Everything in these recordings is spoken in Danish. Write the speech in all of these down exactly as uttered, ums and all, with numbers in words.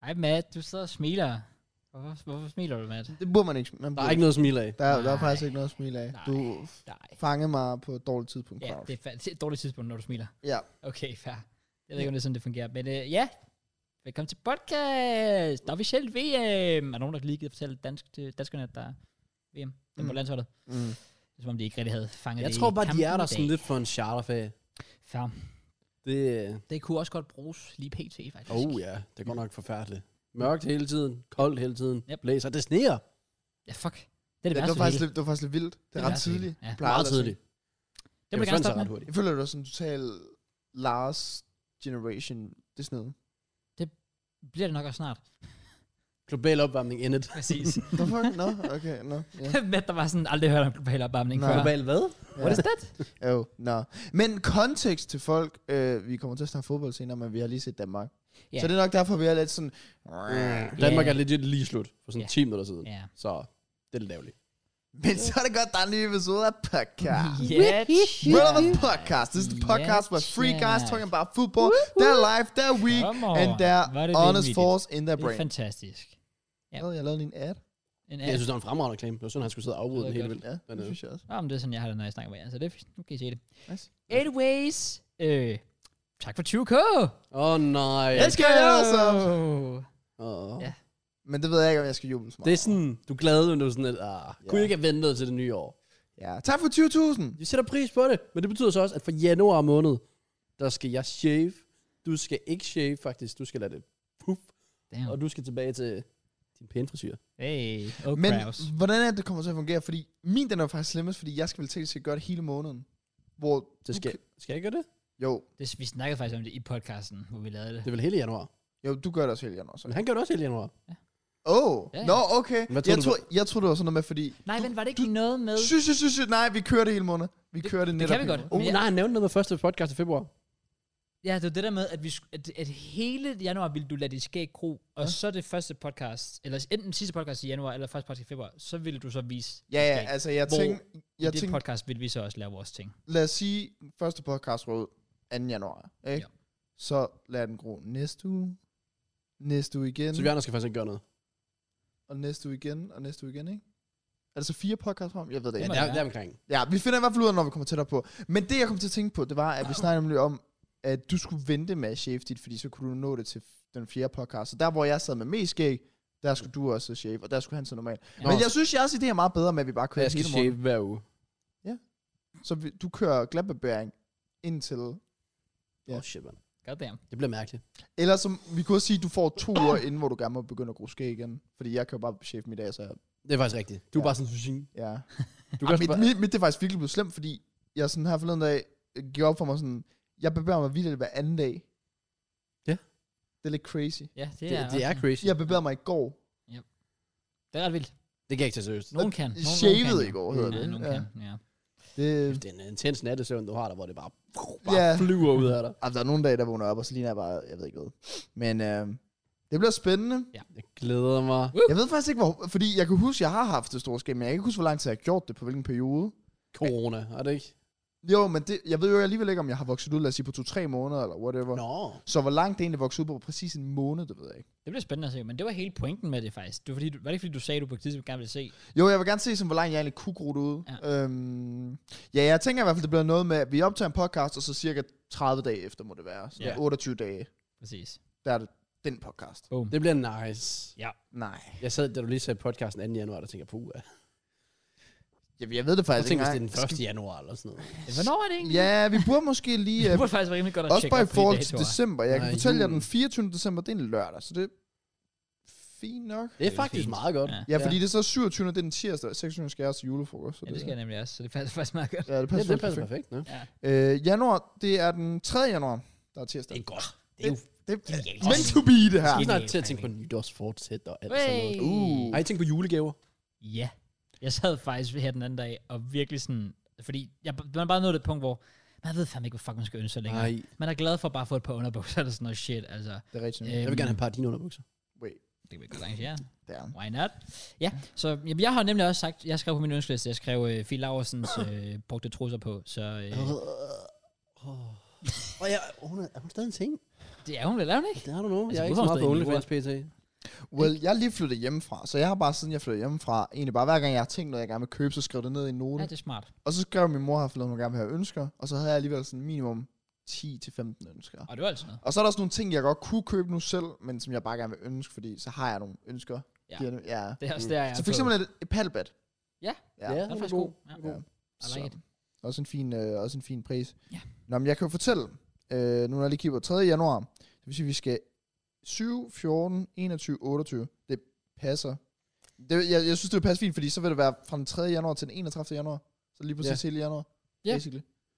Hej Matt, du sidder og smiler. Hvorfor, hvorfor smiler du, Matt? Det burde man ikke. Man Der burde. er ikke noget at smile af. Der, der er faktisk ikke noget at smile af. Nej, Du nej. fangede mig på et dårligt tidspunkt. Ja, Kraus. det er fa- et dårligt tidspunkt, når du smiler. Ja. Okay, fair. Jeg ved ikke, om det er sådan, det fungerer. Men øh, ja, velkommen til podcast. Der er officielt V M. Er der nogen, der lige gider fortælle dansk, til danskerne, at der er V M? Den på Mm. landsholdet. Mm. Det er, som om de ikke rigtig havde fanget Jeg det tror i bare, de er kampen der i sådan dag. lidt for en charterferie. Fair. Det, Det kunne også godt bruges lige pt, faktisk. oh ja, det går nok forfærdeligt. Mørkt hele tiden, koldt hele tiden, Yep. blæser, det sneer. Ja, fuck. Det er det Ja, det, værste var faktisk ved lidt, det var faktisk lidt vildt. Det Det er er ret værste ved tidligt. det. Ja. Jeg plejer Meget aldrig at tidligt. det. Det vil jeg gerne forsvandt sig stoppe ret med. hurtigt. Jeg føler, det var sådan total Lars generation. Det er sådan noget. Bliver det nok også snart. Global opvarmning indet. Præcis. The fuck? Nå, okay, nå. Ja. Matt, der var sådan aldrig hørt om global opvarmning Nå. før. Global hvad? What is that? Jo, nå. Men kontekst til folk. Øh, vi kommer til at snakke fodbold senere, men vi har lige set Danmark. Ja. Så det er nok derfor, vi er lidt sådan... Danmark er legit lige slut for sådan Ja. ti minutter siden. Ja. Så det er lidt ærgerligt. Men så er det godt, der er en ny episode af podcast. Yeah. Relevant podcast. This is the podcast where three guys talking about football, their life, their week, Come on. and their Hvor er det honest vanvittigt. force in their Det er brain. fantastisk. Ja. Jeg lavede lige en ad. En Jeg synes, det var en fremragende reklame. Det var sådan, han skulle sidde og afbryde Det den var helt godt. vildt. Ja, Men, det øh, synes jeg også. Nå, men det er sådan, jeg har det, når jeg snakker med jer. Så det er fint. Nu kan I se det. Nice. Anyways. Øh, tak for tyve k. Åh oh, nej. Let's go! Awesome. Oh. Ja. Men det ved jeg ikke, om jeg skal juble så meget. Det er sådan, du er glad, men du er sådan lidt, ah, kunne Ja. ikke have ventet til det nye år. Ja. Tak for tyve tusind. Vi sætter pris på det, men det betyder så også, at for januar måned, der skal jeg shave. Du skal ikke shave, faktisk. Du skal lade det puff. Damn. Og du skal tilbage til din pæne frisyr. Hey. Oh, Men Kraus. hvordan er det, det kommer til at fungere? Fordi min, den er jo faktisk slemmest, fordi jeg skal vel til at gøre det hele måneden. Hvor Det skal, du, skal jeg gøre det? jo, Det, vi snakkede faktisk om det i podcasten, hvor vi lavede det. Det er vel hele januar. jo, du gør det også hele januar. Så. Men han gør det også hele januar. Oh, Ja, ja. nå, okay. Hvad tror Jeg du, tror, jeg tror, det var sådan noget med, fordi... Nej, du, men var det ikke noget med... Synes, synes, synes, synes, nej, vi kører det hele måned. Vi Det- kører det det netop kan vi hele godt. måned. Oh, Men jeg- nej, han nævnte noget med første podcast i februar. Ja, det var det der med, at, vi, sk- at, at hele januar ville du lade dit skæg gro, og Ja. så det første podcast, eller enten sidste podcast i januar, eller første podcast i februar, så ville du så vise Ja, dit ja, skæg. altså jeg Hvor tænkte, I jeg det tænkte, podcast vil vi så også lave vores ting. lad os sige, første podcast rød anden januar, ikke? Ja. Så lad den gro næste uge, næste uge igen, Så vi andre skal faktisk ikke gøre noget. og næste uge igen, og næste uge igen, ikke? Er det så fire podcasts frem? Jeg ved det Det ikke. må Ja, det der, være. der omkring. Ja, vi finder i hvert fald ud af, når vi kommer tættere på. Men det, jeg kom til at tænke på, det var, at vi snakkede nemlig om, at du skulle vente med at shave dit, fordi så kunne du nå det til den fjerde podcast. Så der, hvor jeg sad med mest skæg, der skulle du også shave, og der skulle han så normalt. Ja. Men jeg synes, jeres idé er meget bedre med, at vi bare kører Jeg skal hele shave måneden. hver uge. Så vi, du kører glatbarbering indtil... Åh, Ja. oh, shit, man. Goddamn. Det bliver mærkeligt. Eller som, vi kunne også sige, at du får to uger inden, hvor du gerne må begynde at gro skæg igen. Fordi jeg kan jo bare shave mit dag, så jeg, Det er faktisk rigtigt. Du er Ja. bare sådan, synes ja. Du Ej, kan også mit, bare... mit, mit, det er faktisk virkelig blevet slemt, fordi jeg sådan her forleden dag øh, gik op for mig sådan, jeg bevæger mig vildt hver anden dag. Ja. Det er lidt crazy. Ja, det, Det, er, det er også- crazy. Jeg bevæger mig i går. Det er ret vildt. Det kan jeg ikke tage seriøst. Nogen kan. Nogen, Shavede nogen kan, i går, ja. hedder Ja, det. nogen Ja. kan, ja. Det, Det er en intens nattesøvn, du har der, hvor det bare, bare Ja. flyver ud af dig. altså, der er nogle dage, der vågner op, og så ligner jeg bare, jeg ved ikke hvad. Men øh, det bliver spændende. Jeg glæder mig. Jeg ved faktisk ikke, hvor, fordi jeg kan huske, jeg har haft det store skæg, men jeg kan ikke huske, hvor lang tid jeg har gjort det, på hvilken periode. Corona, er det ikke? Jo, men det, jeg ved jo alligevel ikke, om jeg har vokset ud, lad os sige, på to-tre måneder, eller whatever. Nå. Så hvor langt det egentlig voksede ud på præcis en måned, det ved jeg ikke. Det bliver spændende at se, men det var hele pointen med det faktisk. Det var, fordi, du, var det ikke fordi, du sagde, at du på et tidspunkt gerne ville se? Jo, jeg vil gerne se, som, hvor langt jeg egentlig kunne gro det ud. Ja. Øhm, ja, jeg tænker i hvert fald, det bliver noget med, at vi optager en podcast, og så cirka tredive dage efter må det være. Så Ja. otteogtyve dage, Præcis. der er det den podcast. Boom. Det bliver nice. Ja. Nej. Jeg sad, da du lige sagde podcasten anden januar, der tænker jeg, puh, ja. Jeg, jeg ved det Jeg faktisk tænker, hvis ikke det er den første januar eller sådan noget. Hvornår er det egentlig? Ja, vi burde måske lige... Det øh, burde faktisk være rimelig godt at også tjekke bare i op på de forhold til datoer. december. Jeg kan Nej, fortælle jer, at jul. den fireogtyvende december, det er en lørdag, så det er fint nok. Det er er faktisk fint. meget godt. Ja. Ja, fordi det er så syvogtyvende, det er den tirsdag, seksogtyvende skal jeg også til julefrokost. Så Ja, det skal jeg nemlig også, så det passer faktisk meget godt. Ja, det Det, passer, det passer perfekt. perfekt, ne? Ja. Øh, januar, det er den tredje januar, der er tirsdag. Det er godt. Det er jo Det er Genialt. meant to be, det her. Jeg er Genialt snart til at tænke på timing. nytårsfortsæt og alt sådan noget. Hey. Uh. Har I tænkt på julegaver? Ja. Jeg sad faktisk her den anden dag, og virkelig sådan... Fordi jeg, man er bare nået et punkt, hvor... Man ved fandme ikke, hvad fuck man skal ønske sig længere. Nej. Man er glad for bare at få et par underbukser eller sådan noget shit, altså. Det er rigtigt. Øh, Jeg vil gerne have et par af dine underbukser. Wait, Det kan vi godt arrangere. damn. Why not? Ja, så jamen, jeg har nemlig også sagt, jeg skrev på min ønskeliste, jeg skrev øh, Fie Laursens øh, brugte trusser på, så... Øh, Åh, oh, ja, hun er, er hun stadig en ting? Det er hun vel, er hun ikke? Det har du nu. Altså, Jeg er ikke så meget på udholdsdagen i OnlyFans P T. Well, jeg er lige flyttet hjemmefra, så jeg har bare siden jeg flyttede hjemmefra, egentlig bare hver gang jeg har tænkt noget, jeg gerne vil købe, så skrev det ned i en note. Ja, det er smart. Og så skrev min mor, at hun gerne vil have ønsker, og så havde jeg alligevel sådan minimum ti til femten ønsker. Og det var altså noget. Og så er der også nogle ting, jeg godt kunne købe nu selv, men som jeg bare gerne vil ønske, fordi så har jeg nogle ønsker. Ja. Giver det- ja. Det er også der, jeg Så er for på. eksempel et, et paddlebed. Ja. Ja. Ja, Det er faktisk god. Ja. Ja. I Så, like it. også en fin, øh, også en fin pris. Ja. Nå, men jeg kan jo fortælle, øh, nu når jeg lige kigger på tredje januar, det vil sige, at vi skal syv, fjorten, enogtyve, otteogtyve. Det passer. Det, jeg, jeg synes, det vil passe fint, fordi så vil det være fra den tredje januar til den enogtredivte januar. Så lige præcis Ja. hele januar. Ja. Basically.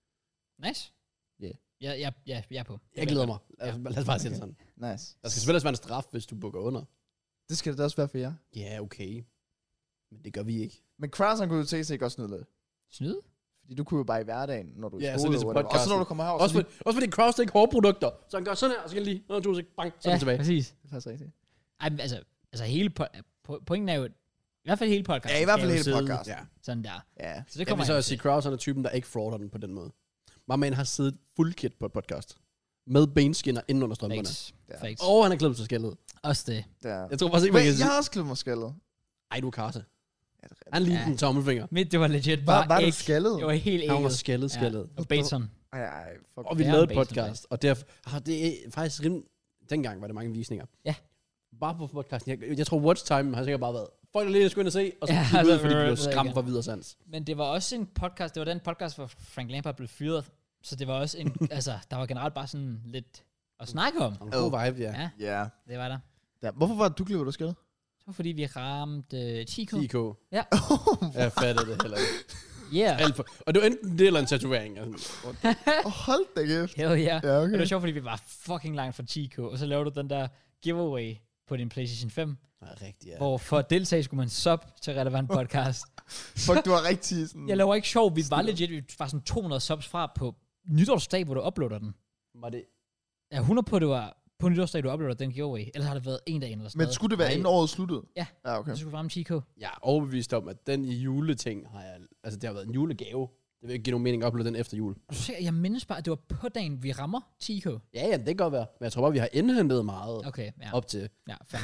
Nice. Ja. Ja, ja, ja, jeg er på. Jeg glæder mig. Lad os, lad os bare sige det sådan. Nice. Der skal selvfølgelig også være en straf, hvis du bukker under. Det skal det da også være for jer. Ja, okay. Men det gør vi ikke. Men Kraus, han kunne jo tænke sig godt snyde lidt. Snyde? Fordi du kunne jo bare i hverdagen, når du er i Ja, så skole. lige til og whatever. Og så podcasten. når du kommer herover, Også, så for, også fordi Kraus, det er ikke hårprodukter. Så han gør sådan her, og så kan jeg lige, nå, to sek, bang, så er Ja, det tilbage. præcis. det er faktisk rigtigt. Ej, men altså, altså hele po- po- pointen er jo, i hvert fald hele podcasten. Ja, i hvert fald skal jo hele sidde podcasten. Ja. Sådan der. Ja. Så det Jeg kommer vil så jeg også sige, Kraus han er typen, der ikke frauder den på den måde. My man har siddet full kit på et podcast. Med benskinner inden under strømperne. Facts. Ja. Facts. Og han er klippet sig skældet. Også det. Der. Jeg tror faktisk ikke, man kan Men sige. jeg har også klippet mig skaldet. Ej, du er karse. Ja, det er Han lignede Ja. en tommelfinger. Mit, det var legit Var, bare var du æg. skaldet? Det var helt Han var ægget. skældet, skældet. Ja. Og Bateson. Ej, ej, fuck. Og vi Det er lavede en et Bateson podcast, og derfor, ah, det er faktisk rimelig, dengang var det mange visninger. Ja. Bare på podcasten. Jeg, jeg tror watch time har sikkert bare været, folk der lige skulle ind og se, og så Ja, ja, gik altså, ud, fordi de blev det ved jeg skræmt ikke. for videre sans. Men det var også en podcast, det var den podcast, hvor Frank Lampard blev fyret. Så det var også en, altså, der var generelt bare sådan lidt at snakke om. Og en god vibe, ja. Ja, Ja. det var der. ja. Hvorfor var det, du klippet dig skaldet? Det var fordi, vi ramte uh, ti K. ti K. Ja. Jeg fattede det heller ikke. Yeah. Alt for, og det var enten det eller en tatovering. Altså, Åh, hold da kæft. Hell yeah. Ja, Okay. Det var okay. sjovt, fordi vi var fucking langt fra ti K, og så lavede du den der giveaway på din PlayStation fem, nej, rigtigt, ja. hvor for at deltage skulle man sub til relevant podcast. Fuck, du var rigtig sådan... Jeg laver ikke sjov, vi var legit, vi var sådan to hundrede subs fra på nytårsdag, hvor du uploader den. Var det, Jeg er hundrede på, det var på nytårsdag, du uploader den giveaway. Ellers har det været en dag eller sådan Men noget. skulle det være Nej. inden året sluttede? Ja. Ja, okay. Så skulle vi ramme ti K. jeg er overbevist om, at den juleting har jeg, altså det har været en julegave. Det vil ikke give nogen mening at uploade den efter jul. Er du sikker? Jeg mindes bare, at det var på dagen, vi rammer ti K. Ja, ja, det kan godt være. Men jeg tror bare, vi har indhentet meget Okay, ja. op til. Ja, fair.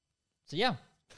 Så ja.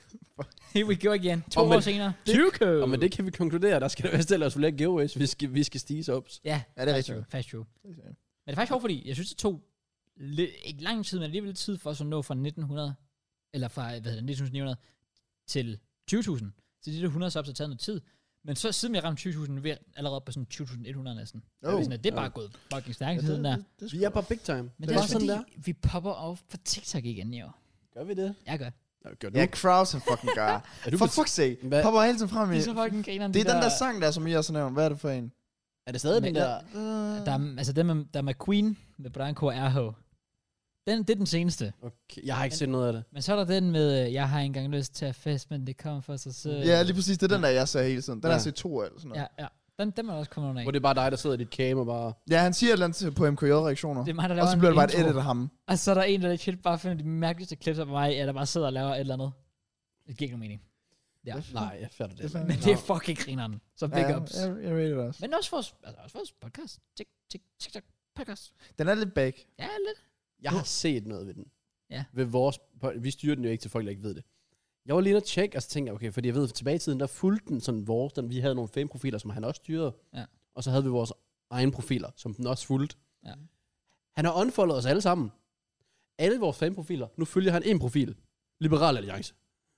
Here we go again. To Og med år senere. det- tyve K. Og med det kan vi konkludere, der skal der være stille os flere giveaways, vi skal, vi skal stige op. Ja, Ja, det er fast rigtigt. true, fast true. Men det er faktisk sjovt, fordi jeg synes, det tog lidt, ikke lang tid, men alligevel lidt tid for os at nå fra nitten hundrede, eller fra, hvad hedder det, nitten ni hundrede til tyve tusind. Så de der hundrede subs har taget noget tid. Men så siden vi ramte tyve tusind, vi er allerede på sådan tyve tusind et hundrede næsten. Oh. Oh. Sådan, at det er bare Ja. gået fucking stærkt Ja, ja, siden der. det, det, Vi er bare big time. Men det det, er er bare også sådan fordi, der. vi popper op på TikTok igen, jo. Gør vi det? Jeg gør. Ja, gør du. Ja, Kraus han fucking gør. Er du For på- fuck's sake. Hvad? Popper hele tiden frem i... Det er så fucking grineren. Det er de den der sang der, som I også har nævnt. Hvad er det for en? Er det stadig den Men- der? Der er, altså dem med, der er med Queen, med Brian K. R H. Den, det er den seneste. Okay, jeg har ikke set noget af det. Men så er der den med, øh, jeg har ikke engang lyst til at fest, men det kommer for sig selv. Ja, lige præcis. Det er den der, jeg ser hele tiden. Den Ja. har jeg set to af. Eller sådan noget. Ja, ja. Den, den er også kommet under af. Hvor det er bare dig, der sidder i dit cam og bare... Ja, han siger et eller andet på M K J-reaktioner. Det er mig, der laver Og så en bliver det bare et intro. edit af ham. Og så er der en, der legit bare finder de mærkeligste clips af mig, eller bare sidder og laver et eller andet. Det giver ikke nogen mening. Ja. Nej, jeg fatter det. Det er ikke. Men det er fucking grineren. Så big Ja, ups. jeg, jeg rated det også. Men også vores, altså også vores podcast. Tik, tik, tik, tik, podcast. Den er lidt back. Ja, lidt. Jeg har set noget ved den. Ja. Ved vores... Vi styrer den jo ikke til folk, der ikke ved det. Jeg var lige inde og tjekke, og så tænkte jeg, okay, fordi jeg ved, tilbage i tiden, der fulgte den sådan vores, den, vi havde nogle fan-profiler, som han også styrede. Ja. Og så havde vi vores egne profiler, som den også fulgte. Ja. Han har unfollowet os alle sammen. Alle vores fan-profiler. Nu følger han en profil. Liberal Alliance.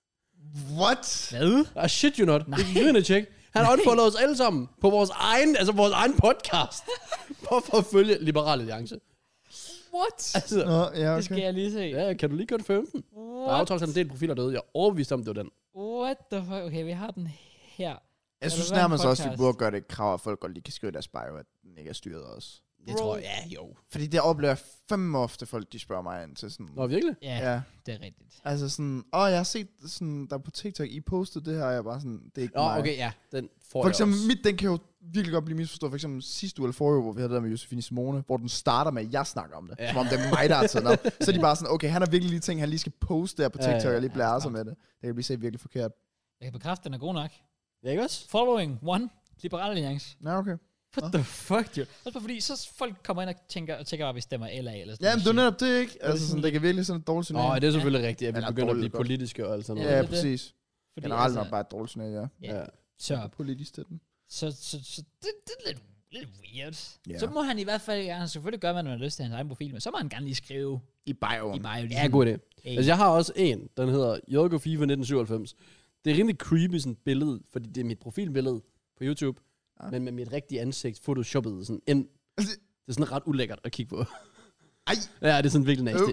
What? Hvad? Ah, shit you not. Nej. Det er en tjek. Han har unfollowet os alle sammen på vores egen, altså vores egen podcast. Hvorfor at følge Liberal Alliance? What? Altså, Nå, ja, Det skal okay. jeg lige se. ja, kan du lige confirm den? Der er What? aftalt, at en del profiler døde. Jeg er overbevist om, det var den. What the fuck? Okay, vi har den her. Jeg synes Relevant nærmest også, at vi podcast. burde gøre det et krav, at folk godt lige kan skrive i deres bio, at den ikke er styret også. Det Bro. tror jeg, ja, jo. Fordi det oplever jeg fandme ofte, folk de spørger mig ind til sådan... Nå, virkelig? Ja, Ja, det er rigtigt. altså sådan... Åh, jeg har set sådan, der på TikTok, I postede det her, og jeg er bare sådan... Det er ikke Nå, mig. okay, ja. Den får For jeg eksempel, også. mit, den kan jo virkelig godt blive misforstået. For eksempel sidste uge eller forrige uge, hvor vi havde det der med Josefine Simone, hvor den starter med, at jeg snakker om det. Ja. Ja. Som om det er mig, der har taget den op. Så er de bare sådan, okay, han har virkelig lige ting, han lige skal poste der på Ja, ja, TikTok, ja. og lige Ja, blære sig smart. med det. Det kan blive set virkelig forkert. Jeg kan bekræfte, at den er god nok. Ja, ikke også? Following one. Liberal Alliance. Ja, okay. What the fuck, dude? Også bare fordi, så folk kommer ind og tænker, og tænker, at vi stemmer L A eller sådan Ja, men det er noget. netop det, ikke? Altså, sådan, det kan virkelig sådan et dårligt signal. Åh, oh, det er selvfølgelig rigtigt, at vi Eller begynder at dårligt blive godt. politiske og alt sådan Ja, noget. ja det er det. præcis. Fordi, Generelt altså, nok bare et dårligt signal, ja. Ja. Ja. Så, Politisk til den. så, så, så det, det er lidt, lidt weird. Ja. Så må han i hvert fald gerne, selvfølgelig gøre, hvad han har lyst til hans egen profil, men så må han gerne lige skrive I bioen. i bio. Ligesom, Ja, god idé. Hey. Altså, jeg har også en, den hedder Jorgo FIFA nitten syvoghalvfems. Det er rimelig creepy sådan et billede, fordi det er mit profilbillede på YouTube, Ja. men med mit rigtige ansigt photoshoppet sådan ind. Altså, Det er sådan ret ulækkert at kigge på. Ej. Ja, det er sådan virkelig nasty.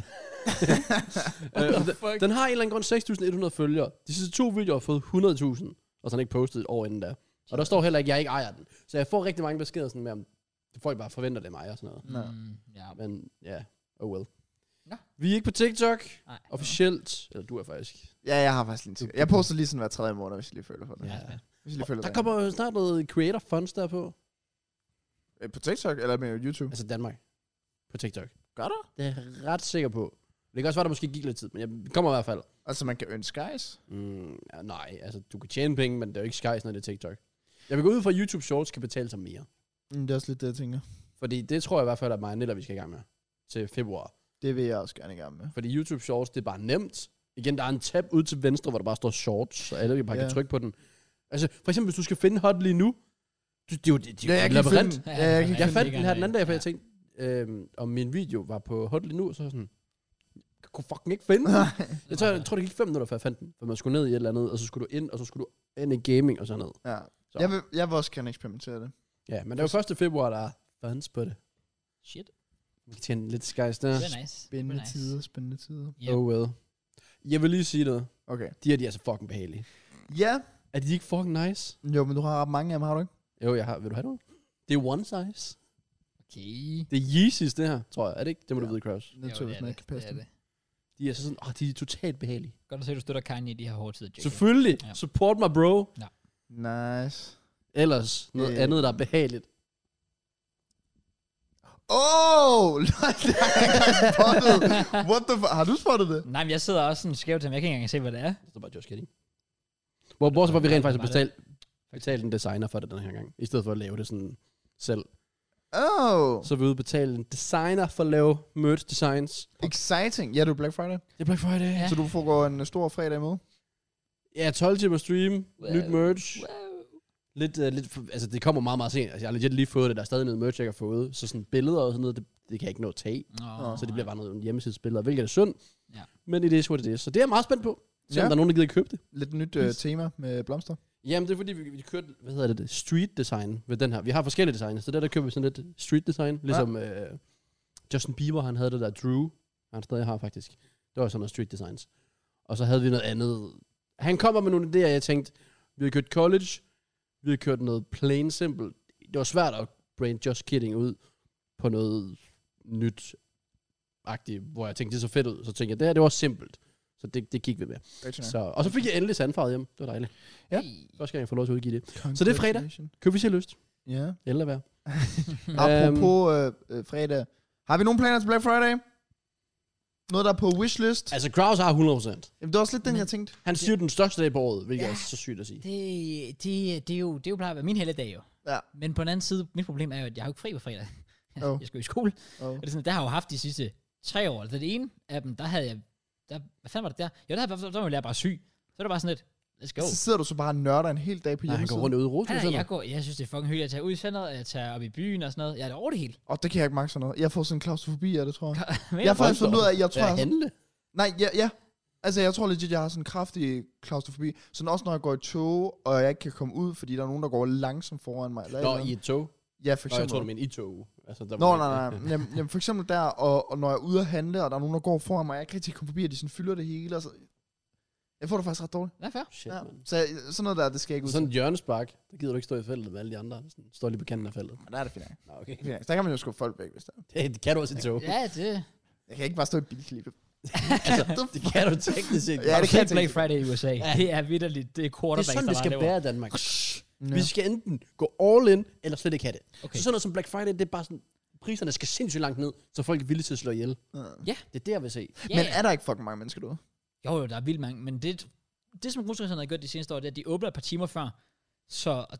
Øv. Øh, og den, den har en eller anden grund seks tusind et hundrede følgere. De sidste to videoer har fået hundrede tusind, og så har den ikke postet et år inden da. Og der står heller ikke, at jeg ikke ejer den. Så jeg får rigtig mange beskeder sådan med, om folk bare forventer det af mig og sådan noget. Nå. Mm, ja. Men ja, oh well. Nå. Vi er ikke på TikTok, Nej. officielt. Eller du er faktisk. Ja, jeg har faktisk lige en ting. Jeg poster lige sådan hver tredje måned, hvis jeg lige føler for det. Ja. Ja. Hvis jeg lige føler Der det. kommer jo snart noget creator funds der på. Øh, På TikTok eller med YouTube? Altså Danmark. På TikTok. Gør der? Det er jeg ret sikker på. Det kan også være, der måske gik lidt tid, men jeg kommer i hvert fald. Altså, man kan earn skies? Mm, ja, nej, altså du kan tjene penge, men det er jo ikke skies, når det er TikTok. Jeg vil gå ud fra, at YouTube Shorts kan betale sig mere. Mm, det er også lidt det, jeg tænker. Fordi det tror jeg i hvert fald, at mig og Nilla, vi skal i gang med til februar. Det vil jeg også gerne i gang med. Fordi YouTube Shorts, det er bare nemt. Igen, der er en tab ud til venstre, hvor der bare står Shorts, så alle bare Ja. kan trykke på den. Altså, for eksempel, hvis du skal finde hot lige nu, det, det er jo det, det er jo jeg en kan labyrint. finde- Ja, jeg kan Jeg finde fandt det den her den anden dag, for ja. jeg tænkte, øhm, om min video var på hot lige nu, og så var jeg sådan, jeg kunne fucking ikke finde den. Jeg tror, jeg tror, det gik fem minutter, før jeg fandt den. For man skulle ned i et eller andet, og så skulle du ind, og så skulle du ind i gaming og sådan noget. Ja. Så. Jeg vil, jeg vil også gerne eksperimentere det. Ja, men det er jo første februar, der er funds på det. Shit. Vi kan tjene lidt skies der. Det er nice. Spændende Det er nice. tider, spændende tider. Yep. Oh well. Jeg vil lige sige noget. Okay. De her, de er altså fucking behagelige. Ja. Er de ikke fucking nice? Jo, men du har ret mange af dem, har du ikke? Jo, jeg har. Vil du have noget? Det er one size. Okay. Det er Yeezys, det her, tror jeg. Er det ikke? Det må Ja. du vide, Kraus. Det tror jeg, hvis man ikke kan passe det, er det. det. De er så sådan, åh, de er totalt behagelige. Godt at se, at du støtter Kanye i de her hårde tider, Jacob. Selvfølgelig. Ja. Support my bro. Nice. Ellers noget Øh. andet, der er behageligt. Oh! det har jeg ikke spottet. What the fuck? Har du spottet det? Nej, men jeg sidder også sådan skævt til, men jeg kan ikke engang se, hvad det er. Det står bare Josh Kidding. Hvor bortset fra, at vi rent faktisk Var har det? betalt, betalt en designer for det den her gang. I stedet for at lave det sådan selv. Oh! Så er vi ude og betale en designer for at lave merch designs. Exciting. Ja, du er Black Friday. Det er Black Friday. Ja. Ja, Så du får gå en stor fredag med? ja tolv timer stream, Wow. nyt merch. Wow. Lidt, uh, lidt, for- altså det kommer meget, meget sent. Altså jeg har legit lige fået det, der er stadig noget merch, jeg har fået. Så sådan billeder og sådan noget, det, det kan jeg ikke nå at tage. Nå, Så det bliver bare noget hjemmesidsbilleder, hvilket er synd. Ja. Men det er what it is. Så det er jeg meget spændt på. Se om Ja. der er nogen, der gider købe det. Lidt nyt uh, tema med blomster. Jamen det er fordi, vi, vi kørte, hvad hedder det, det, street design ved den her. Vi har forskellige designs, så der, der køber vi sådan lidt street design. Ligesom ja. øh, Justin Bieber, han havde det der Drew. Han stadig har faktisk. Det var sådan noget street designs. Og så havde vi noget andet. Han kommer med nogle idéer, jeg tænkte, vi har kørt college, vi har kørt noget plain simple. Det var svært at brain Just Kidding ud på noget nyt agtigt, hvor jeg tænkte, det så fedt ud. Så tænkte jeg, det her, det var simpelt. Så det, det gik vi med. Så, og så fik jeg endelig sandfarvet hjem. Det var dejligt. Ja. Første gang, jeg får lov til at udgive det. Så det er fredag. Køb hvis I har lyst. Ja. Eller hvad? Apropos øh, øh, fredag. Har vi nogen planer til Black Friday? Noget, der er på wishlist? Altså, Kraus har hundrede procent. Jamen, det var også lidt den, Men- jeg tænkte. Han styrer den største dag på året, hvilket Ja. er så sygt at sige. Det, det, det, er jo, det er jo plejer at være min helligdag jo. Ja. Men på den anden side, mit problem er jo, at jeg har jo ikke fri på fredag. Oh. Jeg skal jo i skole. Oh. Og det er sådan, der har jeg jo haft de sidste tre år. Altså det ene af dem, der havde jeg... Der, hvad fanden var det der? Jo, der, havde, der var jeg bare syg. Så er det bare sådan lidt, let's go. Så sidder du så bare og nørder en hel dag på Nej, han går hjemmesiden. rundt ude i Rosby Ja, Center. jeg, går, jeg synes, det er fucking hyggeligt. Jeg tager ud i centret, jeg tager op i byen og sådan noget. Jeg er der over det hele. Og det kan jeg ikke magte sådan noget. Jeg får sådan en klaustrofobi af det, tror jeg. Men Jeg har faktisk fundet ud af, at jeg tror... Hvad er Jeg, handle? nej, ja, ja. Altså, jeg tror legit, jeg har sådan en kraftig klaustrofobi. Sådan også, når jeg går i tog, og jeg ikke kan komme ud, fordi der er nogen, der går langsomt foran mig. Eller et Nå, eller i andet. et tog. Ja, for Nå, jeg tror, du eksempel. mener i tog. Altså, der Nå, var nej, ikke- nej. Jamen, jamen, for eksempel der, og, og når jeg er ude at handle, og der er nogen, der går foran mig, jeg kan ikke rigtig komme forbi, og de sådan fylder det hele. Og så, jeg får det faktisk ret dårligt. Ja, fair. Shit, Ja. man. Så jeg, sådan noget der, det skal jeg ikke ud Sådan til. en hjørnespark, der gider du ikke stå i feltet med alle de andre. Sådan, står lige på kanten af feltet. Men der er det fint. nok. Nå, okay. Det er fint nok. Så der kan man jo skubbe folk væk, hvis der er. Det, det kan du også i tog. Ja, det... Jeg kan ikke bare stå i bilklippet. altså, det kan du teknisk set. Ja, Ja, det det kan kan jeg Black tænke. Friday i U S A. Ja. Det er vitterligt. Det er Det er quarterbacks, sådan, det der skal bare være i Danmark. Ja. Vi skal enten gå all in, eller slet ikke have det. Okay. Så sådan noget som Black Friday, det er bare sådan, priserne skal sindssygt langt ned, så folk er villige til at slå ihjel. Ja. Ja. Det er det, jeg vil se. Ja, Men ja. er der ikke fucking mange mennesker derude? Jo, jo, der er vildt mange, men det, det som russeristerne har gjort de seneste år, det er, at de åbner et par timer før, så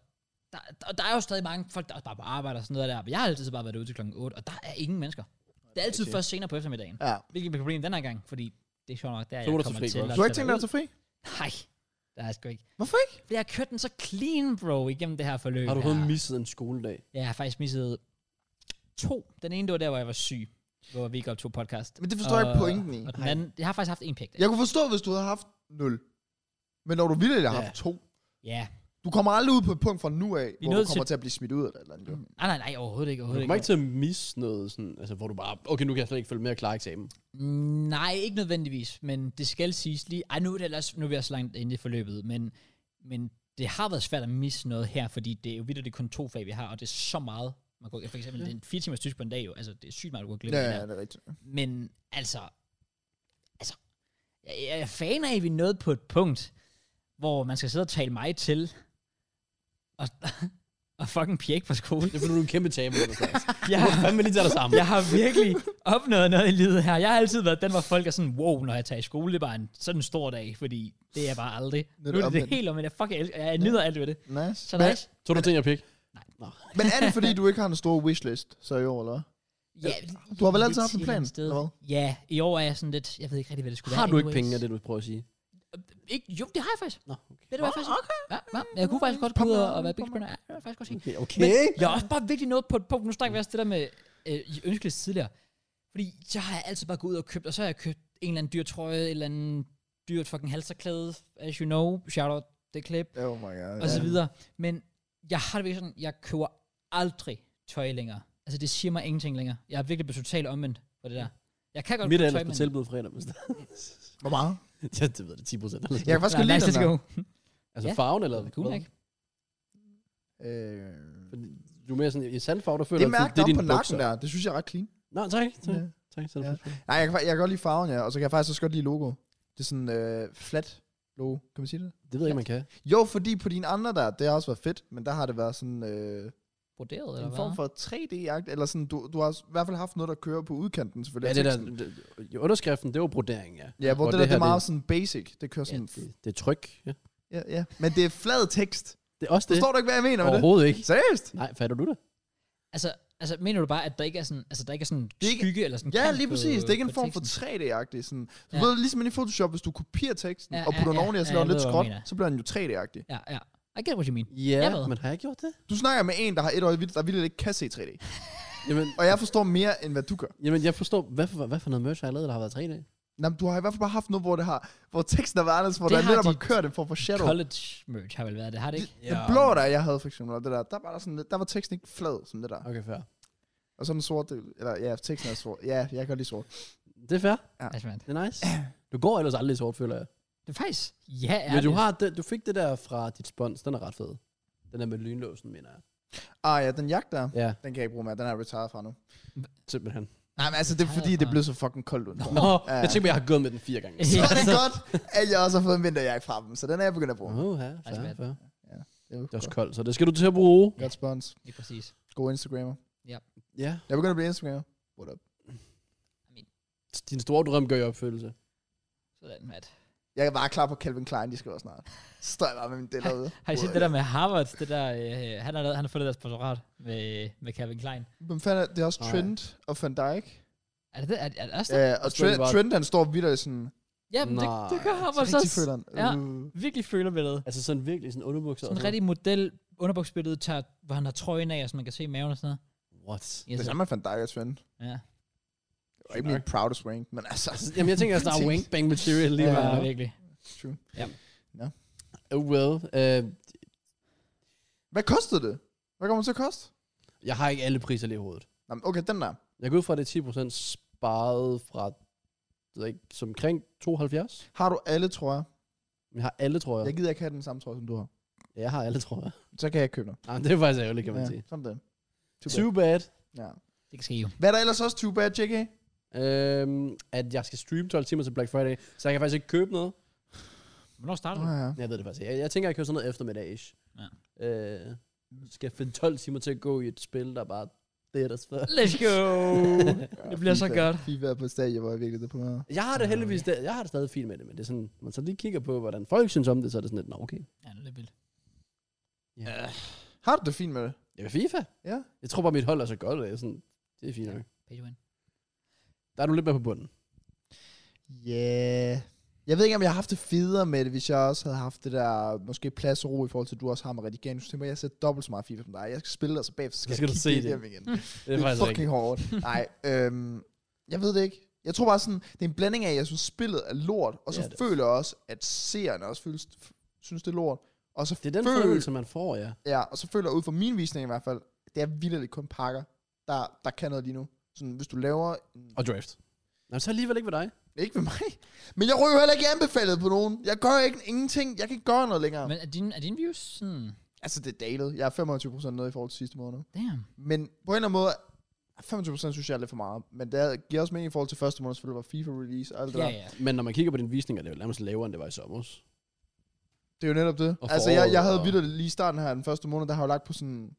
der, der, der er jo stadig mange folk, der også bare på arbejde og sådan noget der. Men jeg har altid bare været ude til klokken otte, og der er ingen mennesker. Det er altid Okay. først senere på eftermiddagen. Ja. Hvilket er problem den her gang, fordi det er sjovt nok, der Så jeg er du kommer til fri, til. bro. at Du har ikke tage tænkt dig at derud. tage fri? Nej, der er jeg sgu ikke. Hvorfor ikke? For jeg har kørt den så clean, bro, igennem det her forløb Har du her. overhovedet misset en skoledag? Ja, jeg har faktisk misset to. Den ene, det var der, hvor jeg var syg. Hvor vi ikke optog podcast. Men det forstår jeg ikke pointen i. Og den anden, jeg har faktisk haft en pæk. Jeg kunne forstå, hvis du havde haft nul. Men når du ville have Ja. haft to. Ja. Du kommer aldrig ud på et punkt fra nu af, Vi er hvor du nødt kommer til- til at blive smidt ud af det eller andet. jo. Nej, nej, nej, overhovedet ikke. Du Overhovedet kommer ikke ikke. til at misse noget sådan, altså hvor du bare, okay, nu kan jeg slet ikke følge med og klare eksamen. Mm, Nej, ikke nødvendigvis, men det skal siges lige... Ej, nu er, det ellers, nu er vi også langt inde i forløbet, men, men det har været svært at misse noget her, fordi det er jo vildt, det er kun to fag, vi har, og det er så meget. Man går, for eksempel, Ja. det er en fire timers tysk på en dag jo, altså det er sygt meget, du går glip af Ja, det ja, der. det er rigtigt. Men altså, altså jeg, jeg er fan af, at vi er nået på et punkt, hvor man skal sidde og tale mig til, og, og fucking pjek på skole. Det er fordi, du er en kæmpe taber. Jeg, Jeg har fandme lige tage dig sammen. jeg har virkelig opnået noget i livet her. Jeg har altid været den, hvor folk er sådan, wow, når jeg tager i skole, det er bare en sådan en stor dag, fordi det er jeg bare aldrig. Nu er Nu det er det, det omvendt. helt om, jeg fucking elsker, jeg nyder alt ved det. Nice. Så Men, nice. Så du tænker jeg pik? men er det fordi, du ikke har en stor wishlist så i år, eller hvad? Ja, Du har vel altid lidt haft en et plan, eller andet sted. eller hvad? Ja, i år er jeg sådan lidt, jeg ved ikke rigtig, hvad det skulle Har være. du ikke anyways. penge, er det du prøver at sige? Ikke, jo, det har jeg faktisk. Nå, okay. Ved du hvad, faktisk? Ja, ja, jeg kunne faktisk godt gå ud og, og være big spinner. Ja, det vil jeg faktisk godt sige. Okay, okay. Men jeg er også bare virkelig noget på et punkt. Nu snakker vi også det der med øh, I ønskeliste tidligere. Fordi så har jeg altid bare gået ud og købt, og så har jeg købt en eller anden dyr trøje, et eller anden dyrt fucking halserklæde, as you know, shout out det klip, Oh my god. og så videre. Men jeg har det virkelig sådan, jeg køber aldrig tøj længere. Altså det siger mig ingenting længere. Jeg er virkelig blevet totalt omvendt på det der. Jeg kan godt Midt købe ellers tøj, på men... tilbud fredag. Hvis det Hvor meget? ja, det ved det, ti procent. Jeg kan faktisk Nej, godt lide nice, den let's der. go. Altså Ja. farven eller? Cool, hvad? ikke? Øh, Fordi Du er mere sådan, i sandfarve, der føler det er jeg, mærket det er op på dine nakken bukser. der. Det synes jeg er ret clean. Nå, tak. Tak. Ja. Tak, så er Ja. det fedt. Nej, jeg kan, jeg kan godt lide farven, ja. Og så kan jeg faktisk også godt lide logoet. Det er sådan øh, flat logo. Kan man sige det? Det ved jeg ikke, man kan. Jo, fordi på dine andre der, det har også været fedt, men der har det været sådan øh, Broderet, eller en form hvad? for tre D-agt, eller sådan, du, du har i hvert fald haft noget, der kører på udkanten, selvfølgelig. Ja, af det der, teksten. det, underskriften, det var brodering, ja. Ja, hvor Og det, der, det her, er meget sådan basic. Det kører Ja, sådan... det, det er tryk, ja. Ja, ja. Men det er flad tekst. Det er også det. Forstår du ikke, hvad jeg mener med det? Overhovedet ikke. Seriøst? Nej, fatter du det? Altså, altså, mener du bare, at der ikke er sådan, altså, der ikke er sådan Det er ikke- skygge eller sådan Ja, kant lige på- præcis. Det er ikke en på form for teksten? tre D-agtig. Sådan. Du Ja. ved, ligesom inde i Photoshop, hvis du kopierer teksten Ja, og ja, putter den ja, oveni, og så ja, laver den jeg lidt ved, hvad du skråt, mener. så bliver den jo tre D-agtig. Ja, ja. I get what you mean. Ja, Jeg ved. men har jeg gjort det? Du snakker med en, der har et øje vildt, der vildt ikke kan se tre D. Jamen, Og jeg forstår mere, end hvad du gør. jamen jeg forstår, hvad for, hvad for noget merch har jeg lavet, der har været tre D? Nå, men du har i hvert fald bare haft noget, hvor, det har, hvor teksten har været anderledes, hvor Det der har netop har dit kørt en form for shadow. College merch har vel været det, har det ikke? Den blå, der jeg havde for eksempel, og det der, der var, der, sådan, lidt- der var teksten ikke flad som det der. Okay, fair. Og så den sort, det, eller ja, teksten er sort. Ja, jeg kan godt lide sort. Det er fair. Altså, man. Det er nice. Du går ellers aldrig i sort, føler jeg. Det er faktisk, ja, ærligt. Men du, har det, du fik det der fra dit spons, den er ret fed. Den der med lynlåsen, mener jeg. Ah ja, den jagt der, Ja, den kan jeg ikke bruge mere. Den er retired fra nu. simpelthen. Nej, men altså, det er fordi, det blev så fucking koldt udenfor. Nå, Ja. jeg tænker, jeg har gået med den fire gange. Så er det godt, at jeg også har fået en vinterjakke fra dem, så den er jeg begyndt at bruge. Åh, ja, Altså, fair, hvad? fair. Det er, jo Det er også godt. koldt, så det skal du til at bruge. Godt spons. Lige præcis. God Instagrammer. Ja. Jeg begynder at blive Instagrammer. What up? Din store drøm gør i opfyldelse. Sådan, Matt. Jeg er bare klar på Calvin Klein, de skriver snart. Så står jeg bare med min deller ude. Har I set det der med Harvard? Det der, øh, han, har lavet, han har fået det der sponsorat med, med Calvin Klein. Hvem fanden er det? Det er også Nej. Trent og Van Dijk. Er det det? Er, er det også det? Ja, og Og Trent Trent, var- Trent, han står videre sådan... Ja, men det, Nej. det gør Så Harvard så rigtig også. føler han. Ja. Uh. Virkelig føler billedet. Altså sådan virkelig sådan underbukser. Sådan og en rigtig model underbuksbillede, tager, hvor han har trøjen af, så man kan se maven og sådan noget. What? Yes, Det er samme med Van Dijk og Trent. ja. Det var ikke min proudest rank, men altså... Altså, jamen jeg tænker, at der er wankbang material lige Ja, ja. virkelig. True. Oh well. Uh, Hvad kostede det? Hvad kommer det til at koste? jeg har ikke alle priser lige i hovedet. Nå, men okay, den der. Jeg går ud fra, at det er ti procent sparet fra, det ved jeg ikke, som omkring tooghalvfjerds. Har du alle, tror jeg? Jeg har alle, tror jeg. Jeg gider ikke have den samme trøje, som du har. Ja, jeg har alle, tror jeg. Så kan jeg ikke købe den. Ah, det er faktisk ærgerligt, kan man Ja, sige. sådan det. Too bad. Too bad. Ja. Det kan ske jo. Hvad er der ellers også too bad, J K? Øhm, at jeg skal streame tolv timer til Black Friday, så jeg kan faktisk ikke købe noget. Hvornår starter Oh, du? ja. Jeg ved det faktisk ikke. Jeg, jeg tænker, jeg køber sådan noget eftermiddag-ish. Ja. Øh, skal jeg finde tolv timer til at gå i et spil, der bare det er der Let's go! Det bliver så FIFA. godt. FIFA er på stadie, hvor jeg virkelig det på noget. Jeg har det heldigvis, det, jeg har det stadig fint med det, men det er sådan, man så lige kigger på, hvordan folk synes om det, så er det sådan lidt, nå okay. Ja, det er lidt vildt. Ja. Har du det fint med det? Ja, FIFA. Ja. Jeg tror bare, mit hold er så godt, og jeg er sådan, det er fint nok. Pay to win. Der er du lidt mere på bunden. Ja. Yeah. Jeg ved ikke, om jeg har haft det federe med det, hvis jeg også havde haft det der, måske plads og ro i forhold til, at du også har med redigeringssystemer. Jeg ser dobbelt så meget FIFA som dig. Jeg skal spille det, og så bagefter skal, skal jeg du se det. hjem igen. Det er, det er faktisk fucking hårdt. Nej, øhm, jeg ved det ikke. Jeg tror bare sådan, det er en blanding af, at jeg synes, spillet er lort, og så Ja, det- føler jeg også, at seerne også føles, synes, det er lort. Og så Det er den føler, fornemmelse, man får, ja. ja, og så føler jeg ud fra min visning i hvert fald, det er vildt kun pakker, der, der kan noget lige nu. Sådan, hvis du laver... En, Og draft. Nå, så alligevel ikke ved dig. ikke ved mig. Men jeg ryger heller ikke anbefalet på nogen. Jeg gør ikke ingenting. Jeg kan ikke gøre noget længere. Men er dine, er dine views sådan... Altså, det er dalet. Jeg er femogtyve procent nede i forhold til sidste måned. Damn. Men på en eller anden måde, femogtyve procent synes jeg er lidt for meget. Men det giver også mening i forhold til første måned, selvfølgelig var FIFA-release og alt det Ja, der. ja. Men når man kigger på dine visninger, det er jo nærmest lavere, end det var i sommer. Det er jo netop det. Og Altså, jeg, jeg foråret havde og- vildt lige i starten her, den første måned, der har jeg jo lagt på sådan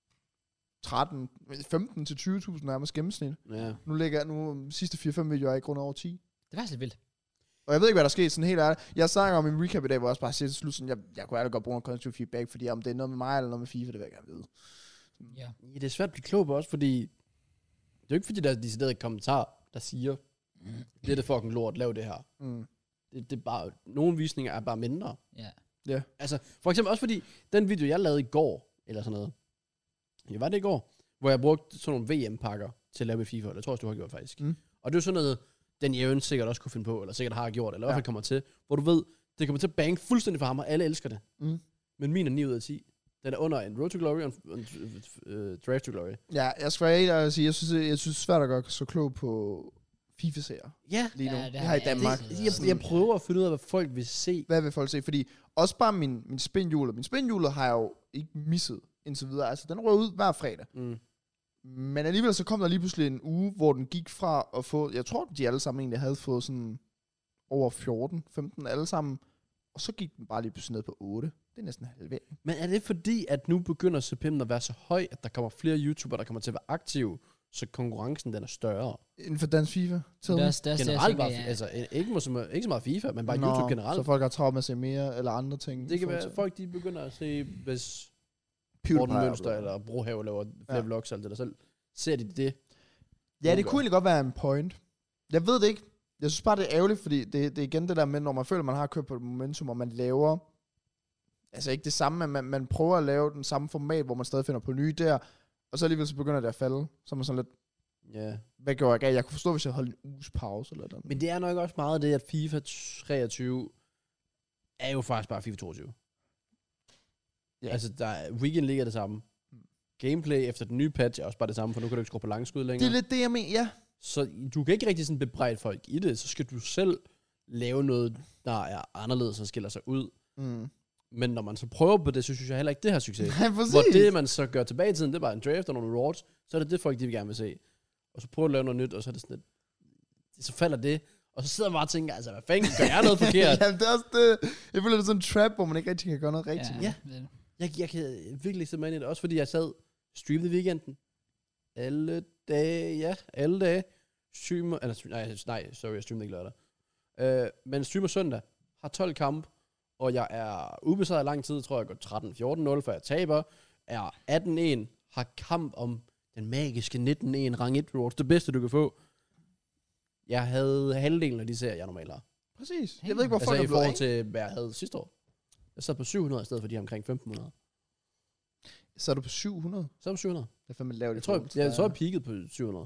tretten, femten til tyve tusind nærmest gennemsnit. Ja. Nu ligger jeg nu sidste fire fem videoer, er ikke rundt over ti. Det er faktisk lidt vildt. Og jeg ved ikke, hvad der skete, sådan helt ærligt. Jeg snakker om en recap i dag, hvor jeg også bare siger til slut, sådan, jeg, jeg kunne aldrig godt bruge noget konstruktiv feedback, fordi om det er noget med mig eller noget med FIFA, det vil jeg gerne vide. Ja. Ja, det er svært at blive klog på også, fordi det er jo ikke fordi, der er deciderede kommentarer, der siger, det er det fucking lort, lav det her. Mm. Det, det er bare, nogle visninger er bare mindre. Ja. Altså, for eksempel også fordi, den video, jeg lavede i går, eller sådan noget, ja, var det i går, hvor jeg brugte sådan nogle V M-pakker til at lave med FIFA, og det tror jeg også, du har gjort faktisk. Mm. Og det er jo sådan noget, den Jævn sikkert også kunne finde på, eller sikkert har gjort, eller i hvert fald Ja. kommer til, hvor du ved, det kommer til at bange fuldstændig for ham, og alle elsker det. Mm. Men min er ni ud af ti. Den er under en Road to Glory og en uh, Draft to Glory. Ja, jeg skal være helt ærlig at sige, jeg synes, jeg synes det er svært at gøre så klog på FIFA-serier Ja, lige nu. Ja, Ja, det det har her i jeg Danmark. altid. jeg, jeg prøver at finde ud af, hvad folk vil se. Hvad vil folk se? Fordi også bare min, min spinhjuler. Min spinhjuler har jeg jo ikke misset indtil videre. Altså, den rører ud hver fredag. Mm. Men alligevel så kom der lige pludselig en uge, hvor den gik fra at få... Jeg tror, de alle sammen egentlig havde fået sådan over fjorten, femten alle sammen. Og så gik den bare lige pludselig ned på otte. Det er næsten halvering. Men er det fordi, at nu begynder C P M'en at være så høj, at der kommer flere YouTubere, der kommer til at være aktive, så konkurrencen den er større? Inden for dansk FIFA? Det er også, det er også det, jeg Generelt tænker, bare, ja. altså ikke, så, ikke så meget FIFA, men bare Nå, YouTube generelt. Så folk har travlt med at se mere eller andre ting. Det kan i forhold være, til- at folk de begynder at se, hvis PewDiePie Morten Mønster uploader. eller Brohave laver flere Ja. ja. vlogs og alt det der selv. Ser de det? Ja, det kunne egentlig godt være en point. Jeg ved det ikke. Jeg synes bare, det er ærgerligt, fordi det, det er igen det der med, når man føler, man har kørt på et momentum, og man laver, altså ikke det samme, men man, man prøver at lave den samme format, hvor man stadig finder på nye der, og så alligevel så begynder det at falde. Så er man sådan lidt, Ja. hvad gjorde jeg galt? Jeg kunne forstå, hvis jeg holdt en uges pause eller noget. Men det er nok også meget det, at FIFA treogtyve er jo faktisk bare FIFA toogtyve. Ja. Altså, der er, weekend ligger det samme. Gameplay efter den nye patch er også bare det samme, for nu kan du ikke skrue på langskud længere. Det er lidt det, jeg mener, ja. Så du kan ikke rigtig sådan bebrejde folk i det, så skal du selv lave noget, der er anderledes og skiller sig ud. Mm. Men når man så prøver på det, så synes jeg heller ikke, det har succes. Nej, præcis. Hvor det, man så gør tilbage i tiden, det er bare en draft og nogle rewards, så er det det, folk de vil gerne vil se. Og så prøver at lave noget nyt, og så er det sådan lidt, så falder det, og så sidder man bare og tænker, altså, hvad fanden, gør jeg noget forkert? Jamen, det er også det. Jeg føler, det er sådan en trap, hvor man ikke rigtig kan gøre noget rigtigt. Ja. det- Jeg, jeg kan virkelig se mig ind i det, også fordi jeg sad streamede i weekenden. Alle dage, ja, alle dage. Streamer, eller, stream- nej, nej, sorry, jeg streamede ikke lørdag. Øh, men streamer søndag, har tolv kamp, og jeg er ubesejret i lang tid, tror jeg, jeg går tretten fjorten nul, for jeg taber. Er atten en, har kamp om den magiske nitten en rang et rewards, det bedste, du kan få. Jeg havde halvdelen af de serier, jeg normalt har. Præcis. Jeg ved ikke, hvor Altså folk i er blevet forhold af. til, hvad jeg havde sidste år. Jeg sad på syv hundrede i stedet for de her omkring femten hundrede. Så er du på syv hundrede. Så er jeg på syv hundrede. Det er fandme lavt. i Jeg tror, forhold til jeg, jeg, dig. tror, jeg peakede på syv hundrede.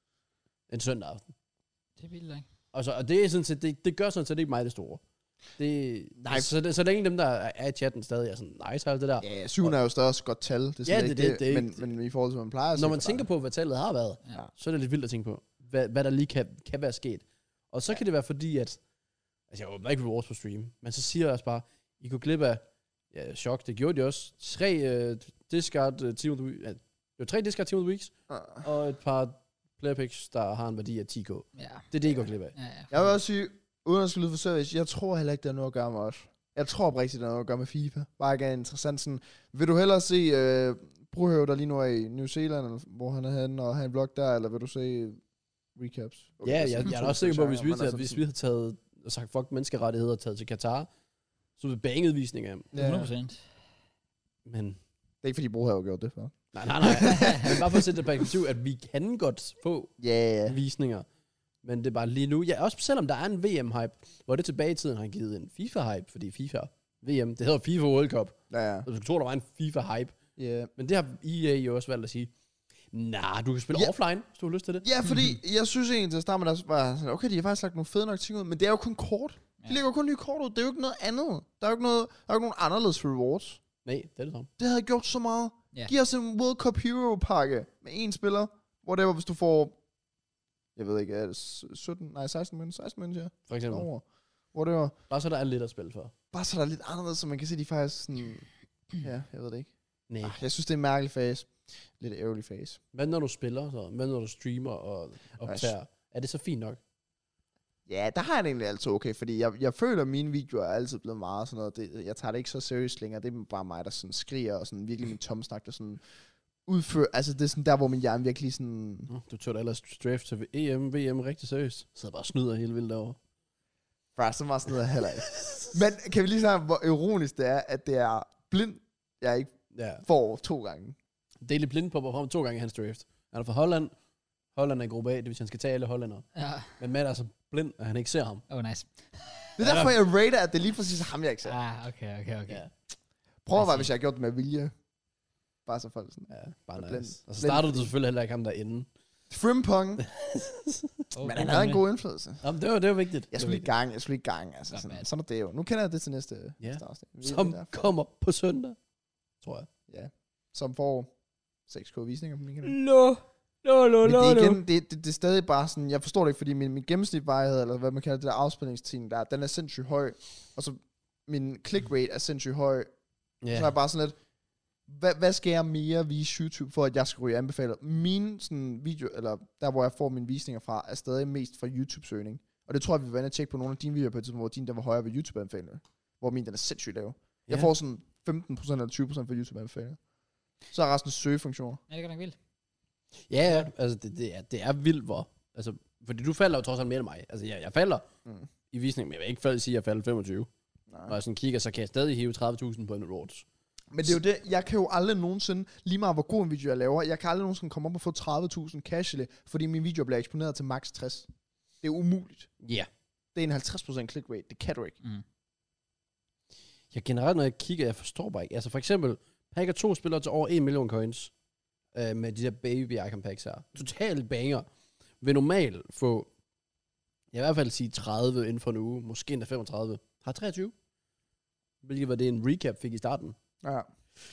En søndag aften. Det er vildt, ikke? Og, så, og det, er sådan set, det, det gør sådan set ikke mig det store. Det, Nej. Så, det, så længe dem, der er i chatten stadig er sådan, nice og alt det der. Ja, syv hundrede er jo stadig også et godt tal. Det er Ja, slet det- ikke det- det er men, ikke- men i forhold til, hvad man plejer at Når se man for tænker dig. på, hvad tallet har været, Ja. så er det lidt vildt at tænke på, hvad, hvad der lige kan, kan være sket. Og så ja. kan det være fordi, at altså jeg åbner ikke rewards på stream, men så siger jeg også bare, I går glip af, ja, chok, det gjorde de også, tre uh, discard uh, team of the week, ja, jo, tre discard team of the weeks, Ah. og et par player picks, der har en værdi af ti k. Ja. Det er det, I går glip af. Ja, ja. Jeg vil også sige, uden at skulle lyde for service, jeg tror heller ikke, det har noget at gøre med os. Jeg tror oprigtigt, det har noget at gøre med FIFA. Bare ikke er interessant sådan. Vil du hellere se øh, Brohøv, der lige nu er i New Zealand, eller hvor han er henne, og have en vlog der, eller vil du se recaps? Ja, jeg, jeg er da også sikker på, at hvis vi, Men havde, altså hvis sådan- vi havde taget og sagt fuck menneskerettigheder og taget til Katar, så ville vi banget visninger hjem. Ja. hundrede procent. Men Det er ikke fordi Bro har gjort det for. Nej, nej, nej. Men bare for at sætte det perspektiv, at vi kan godt få Ja, yeah. visninger. Men det er bare lige nu. Ja, også selvom der er en V M-hype, hvor det tilbage i tiden har givet en FIFA-hype, fordi FIFA V M, det hedder FIFA World Cup. Ja, ja. Så du skulle tro, der var en FIFA-hype. Yeah. Men det har E A jo også valgt at sige, nej, du kan spille Ja. offline, hvis du har lyst til det. Ja, fordi jeg synes egentlig, til at starte med, der var sådan, okay, de har faktisk lagt nogle fede nok ting ud, men det er jo kun kort. De Ja. lægger jo kun nye kort ud. Det er jo ikke noget andet. Der er jo ikke, noget, der er jo ikke nogen anderledes rewards. Nej, det er det sådan. Det havde gjort så meget. Ja. Giv os en World Cup Hero-pakke med én spiller, hvor det var, hvis du får, jeg ved ikke, er det sytten, nej, seksten minutter, seksten minutter, For ja. eksempel. Over. Hvor det var, Bare så der er lidt at spille for. bare så der er lidt anderledes, så man kan se, de faktisk sådan, ja, jeg ved det ikke. Nej. Ah, jeg synes, det er en mærkelig fase. Lidt ærgerlig fase. Men når du spiller, så, men når du streamer og optager, er det så fint nok? Ja, der har jeg det egentlig altid okay, fordi jeg, jeg føler, at mine videoer er altid blevet meget sådan noget. Det, jeg tager det ikke så seriøst længere. Det er bare mig, der sådan skriger, og sådan virkelig min tomsnak, der sådan udfører. Altså, det er sådan der, hvor min hjerne virkelig sådan... Nå, du tog da ellers draft til E M, V M rigtig seriøst. Så bare og snyder helt vildt derovre. Bro, så meget sådan noget heller ikke. Men kan vi lige sige, hvor ironisk det er, at det er blind, jeg ikke Ja. får to gange. Daily Blind popper frem to gange i hans draft. Han er fra Holland. Holland er i gruppe A, det vil sige, han skal tage alle hollændere. Ja. Men Matt er så blind, at han ikke ser ham. Oh, nice. Det er derfor, jeg rater, at det er lige præcis ham, jeg ikke ser. Ah, okay, okay, okay. Ja, Prøv at være, hvis jeg har gjort det med vilje. Bare så folk sådan. ja bare blind. nice. Og så startede du selvfølgelig heller ikke ham derinde. Frimpong. Oh, Men han havde en god indflydelse. Jamen, det var, det var vigtigt. Jeg Det skulle var lige i gang, jeg skulle lige i gang. Altså, Not sådan, bad. sådan er det jo. Nu kender jeg det til næste, Ja. næste afsnit. Vi- vigtigt. Som det er derfor. kommer på søndag, tror jeg. Ja. Som får seks K visninger på min kanal. No, no, no, Men det er igen, det, det, det er stadig bare sådan, jeg forstår det ikke, fordi min, min gennemsnitvarighed, eller hvad man kalder det der afspændingstiden der, den er sindssygt høj. Og så min click rate er sindssygt høj. Ja. Så er jeg bare sådan lidt, hvad, hvad skal jeg mere vise YouTube, for at jeg skal ryge anbefaler? Min sådan video, eller der hvor jeg får mine visninger fra, er stadig mest fra YouTube-søgning. Og det tror jeg, vi var inde og tjekke på nogle af dine videoer på et tidspunkt, hvor din der var højere ved YouTube-anbefalinger. Hvor min den er sindssygt lav. Jeg Ja. får sådan femten procent eller tyve procent for YouTube-anbefalinger. Så er resten søgefunktioner. Ja, det er godt nok vildt. Ja, ja, altså det, det, er, det er vildt, hvor... Altså, fordi du falder jo trods alt mere end mig. Altså, jeg, jeg falder Mm. i visningen, men jeg vil ikke falde sige, at jeg falder femogtyve. Nej. Når jeg sådan kigger, så kan jeg stadig hive tredive tusind på en rewards. Men det er jo det, jeg kan jo aldrig nogensinde, lige meget hvor god en video jeg laver, jeg kan aldrig nogensinde komme op og få tredive tusind casually, fordi min video bliver eksponeret til max tres. Det er umuligt. Ja. Yeah. Det er en halvtreds procent click rate, det kan du ikke. Mm. Jeg generelt, når jeg kigger, jeg forstår bare ikke. Altså for eksempel, pakker to spillere til over en million coins, øh, med de der baby icon packs her. Total banger. Vil normalt få, jeg vil i hvert fald sige tredive inden for en uge, måske endda femogtredive. Har treogtyve. Hvilket var det en recap fik i starten. Ja.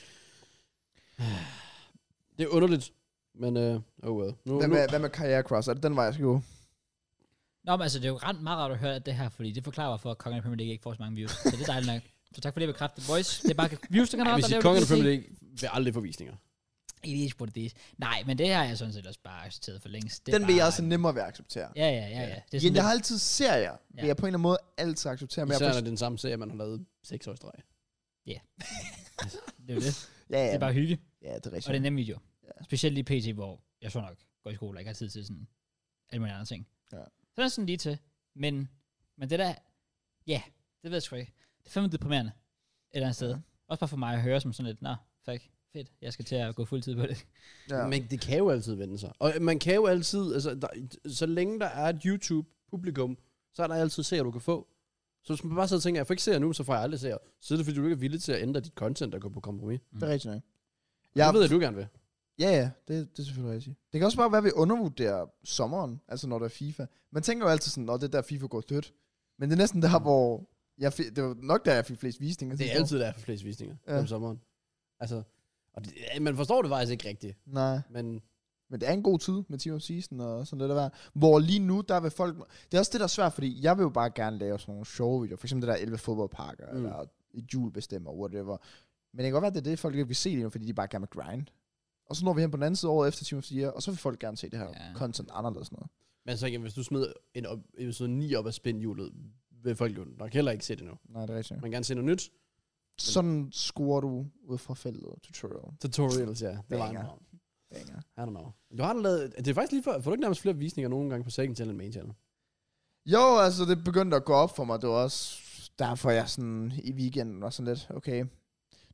Det er underligt, men øh, oh well. Nu, Hvad nu, med, hvad med Karriere Cross? Er det den vej, jeg skal gå? Nå, men altså, det er jo ret meget rart at høre det her, fordi det forklarer, hvorfor Kongen af Premier League ikke får så mange views. Så det er dejligt nok. Så tak for det bekræftet, boys. Det er bare views, der kan jeg vil der sige, laver Kongen af det, Premier League vil aldrig få visninger. It is what it is. Nej, men det her er jeg sådan set også bare accepteret for længst. Det er Den vil bare, jeg også nemmere ved at acceptere. Ja, ja, ja, ja. Det er Ja, sådan jeg har lidt, altid serier, Ja. ja. jeg på en eller anden måde altid acceptere. Men jeg Især når forst- det er den samme serie, man har lavet seks års streg. det er jo det. ja, ja, Det er bare hygge, ja, det er rigtigt. og det er en nem video. Ja. Specielt lige P T, hvor jeg så nok går i skole og ikke har tid til sådan alle mulige andre ting. Ja. Så er det sådan lige til. Men, men det der, ja, det ved jeg sgu ikke. Det er fandme deprimerende et eller andet sted. Ja. Også bare for mig at høre som sådan lidt, nå, fuck, fedt, jeg skal til at gå fuldtid på det. Ja. Men det kan jo altid vende sig. Og man kan jo altid, altså, der, så længe der er et YouTube-publikum, så er der altid seere, du kan få. Så hvis man bare sidder og tænker, jeg får ikke seere nu, så får jeg aldrig seere. Så er det, fordi du ikke er villig til at ændre dit content og gå på kompromis. Det er rigtigt nok. Jeg Jeg, ved jeg, du gerne vil. ja, ja, det, det er selvfølgelig rigtigt. Det kan også bare være, at vi undervurderer sommeren, altså når der er FIFA. Man tænker jo altid sådan, når det der FIFA går dødt. Men det er næsten der, hvor jeg fik, det var nok der, jeg fik flest visninger. Det er sidste år. altid der for flest visninger Ja. om sommeren. Altså, og det, man forstår det faktisk ikke rigtigt. Nej. Men Men det er en god tid med Team of Season og sådan lidt at være. Hvor lige nu, der vil folk... Det er også det, der er svært, fordi jeg vil jo bare gerne lave sådan nogle sjove videoer. For eksempel det der elleve fodboldparker, Mm. mm. eller et julebestemmer, whatever. Men det kan godt være, at det er det, folk ikke vil se lige nu, fordi de bare gerne vil grind. Og så når vi hen på den anden side året efter Team of the Year, og så vil folk gerne se det her Ja. ja. content anderledes sådan noget. Men så igen, hvis du smider en op, episode ni op af spindhjulet, vil folk jo nok heller ikke se det nu. Nej, det er rigtigt. Man kan gerne se noget nyt. Sådan scorer du ud fra feltet tutorial. Tutorials, ja. Det var en Banger. navn. Banger. I don't know. Du har da lavet, det er faktisk lige for, får du ikke nærmest flere visninger nogle gange på second channel end main channel? Jo, altså det begyndte at gå op for mig. Det var også derfor, jeg sådan i weekenden var sådan lidt, okay.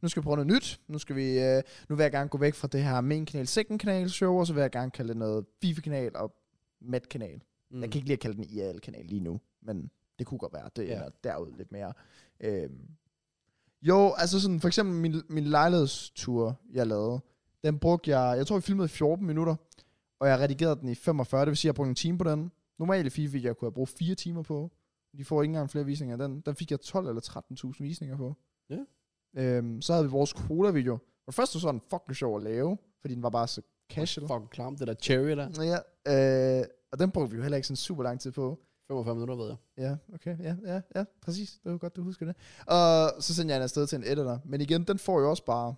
nu skal vi prøve noget nyt. Nu skal vi, øh, nu vil jeg gerne gå væk fra det her main kanal, second kanal show, og så vil jeg gerne kalde det noget FIFA-kanal og Met-kanal. Mm. Jeg kan ikke lige kalde den I R L-kanal lige nu, men det kunne godt være. Det er yeah. derud lidt mere. Øhm. Jo, altså sådan, for eksempel min, min lejlighedstur, jeg lavede, den brugte jeg, jeg tror, vi filmede i fjorten minutter, og jeg redigerede den i femogfyrre, det vil sige, at jeg brugte en time på den. Normalt i FIFA-videoer kunne jeg bruge fire timer på. De får ikke engang flere visninger. Den, den fik jeg tolv eller tretten tusind visninger på. Ja. Øhm, så havde vi vores cola-video. For det første var sådan fucking sjov at lave, fordi den var bare så casual. Fucking klam, det der cherry der. Ja, øh, og den brugte vi jo heller ikke sådan super lang tid på. femogfyrre minutter, ved jeg. Ja, okay, ja, ja, ja, præcis. Det var godt, du husker det. Og så sendte jeg den afsted til en editor. Men igen, den får jo også bare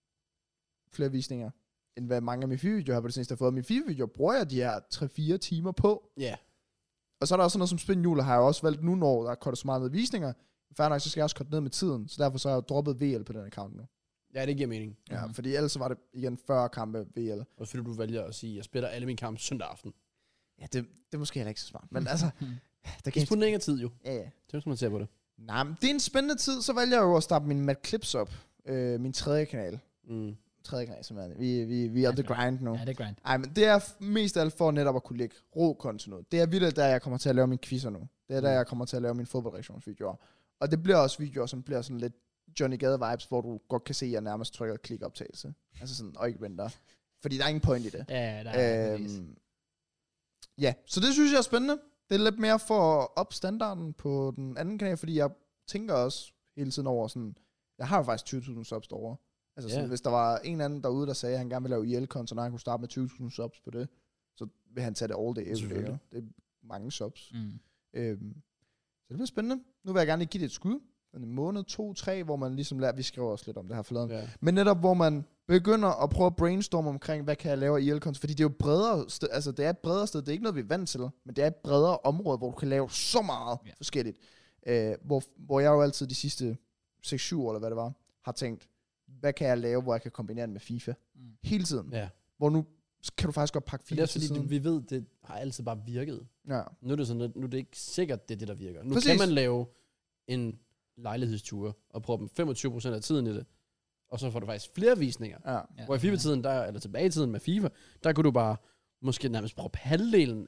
flere visninger, end hvad mange af mine FIFA-videoer har på det seneste fået. Mine FIFA-videoer bruger jeg de her tre fire timer på. Ja. Yeah. Og så er der også sådan noget som spinhjul, har jeg også valgt nu, når der er kortet så meget med visninger. Fair nok, så skal jeg også korte ned med tiden. Så derfor så har jeg droppet V L på den account nu. Ja, det giver mening. Ja, Mm-hmm. fordi ellers så var det igen fyrre kampe V L. Og fordi du vælger at sige, at jeg spiller alle mine kampe søndag aften. Ja, det, det er måske heller ikke så smart. Men altså, der kan Disponering af tid jo. Ja, ja. Det er, som man ser på det. Nej, men det er en spændende tid. Så vælger jeg jo at starte min Mad Clips op. Øh, min tredje kanal. Mm. Tredje kanal, simpelthen. Vi, vi, vi er Ja, the grind nu. Ja, det er grind. Ej, men det er f- mest af alt for netop at kunne lægge ro content ud. Det er vildt, der jeg kommer til at lave mine quizzer nu. Det er der, Mm. jeg kommer til at lave mine fodboldreaktionsvideoer. Og det bliver også videoer, som bliver sådan lidt Johnny Gade-vibes, hvor du godt kan se, at jeg nærmest trykker klik-optagelse. Altså sådan, og ikke venter. Fordi der er ingen point i det. Ja, der er Øhm, ja, så det synes jeg er spændende. Det er lidt mere for at op standarden på den anden kanal, fordi jeg tænker også hele tiden over sådan, jeg har jo faktisk tyve tusind subs derovre. Altså sådan, Yeah. hvis der var en anden derude, der sagde, at han gerne vil lave I L-content, og han kunne starte med tyve tusind subs på det, så vil han tage det all day every day. Selvfølgelig. Det er mange subs. Mm. Øhm, så det bliver spændende. Nu vil jeg gerne lige give det et skud. En måned, to, tre, hvor man ligesom lærer, vi skriver også lidt om det her forleden. Ja. Men netop hvor man begynder at prøve at brainstorme omkring, hvad kan jeg lave af I L-content, fordi det er jo bredere sted, altså det er et bredere sted, det er ikke noget, vi er vant til, men det er et bredere område, hvor du kan lave så meget Ja. forskelligt. Øh, hvor, hvor jeg jo altid de sidste seks syv år, eller hvad det var, har tænkt, hvad kan jeg lave, hvor jeg kan kombinere det med FIFA? Mm. Hele tiden. Ja. Hvor nu kan du faktisk godt pakke Det FIFA er også til fordi, siden. det, vi ved, det har altid bare virket. Ja. Nu er det sådan, at nu er det ikke sikkert, det er det, der virker. Nu Præcis. kan man lave en lejlighedstur og prøve femogtyve procent af tiden i det, og så får du faktisk flere visninger. Ja. Ja. Hvor i FIFA-tiden, der, eller tilbage i tiden med FIFA, der kunne du bare måske nærmest bruge halvdelen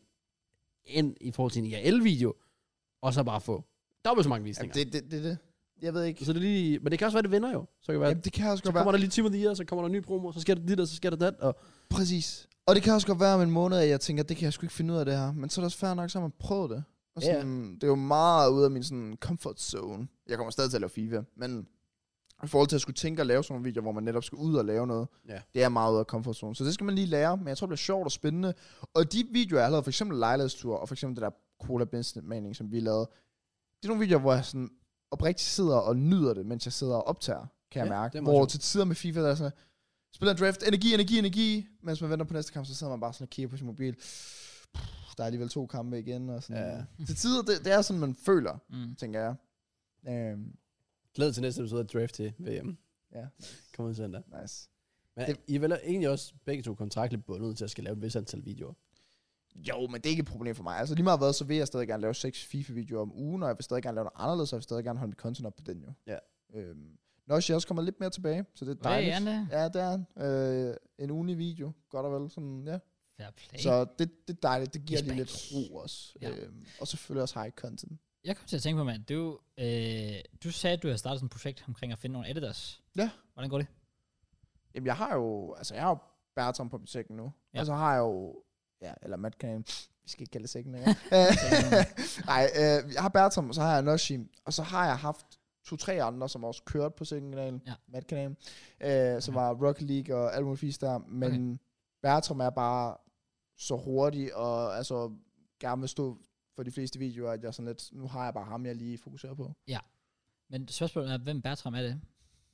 ind i forhold til en I R L-video, og så bare få dobbelt så mange visninger. Jamen, det, det, det, det. Jeg ved ikke. Så det er lige, men det kan også være, det vinder jo. Så kan det være, Jamen, det kan også så godt kommer være. der lige Team of the Year, så kommer der en ny promo, så sker der dit, og så sker der dat, og Præcis. Og det kan også godt være om en måned, at jeg tænker, det kan jeg sgu ikke finde ud af det her. Men så er det også fair nok, så har man prøvet det. Og sådan, det er jo meget ude af min sådan comfort zone. Jeg kommer stadig til at lave FIFA, men i forhold til at skulle tænke at lave sådan nogle videoer, hvor man netop skal ud og lave noget, ja. det er meget ude af comfort zone. Så det skal man lige lære, men jeg tror, det bliver sjovt og spændende. Og de videoer, jeg har lavet, for eksempel lejlighedstur, og for eksempel det der Cola Business Maning, som vi lavede, det er nogle videoer, hvor jeg sådan oprigtigt sidder og nyder det, mens jeg sidder og optager, kan jeg Ja, mærke. det er meget Hvor sjovt. til tider med FIFA, der er sådan, spiller en draft, energi, energi, energi, mens man venter på næste kamp, så sidder man bare sådan og kigger på sin mobil. Pff, der er alligevel to kampe igen, og sådan. Ja. Til tider, det, det er sådan, man føler, Mm. tænker jeg. Øhm, Glæd til næste episode af Draft til V M. ja, Kommer ud søndag. nice. Men Det- I er vel egentlig også begge to kontraktligt bundet til at skal lave et vis antal videoer. Jo, men det er ikke et problem for mig. Altså lige meget hvad, så vil jeg stadig gerne lave seks FIFA-videoer om ugen, og jeg vil stadig gerne lave noget anderledes, og jeg vil stadig gerne holde mit content op på den jo. Ja. Øhm, Noshi også kommer lidt mere tilbage, så det er Hvad dejligt. er det? Ja, det er han. Øh, en ugen video, godt og vel. Sådan, ja. Fair play. Så det, det er dejligt, det giver lige lidt Respekt. ro også. Ja. Øhm, og selvfølgelig også high content. Jeg kom til at tænke på, mand, du, øh, du sagde, at du havde startet sådan et projekt omkring at finde nogle editors. Ja. Hvordan går det? Jamen, jeg har jo, altså jeg har jo Bertram på musikken nu. Ja. Ja. Og så har jeg jo, ja, eller Matt Cannon, vi skal ikke kalde det sækken længere. Nej, øh, jeg har Bertram, og så har jeg Noshi, og så har jeg haft to-tre andre, som også kørt på sækken-kanalen, Ja. Matt Cannon, øh, som var Rocket League og alt muligt fisk der, men okay. Bertram er bare så hurtig, og altså gerne vil stå for de fleste videoer, at jeg sådan lidt, nu har jeg bare ham, jeg lige fokuserer på. Men spørgsmålet er, hvem Bertram er det?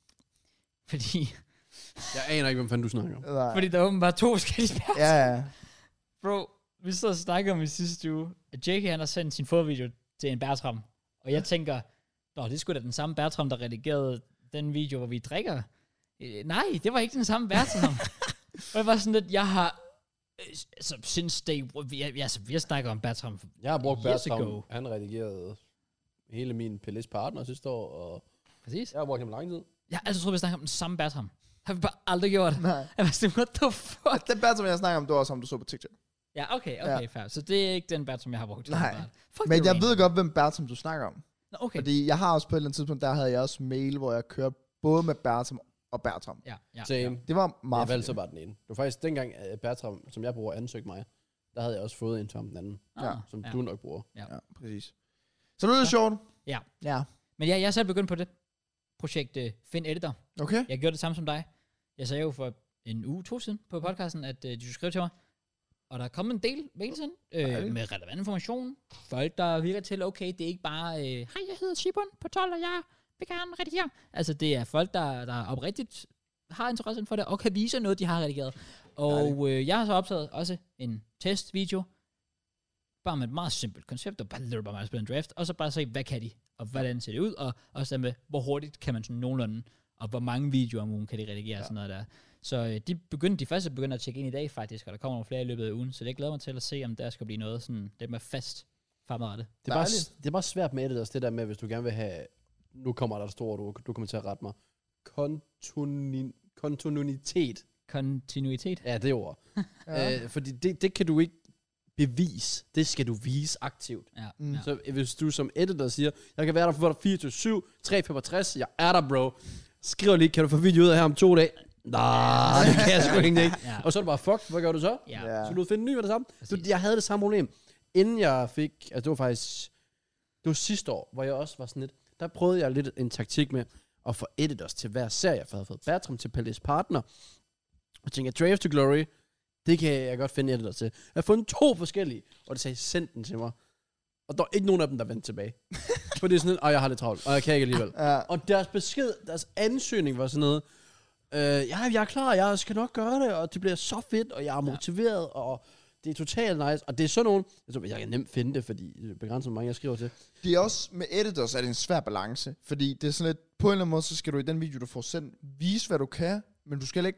Fordi, Jeg aner ikke, hvem fanden du snakker om. Nej. fordi der er åbenbart to forskellige Bertram. Ja, ja. Bro, vi så og snakker om i sidste uge, at J K han har sendt sin fodvideo til en Bertram. Og jeg tænker, nå, det er sgu da den samme Bertram, der redigerede den video, hvor vi drikker. Øh, nej, det var ikke den samme Bertram. Og jeg var sådan lidt, jeg har, øh, altså, since day, vi, altså, vi har snakket om Bertram. Jeg har brugt Years Bertram. ago. Han redigerede hele min P L S partner sidste år, og Præcis. jeg har brugt ham lang tid. Jeg har altid troet, vi snakker om den samme Bertram. Har vi bare aldrig gjort. Nej. Jeg var sådan, what the fuck? Den Bertram, jeg snakker om, det var også ham, du så på TikTok. Ja, okay, okay, ja. fair. Så det er ikke den Bertram, jeg har brugt. Nej. Fuck, Men det er jeg ved random. godt, hvem Bertram du snakker om. Nå, okay. Fordi jeg har også på et eller andet tidspunkt, der havde jeg også mail, hvor jeg kørte både med Bertram og Bertram. Ja, ja. Same. Ja. Det var meget Jeg valgte så fedt. bare den ene. Det var faktisk dengang, at Bertram, som jeg bruger, ansøgte mig. Der havde jeg også fået en om den anden, Ah, Ja, som ja. du nok bruger. Ja, præcis. Så nu er det sjovt. Ja. Ja. Men jeg, jeg er selv begyndt på det projekt uh, Find Editor. Okay. Jeg gjorde det samme som dig. Jeg sagde jo for en uge, to siden på podcasten, at uh, de skulle skrive til mig. Og der er kommet en del mails ind, øh, med relevant information. Folk, der virker til, okay, det er ikke bare, øh, hej, jeg hedder Shibun på tolv, og jeg vil gerne redigere. Altså, det er folk, der, der oprigtigt har interesse for det, og kan vise noget, de har redigeret. Og øh, jeg har så optaget også en testvideo, bare med et meget simpelt koncept, og bare lidt bare at spille en draft, og så bare se, hvad kan de, og hvordan ser det ud, og også med, hvor hurtigt kan man sådan nogenlunde, og hvor mange videoer om ugen kan de redigere, ja. Sådan noget der. Så øh, de, begyndte, de første begynder at tjekke ind i dag faktisk, og der kommer nogle flere i løbet af ugen, så det glæder mig til at se, om der skal blive noget sådan, det med fast fremadrettet. Det er, bare, Dejligt. det er bare svært med det, også det der med, hvis du gerne vil have, nu kommer der et stort ord, du kommer til at rette mig, Kontuni, kontinuitet. Kontinuitet. Ja, det ord. Ja. øh, fordi det, det kan du ikke bevise. Det skal du vise aktivt. Ja, Mm. ja. Så hvis du som editor siger, jeg kan være der for dig fireogtyve syv, tre femogtres, jeg er der, bro. Skriv lige, kan du få video ud af her om to dage? Nej, det kan jeg sgu ikke. Ja. Og så er det bare, fuck, hvad gør du så? Ja. Ja. Så du finde en ny med det samme. Du, Præcis. jeg havde det samme problem. Inden jeg fik, altså det var faktisk, det var sidste år, hvor jeg også var sådan lidt, der prøvede jeg lidt en taktik med at få editors til hver serie. Jeg havde fået Bertram til Pelles Partner. Og tænkte, Drive to Glory, det kan jeg godt finde editors til. Jeg har fundet to forskellige, og det sagde, send den til mig. Og der var ikke nogen af dem, der vendte tilbage. For det er sådan lidt, og jeg har lidt travlt, og jeg kan ikke alligevel. Ja. Og deres besked, deres ansøgning var sådan noget, øh, ja, jeg er klar, jeg skal nok gøre det, og det bliver så fedt, og jeg er motiveret, og det er totalt nice. Og det er sådan nogen, jeg, tror, jeg kan nemt finde det, fordi det er begrænset, hvor mange jeg skriver til. Det er også, med editors er det en svær balance, fordi det er sådan lidt, på en eller anden måde, så skal du i den video, du får sendt, vise, hvad du kan, men du skal ikke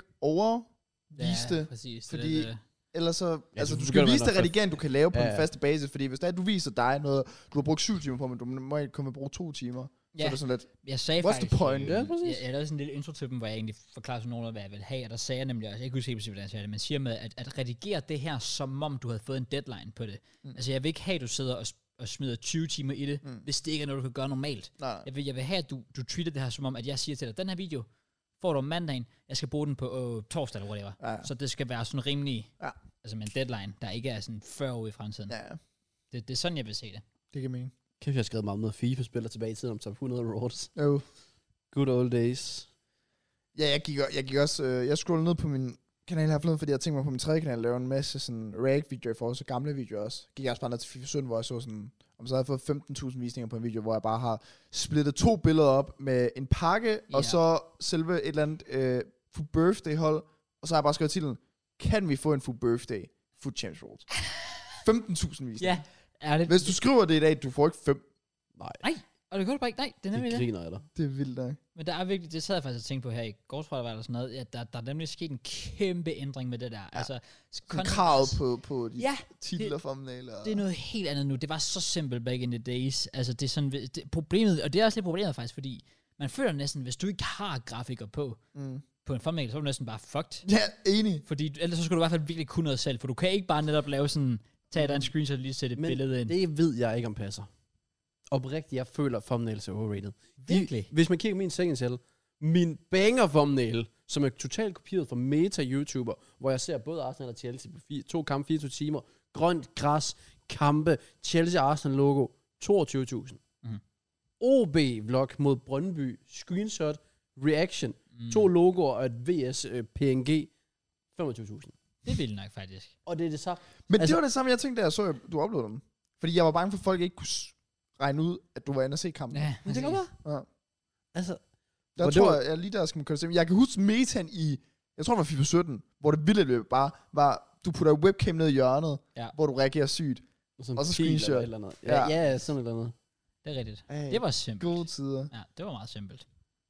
overvise ja, det, præcis. fordi- Det, det, ellers så, Ja, altså du du begynder skal vise med dig noget redigering, du kan lave på Ja, en ja. faste basis, fordi hvis der er, du viser dig noget, du har brugt syv timer på, men du må kun bruge to timer, så Ja. er det sådan lidt, jeg sagde What's the faktisk, point? øh, Ja, præcis. jeg, jeg lavede sådan en lille intro til dem, hvor jeg egentlig forklarede sådan noget, hvad jeg ville have, og der sagde jeg nemlig også, jeg kan ikke huske helt præcis, hvordan jeg sagde det, men siger med, at, at redigere det her, som om du havde fået en deadline på det. Mm. Altså jeg vil ikke have, at du sidder og, og smider tyve timer i det, mm. hvis det ikke er noget, du kan gøre normalt. nej, nej. Jeg vil, jeg vil have, at du, du treater det her, som om, at jeg siger til dig, den her video får du om mandagen, jeg skal bruge den på øh, torsdag, eller whatever. Ja, ja. Så det skal være sådan rimelig, Ja. altså med en deadline, der ikke er sådan fyrre år i fremtiden. Ja, ja. Det, det er sådan, jeg vil se det. Det kan mening. Kæft, jeg har skrevet meget om noget FIFA-spiller tilbage i tiden om top hundrede rewards. Jo. Good old days. Ja, jeg gik, jeg gik også, øh, jeg scrollede ned på min kanal her forleden, fordi jeg tænkte mig på min tredje kanal at lave en masse sådan react-videoer i forhold til gamle videoer også. Gik jeg også bare ned til FIFA sytten, hvor jeg så sådan, om så havde jeg fået femten tusind visninger på en video, hvor jeg bare har splittet to billeder op med en pakke, yeah. og Ja. så selve et eller andet øh, food birthday hold, og så har jeg bare skrevet titlen, kan vi få en food birthday food champs rules? femten tusind visninger. Ja, er det? Hvis du skriver det i dag, du får ikke fem. Nej, Nej, og det gør du bare ikke. Nej, det er nemlig det det. griner jeg da. Det er vildt nok. Men der er virkelig, det sad jeg faktisk og tænkte på her i går, tror jeg, der var der sådan noget, at der, der er nemlig sket en kæmpe ændring med det der. Ja. Altså, Sådan kravet på, på de Ja, titler det- for thumbnail. Og det er noget helt andet nu. Det var så simpelt back in the days. Altså, det er sådan, det, problemet, og det er også lidt problemet faktisk, fordi man føler næsten, hvis du ikke har grafikker på, Mm. på en thumbnail, så er du næsten bare fucked. Ja, enig. Fordi ellers så skulle du i hvert fald virkelig kunne noget selv, for du kan ikke bare netop lave sådan, tage dig en screenshot og lige sætte et Men billede ind. det ved jeg ikke om passer. Oprigtigt, jeg føler thumbnails er overrated. Virkelig? Hvis man kigger på min second min banger thumbnail, som er totalt kopieret fra meta-YouTuber, hvor jeg ser både Arsenal og Chelsea på fire, to kampe, fireogtyve timer, grønt græs, kampe, Chelsea-Arsenal logo, toogtyve tusind. Mhm. O B-vlog mod Brøndby, screenshot, reaction, Mm. to logoer og et V S øh, P N G, femogtyve tusind. Det er vildt nok, faktisk. Og det er det samme. Men Altså- det var det samme, jeg tænkte, da jeg så, at du uploadede dem. Fordi jeg var bange for, at folk ikke kunne s- regne ud, at du var inde og se kampen. Ja, Men det kan præcis. være. Ja. Altså, Der Og det tror var- jeg, jeg lige der skal man køre til. Jeg kan huske metaen i, jeg tror det var FIFA sytten, hvor det vildt løb bare var, du putter webcam ned i hjørnet, Ja. hvor du reagerer sygt. sådan Og så pil eller screenshot. et Eller andet. Ja, Ja. ja, sådan et eller andet. Det er rigtigt. Ej, Det var simpelt. gode tider. Ja, det var meget simpelt.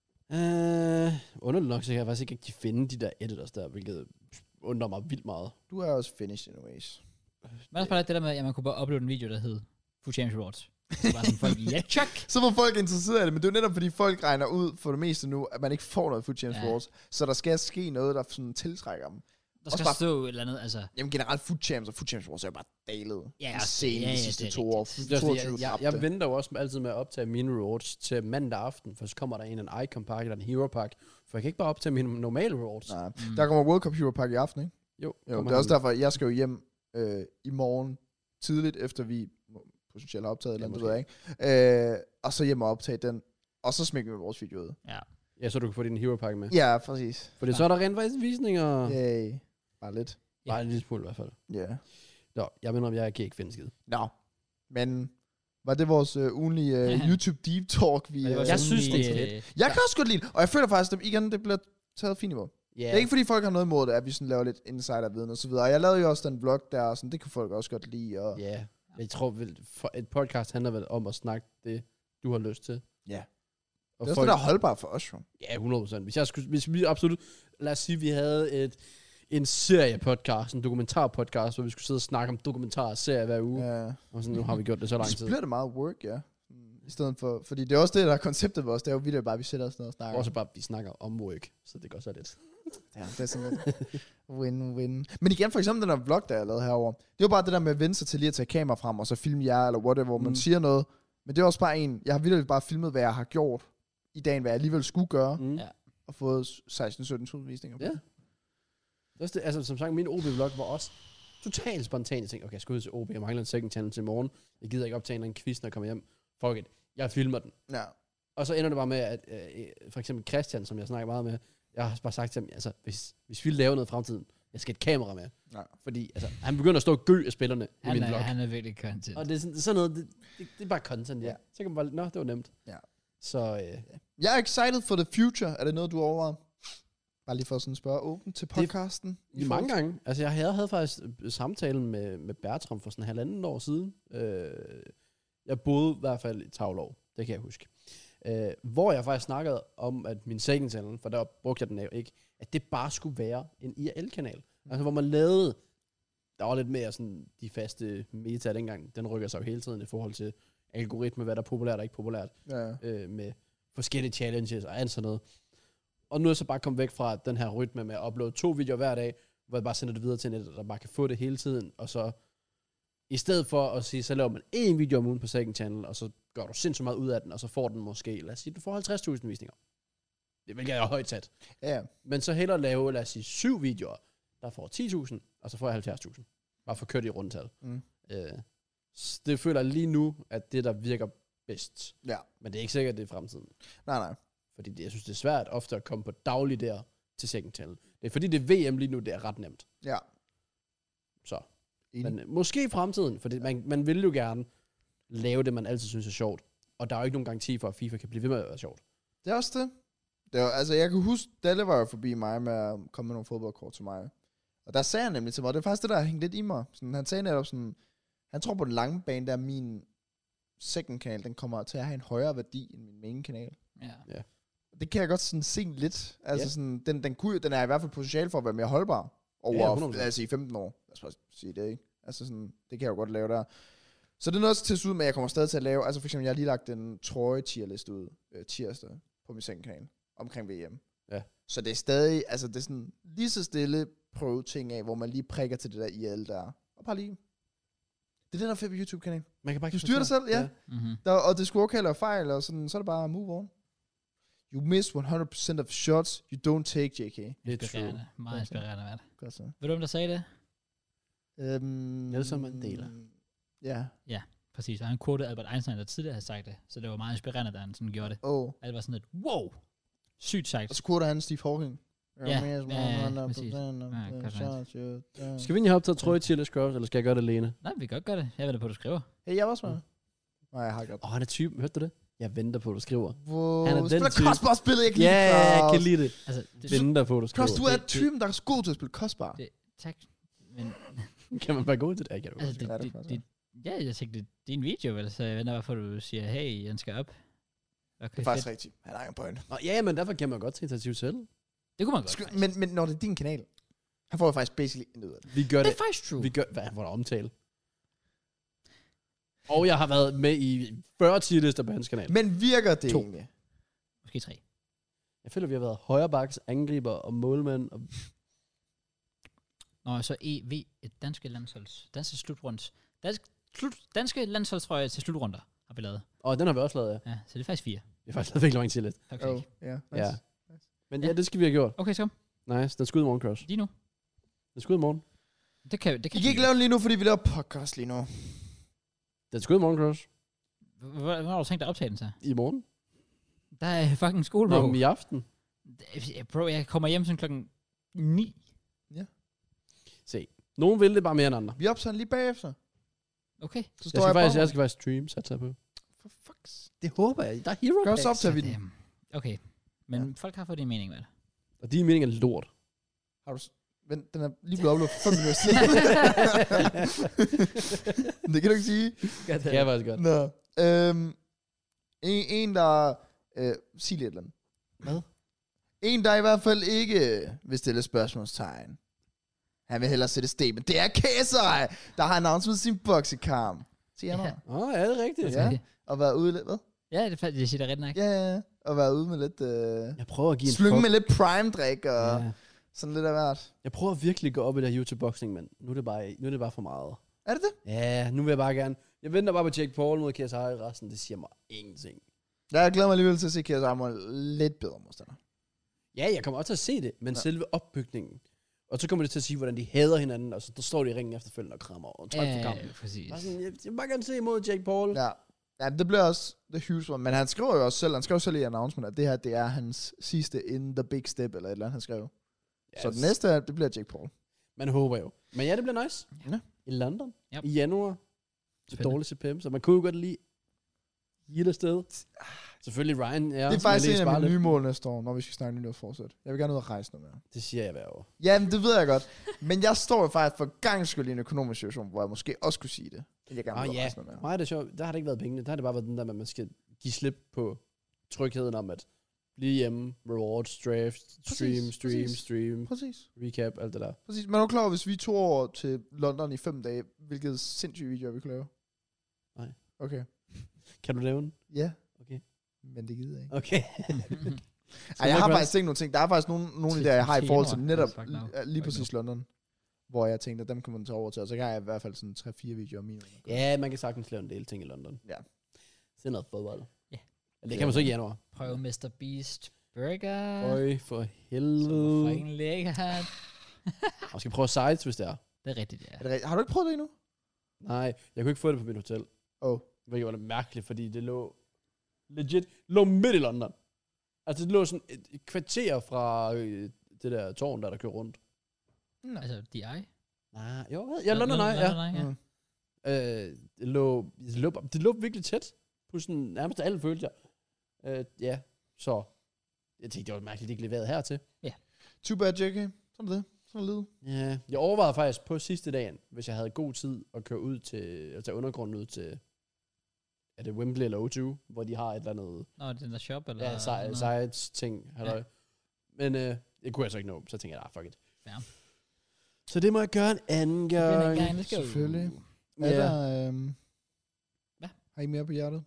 Øh, underligt nok, så kan jeg faktisk ikke rigtig finde de der editors der, hvilket undrer mig vildt meget. Du er også finished anyways. Men også bare det der med, at man kunne bare uploade en video, der hed Food Champions Awards. Så bare sådan folk, ja, check. Så var folk interesseret i det, men det er jo netop, fordi folk regner ud for det meste nu, at man ikke får noget Food Champs Ja. Wars. Så der skal ske noget, der sådan tiltrækker dem. Der Også skal bare- stå et eller andet, altså. Jamen generelt Food Champs og Food Champs Wars er jo bare dalet. Ja, i også- scenen ja, ja, de det sidste er to år. rigtigt. Det er også, toogtyve jeg, jeg, jeg tabte. venter jo også altid med at optage mine rewards til mandag aften, for så kommer der en en Icon Pack eller en Hero Pack, for jeg kan ikke bare optage mine normale rewards. Nej. Mm. Der kommer World Cup Hero Pack i aften, ikke? Jo, Jo, kommer det er også han- derfor, jeg skal jo hjem øh, i morgen tidligt, efter vi må- potentielt har optaget et eller andet, Ja, det ved jeg ikke. Øh, og så hjem og optage den, og så smækker vi vores video ud. Ja. Ja, så du kan få din Hero Pack med. Ja, præcis. Fordi så er der rent faktisk visninger. Yay. Bare lidt. Bare en lille smule i hvert fald. Ja. Yeah. Nå, jeg mener, om jeg kan ikke finde skid. Nå. Men var det vores øh, ugenlige øh, YouTube Deep Talk, vi... Men det var Øh, Jeg sådan synes, lige, det er øh, jeg kan også godt lide det, og jeg føler faktisk, at igen, det bliver taget fint imod. Ja, Det er ikke fordi folk har noget imod det, at vi sådan laver lidt insider-viden og så videre. Og jeg lavede jo også den vlog der, og sådan, det kunne folk også godt lide. Og ja. Jeg tror, vel, for et podcast handler vel om at snakke det, du har lyst til. Ja. Og det er også det, der er holdbart for os, jo. Ja, hundrede procent. Hvis, jeg skulle, hvis vi absolut... Lad os sige, vi havde et, en serie-podcast, en dokumentar-podcast, hvor vi skulle sidde og snakke om dokumentarer og serier hver uge. Ja. Ja. Og sådan, nu har vi gjort det så lang Så tid. bliver det meget work, ja. I stedet for, fordi det er også det, der er konceptet for os. Det er jo vildt bare, at vi sætter os ned og snakker. Også bare, at vi snakker om work, så det går så lidt. Ja, det er sådan lidt win-win. Men igen, for eksempel den der vlog, der jeg lavede herovre. Det er jo bare det der med at vende sig til lige at tage kamera frem, og så filme jer, eller whatever, hvor man Mm. siger noget. Men det er også bare en, jeg har virkelig bare filmet, hvad jeg har gjort i dagen, hvad jeg alligevel skulle gøre, Mm. Ja. og fået seksten sytten tusind visninger på. Ja. Det er også det, altså, som sagt, min O B-vlog var også totalt spontan. Jeg tænkte, okay, jeg skal ud til O B, jeg mangler en second channel til i morgen. Jeg gider ikke optage en eller anden quiz, når jeg kommer hjem. Fuck it, jeg filmer den. Ja. Og så ender det bare med, at øh, for eksempel Christian, som jeg snakker meget med, jeg har bare sagt til ham, altså, hvis, hvis vi laver noget i fremtiden, jeg skal et kamera med. Ja. Fordi altså, han begynder at stå og gø af spillerne i Han min er, vlog. han er virkelig content. Og det er sådan, det er sådan noget, det, det, det er bare content, ja. Ja. Så kan man bare, nå, det var nemt. Ja. Så øh, Jeg er excited for the future. Er det noget, du overvejer? Bare lige for sådan at spørge åben til podcasten. i mange gange, altså jeg havde, havde faktisk øh, samtalen med, med Bertram for sådan en halvanden år siden. Øh, jeg boede i hvert fald i Tavlov, det kan jeg huske. Øh, hvor jeg faktisk snakkede om, at min second channel, for der brugte jeg den jo ikke, at det bare skulle være en I R L-kanal. Mm. Altså hvor man lavede, der var lidt mere sådan de faste meta dengang, den rykker sig jo hele tiden i forhold til algoritme, hvad der er populært og ikke populært, Ja. øh, med forskellige challenges og alt sådan noget. Og nu er jeg så bare kommet væk fra den her rytme med at uploade to videoer hver dag, hvor jeg bare sender det videre til nettet, der bare kan få det hele tiden, og så i stedet for at sige, så laver man en video om ugen på second channel, og så gør du sindssygt meget ud af den, og så får den måske, lad os sige, du får halvtreds tusind visninger. Det hvilket er højt sat. Ja. Men så hellere lave, lad os sige, syv videoer, der får ti tusind, og så får jeg halvfjerds tusind. Bare for kørt i rundtal. Mm. Øh, s- det føler jeg lige nu, at det, der virker bedst. Ja. Men det er ikke sikkert, at det er fremtiden. Nej, nej. Fordi det, jeg synes, det er svært ofte at komme på daglig der til second channel. Det er fordi, det er V M lige nu, det er ret nemt. Ja. Så. Enig. Men øh, måske i fremtiden, for man, man vil jo gerne lave det, man altid synes er sjovt. Og der er jo ikke nogen garanti for, at FIFA kan blive ved med at være sjovt. Det er også det. det var, altså, jeg kan huske, Dalle var jo forbi mig med at komme med nogle fodboldkort til mig. Og der sagde han nemlig til mig, og det er faktisk det, der har hængt lidt i mig. Sådan, han sagde netop sådan, han tror på den lange bane, der min second kanal, den kommer til at have en højere værdi end min main kanal. Ja. Det kan jeg godt sådan se lidt. Altså Ja. sådan, den, den, kunne, den er i hvert fald potentiale for at være mere holdbar. Over, Ja, ja, hundrede procent. lad os sige femten år. Lad os bare sige det, ikke? Altså sådan, det kan jeg jo godt lave der. Så det er noget til at se ud med, at jeg kommer stadig til at lave, altså for eksempel, jeg har lige lagt en trøje tierliste ud, øh, tirsdag, på min second kanal, omkring V M. Ja. Så det er stadig, altså det er sådan lige så stille prøve ting af, hvor man lige prikker til det der I L der. Og bare lige. Det er det, der er fedt ved YouTube-kanal. Man kan bare Du styrer dig selv, ja. Mm-hmm. Der, og det skulle okay lave fejl, og sådan, så er det bare move on. You miss hundrede procent of shots you don't take, J K. Det er true. Inspirerende. Meget inspirerende, hvad Godt så. Ved du, hvem der sagde det? Øhm, Nelson Mandela. Ja. Præcis, og han quotede Albert Einstein, der tidligere havde sagt det. Så det var meget inspirerende, da han sådan gjorde det. Oh. Alt var sådan et, wow, sygt sagt. Og så quoter han Steve Hawking. Ja, ja, ja, præcis. Ja, godt Hey, Skal vi egentlig have optaget trøje til Let's Cross, eller skal jeg gøre det alene? Nej, vi kan godt gøre det. Jeg ved det på, du skriver. jeg var også med. Nej, jeg har gjort. Åh, oh, han er typen, hørte du det? Jeg venter på, at du skriver. Wow. Han er Du den spiller type. kostbar-spillet, jeg kan Ja, lide jeg Kraus. kan lide det. Altså, det, Venter på, at du skriver. Kraus, du er Det- typen, der er god til at spille kostbar. Det- tak. Men, Kan man bare gå til det? Ja, kan du altså, godt. det, Ja, det er det, faktisk det, ja, jeg tænkte, det, det er en video, vel? Så jeg venter bare på, at du siger, hey, han skal op. Okay, Det er faktisk fedt. rigtigt. Han har en point. Nå, ja, men derfor kan man godt tage initiativ selv. Det kunne man godt. Sku- faktisk. Men, men når det er din kanal, han får jo faktisk basically intet ud af det. Vi gør Det det. er faktisk true. Vi gør, hvad var der omtale? Og jeg har været med i fyrre tierlister på hans kanal. Men virker det To. egentlig? Måske tre. Jeg føler, vi har været højrebacks, angriber og målmænd. Og Nå, så E V, et danske landsholds, danske slutrunds, dansk, slut, danske landsholdstrøje til slutrunder har vi lavet. og den har vi også lavet, ja. Ja, så det er faktisk fire. Vi har faktisk lavet virkelig mange tierlister. Faktisk Oh, ikke. ja. Nice. Ja. Men ja, Ja. det skal vi have gjort. Okay, så Nice. Den skal ud i morgen, Cross. lige nu. Den skal ud i morgen. Det kan, det I kan kan ikke lave den lige nu, fordi vi laver podcast lige nu. Den skal ud i morgen, Cross. Hvor har du tænkt dig at optage den så? I morgen. Der er fucking skole, Nå, bro. men i aften. Bro, jeg kommer hjem sådan klokken ni. Se. Nogen vil det bare mere end andre. Vi optager den lige bagefter. Okay. Så Jeg står skal, jeg, faktisk, jeg jeg skal faktisk stream, satser jeg på. For fucks. Det håber jeg. Der er hero Gør så optager vi Så den. det- Okay. Men Ja. folk har fået din mening, vel? Og din mening er lort. Har du... s- Vent, den er lige blevet uploadet for fem minutter siden. Det kan du ikke sige. Det kan jeg faktisk godt. Nå. Øhm, en, en, der... Øh, sig lidt eller andet. Hvad? En, der i hvert fald ikke vil stille spørgsmålstegn. Han vil hellere sætte statement. Det er Kæsej, der har announceret sin boksekamp. Siger han Ja. ja. Åh, oh, er det rigtigt? Ja. Og været ude lidt... Hvad? Ja, det er faktisk, jeg siger det ret nok. Ja, ja, ja. Og været ude med lidt... Øh, Jeg prøver at give en slynge fuck. med lidt prime-drik og Ja. sådan lidt af hvert. Jeg prøver virkelig at gå op i det her YouTube-boxing, men nu er det bare, nu er det bare for meget. Er det det? Ja, nu vil jeg bare gerne... Jeg venter bare på Jake Paul mod K S I. Resten, det siger mig ingenting. Ja, jeg glæder mig alligevel til at se K S I mod lidt bedre modstander. Ja, jeg kommer også til at se det, men Ja. ja. selve opbygningen. Og så kommer det til at sige, hvordan de hader hinanden, og så der står de i ringen efterfølgende og krammer og trykker for kampen. præcis. Bare sådan, jeg, jeg vil bare gerne se imod Jake Paul. Ja. Ja. Ja, det bliver også the huge one. Men han skriver jo også selv, han skrev selv i announcement, at det her, det er hans sidste in the big step, eller et eller andet, han skrev. Ja, Så det næste, det bliver Jake Paul. Man håber jo. Men ja, det bliver nice. Ja. I London. Yep. I januar. Det Spændende. dårlige C P M, så man kunne jo godt lige hele sted. Selvfølgelig Ryan, ja. Det er faktisk men en af bare mine nye lidt. mål næste år, når vi skal snakke nyt og fortsætte. Jeg vil gerne ud og rejse noget mere. Det siger jeg hver år. Jamen, det ved jeg godt. Men jeg står jo faktisk for gang skyld i en økonomisk situation, hvor jeg måske også kunne sige det. At jeg gerne vil Ah ud og ja, rejse noget mere. mig er det sjovt. Der har det ikke været pengene. Der har det bare været den der, med, at man skal give slip på trygheden om at blive hjemme, rewards, draft, stream, Præcis, stream, præcis. stream, Præcis. recap, alt det der. Præcis. Men er du klar over, hvis vi to år til London i fem dage, hvilket sindssyge videoer vi kunne lave? Nej. Okay. Kan du lave den? Ja. Okay. Men det gider jeg ikke. Okay. Ej, jeg har nok faktisk tænkt nogle ting. Der er faktisk nogle, nogle Til- idéer, jeg har i til forhold til januar, netop fuck no. lige, lige Fuck præcis London. Hvor jeg tænkte, at dem kan man tage over til. Og så kan jeg i hvert fald sådan tre fire videoer minimum. Ja, man kan sagtens lave en del ting i London. Ja. Se noget fodbold. Ja. Men det kan man så ikke i januar. Prøv mister Beast Burger. Øj, for Så helvede. fucking lækkert. Og skal prøve sites, hvis det er. Det er rigtigt, ja. Er det rigtigt? Har du ikke prøvet det endnu? Nej, jeg kunne ikke få det på mit hotel. Oh. Hvilket var det mærkeligt, fordi det lå legit, lå midt i London. Altså det lå sådan et, et kvarter fra øh, det der tårn, der der kører rundt. No. Altså, D I? Nej, jo, ja, London Eye, ja. London Eye, ja. Mm. Øh, det, lå, det, lå, det lå virkelig tæt på sådan nærmest alle følelser. Øh, ja, så jeg tænkte, det var mærkeligt, det ikke leverede hertil. Too bad, J K. Sådan er det. Sådan er livet. Ja, jeg overvejede faktisk på sidste dagen, hvis jeg havde god tid at køre ud til, at tage undergrunden ud til, er det Wembley eller O to, hvor de har et eller andet, Nå, den der shop, eller? ja, sådan noget? sides ting, halløj. Ja. Men øh, det kunne jeg så ikke nå, så tænkte jeg, ah, fuck it. Ja. Så det må jeg gøre en anden gang. Det bliver en gang, let's go. Selvfølgelig. Er Ja. der, øhm, Hvad? Har I mere på hjertet?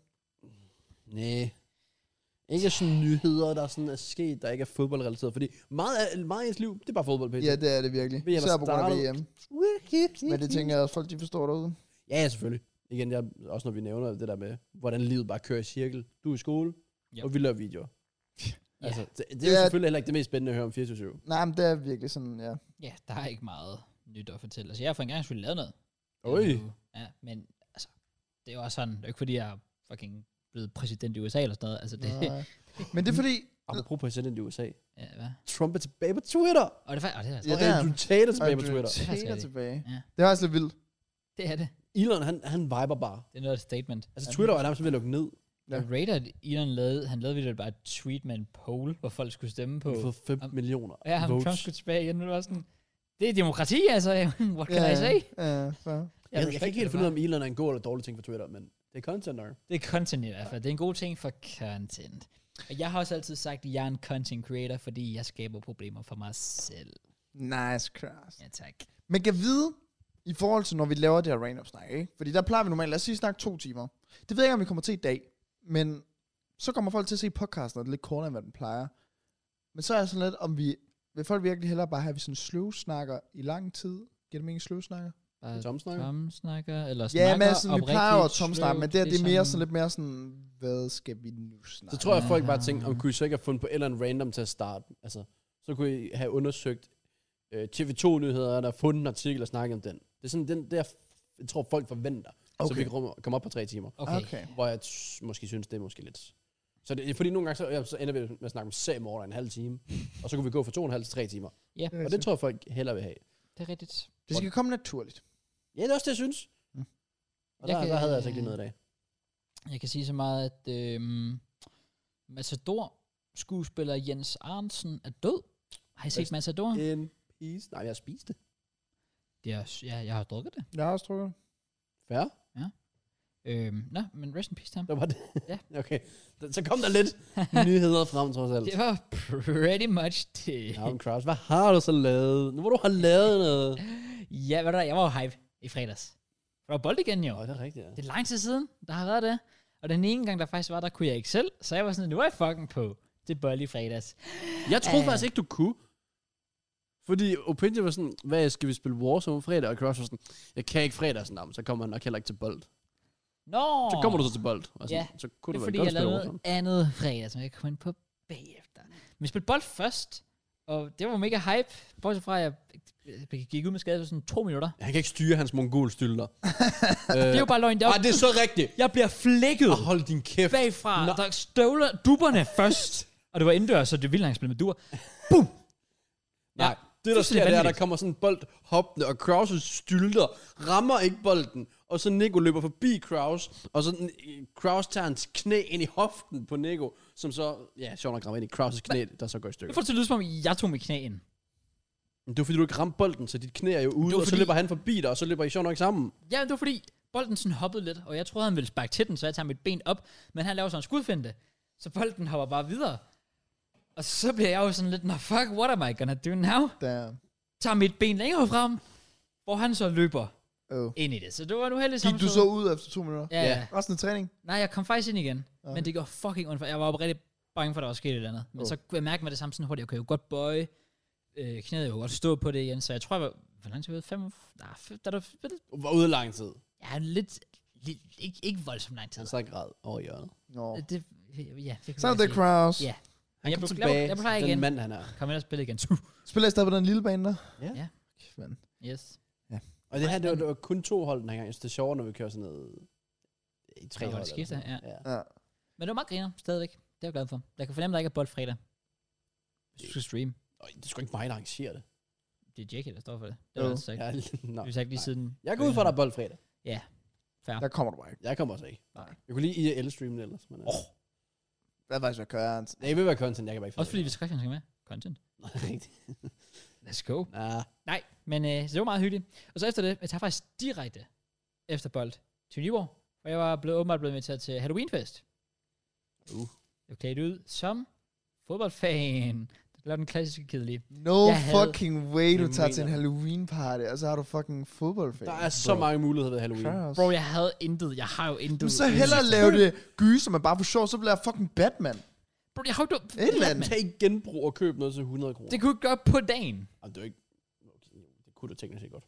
Nej. Ikke sådan nyheder, der sådan er sket, der ikke er fodboldrelateret, fordi meget af, meget af ens liv, det er bare fodbold, Peter. Ja, det er det virkelig. V M er Især på grund af startet. V M. Men det tænker jeg også, folk de forstår derude. Ja, ja, selvfølgelig. Igen, jeg, også når vi nævner det der med, hvordan livet bare kører i cirkel. Du er i skole, Yep. og vi laver videoer. Ja. Altså, det, det er jo Ja. selvfølgelig heller ikke det mest spændende at høre om fireogtyve syv. Nej, men det er virkelig sådan, ja. Ja, der er ikke meget nyt at fortælle. Altså, jeg har for en gang skulle lave noget. Oj. Ja, men altså, det er jo også sådan, det er jo ikke fordi, jeg er fucking blevet præsident i U S A eller sådan noget. Altså, det, Nej. Men det er fordi... Apropos præsident i U S A. ja, hvad? Trump er tilbage på Twitter. Og det er faktisk, oh, det, er, Ja, Og det er Andrew han. Tate er tilbage på Andrew Twitter. Det er faktisk Tate er rigtigt. tilbage. Ja. Det er faktisk lidt vildt. det er det. Elon, han, han viber bare. Det er noget af et statement. Altså, Ja. Twitter var nærmest ved at lukke ned. Ja. Ja. Raider, at Elon lavede, han lavede virkelig bare et tweet med en poll, hvor folk skulle stemme på. Han har fået fem Om- millioner Ja, ham votes. Trump skulle tilbage igen. Nu er det var sådan, det er demokrati, altså. What can I say? Ja, fair. Jeg, jeg, jeg kan ikke helt finde ud af, om Elon er en god eller dårlig ting for Twitter, men det er content, der. Det er content i hvert fald. Det er en god ting for content. Og jeg har også altid sagt, at jeg er en content creator, fordi jeg skaber problemer for mig selv. Nice cross. Ja, tak. Men kan vide, i forhold til, når vi laver det her random snak, ikke? Fordi der plejer vi normalt, lad os sige, snakke to timer. Det ved jeg ikke, om vi kommer til i dag, men så kommer folk til at se podcasten, og det er lidt kortere, end hvad den plejer. Men så er jeg sådan lidt, om vi, vil folk virkelig hellere bare have, vi sådan slow snakker i lang tid? Giver det mening slow snakker? Bare Tom snakker. Tom snakker, eller Ja, snakker men altså, vi plejer jo at oprigtigt, Tom snakke, men det, her, det er sløvt, mere ligesom- sådan lidt mere sådan, hvad skal vi nu snakke? Så tror jeg, at folk bare Aha. tænker, om kunne I så ikke have fundet på et eller andet random til at starte? Altså, så kunne I have undersøgt øh, T V to-nyheder, der fundet en artikel og snakket om den. Det er sådan den der, jeg tror folk forventer, okay. Så Okay. vi kan rum- komme op på tre timer. Okay. okay. Okay. Hvor jeg t- måske synes, det er måske lidt... Så det, fordi nogle gange, så, ja, så ender vi med at snakke om seriemorder en halv time, og så kunne vi gå fra to og en halv til tre timer. Ja, Og det tror jeg, folk hellere vil have. det er rigtigt. Det skal komme naturligt. Ja, det er også det, jeg synes. Mm. Og Jeg der, kan- der havde jeg altså ikke lige noget i dag. Jeg kan sige så meget, at øhm, Matador, skuespiller Jens Arnsen, er død. Har I set Rest Matador? En peace. Nej, jeg har spist det. Det er, ja, jeg har drukket det. Jeg har også trukket. Fair. Øhm, nå, men rest in peace til ham. Der var det. Ja. Okay. Da- Så kom der lidt nyheder frem, trods alt. Det var pretty much det. Ja, men Kraus, hvad har du så lavet? Nu hvor du har lavet noget. Ja, hvad der, jeg var jo hype i fredags. Der var bold igen jo. Åh, det er rigtigt, ja. Det er lang tid siden, der har været det. Og den ene gang, der faktisk var, der kunne jeg ikke selv. Så jeg var sådan, nu er jeg fucking på. Det er bold i fredags. Jeg troede Øh. faktisk ikke, du kunne. Fordi Opinji var sådan, hvad skal vi spille Warzone fredag? Og Kraus var sådan, jeg kan ikke fredag. Sådan, "Nå, men så kommer han nok heller ikke til bold. Nå! Så kommer du så til bold. Og sådan, Ja, så kunne det du er vel fordi, godt jeg spille lavede Warzone. noget andet fredag, som jeg kan komme ind på bagefter. Men vi spillede bold først, og det var mega hype. Bortset fra, at jeg jeg gik ud med skade for sådan to minutter. Han kan ikke styre hans mongolstylter. øh, Det er jo bare løgn. Det er, Ej, det er så rigtigt. jeg bliver flækket Oh, hold din kæft. bagfra. Nå. Der støvler dubberne først. Og det var indendørs, så det ville han spille med duer. Boom! Nej, Ja, det der sker, det er, at der vanvittigt. kommer sådan en bold hoppende, og Kraus' stylter rammer ikke bolden, og så Nico løber forbi Kraus, og så øh, Kraus tager hans knæ ind i hoften på Nico, som så, ja, sjovt nok rammer ind i Kraus' knæ, der så går i Det stykker. får det til at lyde som om, jeg tog mit knæ ind. Men det er fordi, du ikke ramte bolden, så dit knæ er jo ude, var og så fordi- løber han forbi dig, og så løber I sjovt nok sammen. Ja, men det var fordi, bolden sådan hoppede lidt, og jeg troede, han ville sparke til den, så jeg tager mit ben op, men han laver sådan en skudfinte, så bolden hopper bare videre. Og så bliver jeg jo sådan lidt, nå fuck, what am I gonna do now? Der. Tager mit ben længere frem, hvor han så løber Oh. ind i det. Så det var nu heldigt Gik du så ud efter to minutter? Ja, ja. Ja. Resten af træning? Nej, jeg kom faktisk ind igen, Okay. men det går fucking ondt, for jeg var jo rigtig bange for, at der var sket et eller andet. Men Oh. så kunne jeg mærke med det samme sådan hurtigt, jeg kunne jo godt bøje øh, knæet, jeg kunne godt stå på det igen, så jeg tror, jeg var, hvor lang tid var det? Fem, nej, f- der, der, der, Du var ude lang tid. ja, lidt, lidt ikke, ikke voldsomt lang tid. Han så græd over i hjørnet. Nå. Det, ja, det kan Så er man det sige. Kraus. Ja. Han Jeg kom blev- tilbage, jeg blev klar den igen. mand han er. Kom ind og spille igen. Spiller I stadig på den lille bane der? Ja. Ja. Kæft, mand. Yes. Og det her, det var, men- det var kun to hold den her gang. Jeg synes, det er sjovere, når vi kører sådan noget i tre Når hold. det skifter, eller sådan noget. ja. Ja. Men det var meget griner, stadigvæk. Det er jeg glad for. Jeg kan fornemme, at der ikke er bold fredag. Hvis du skal streame. Og det er sgu ikke mig, der arrangerer det. Det er Jackie, der står for det. Det er Jo. jo. sagt. Ja, nå, Vi har sagt lige nej. siden. Jeg går ud for, at der er bold fredag. Der kommer du bare ikke. Jeg kommer også ikke. Nej. Jeg kunne lige I L streamen ellers. Men, oh. Hvad faktisk, hvad kører jeg? Det vil være content, jeg kan bare ikke Også fordi vi skal skal med. Content. Nej, rigtigt. Let's go. Nah. Nej, men øh, så det var meget hyggeligt. Og så efter det, jeg tager faktisk direkte efter bold til Nyborg. Og jeg var blevet, åbenbart blevet inviteret til Halloweenfest. Uh. Jeg var klædt ud som fodboldfan. Det blev den klassiske kedelige. No Jeg havde- fucking way, du Jeg tager til en mener- Halloween party, og så har du fucking fodboldfan. Der er så bro. mange muligheder ved Halloween. Kraus. Bro, jeg havde intet. Jeg har jo intet. Du så hellere lave det gyser, men bare for sjov, så bliver jeg fucking Batman. Bro, jeg har jo Et eller andet. Tag i genbrug og køb noget til hundrede kroner. Det kunne jeg gøre på dagen. Jamen, det er jo ikke... Okay, det kunne du teknisk set godt.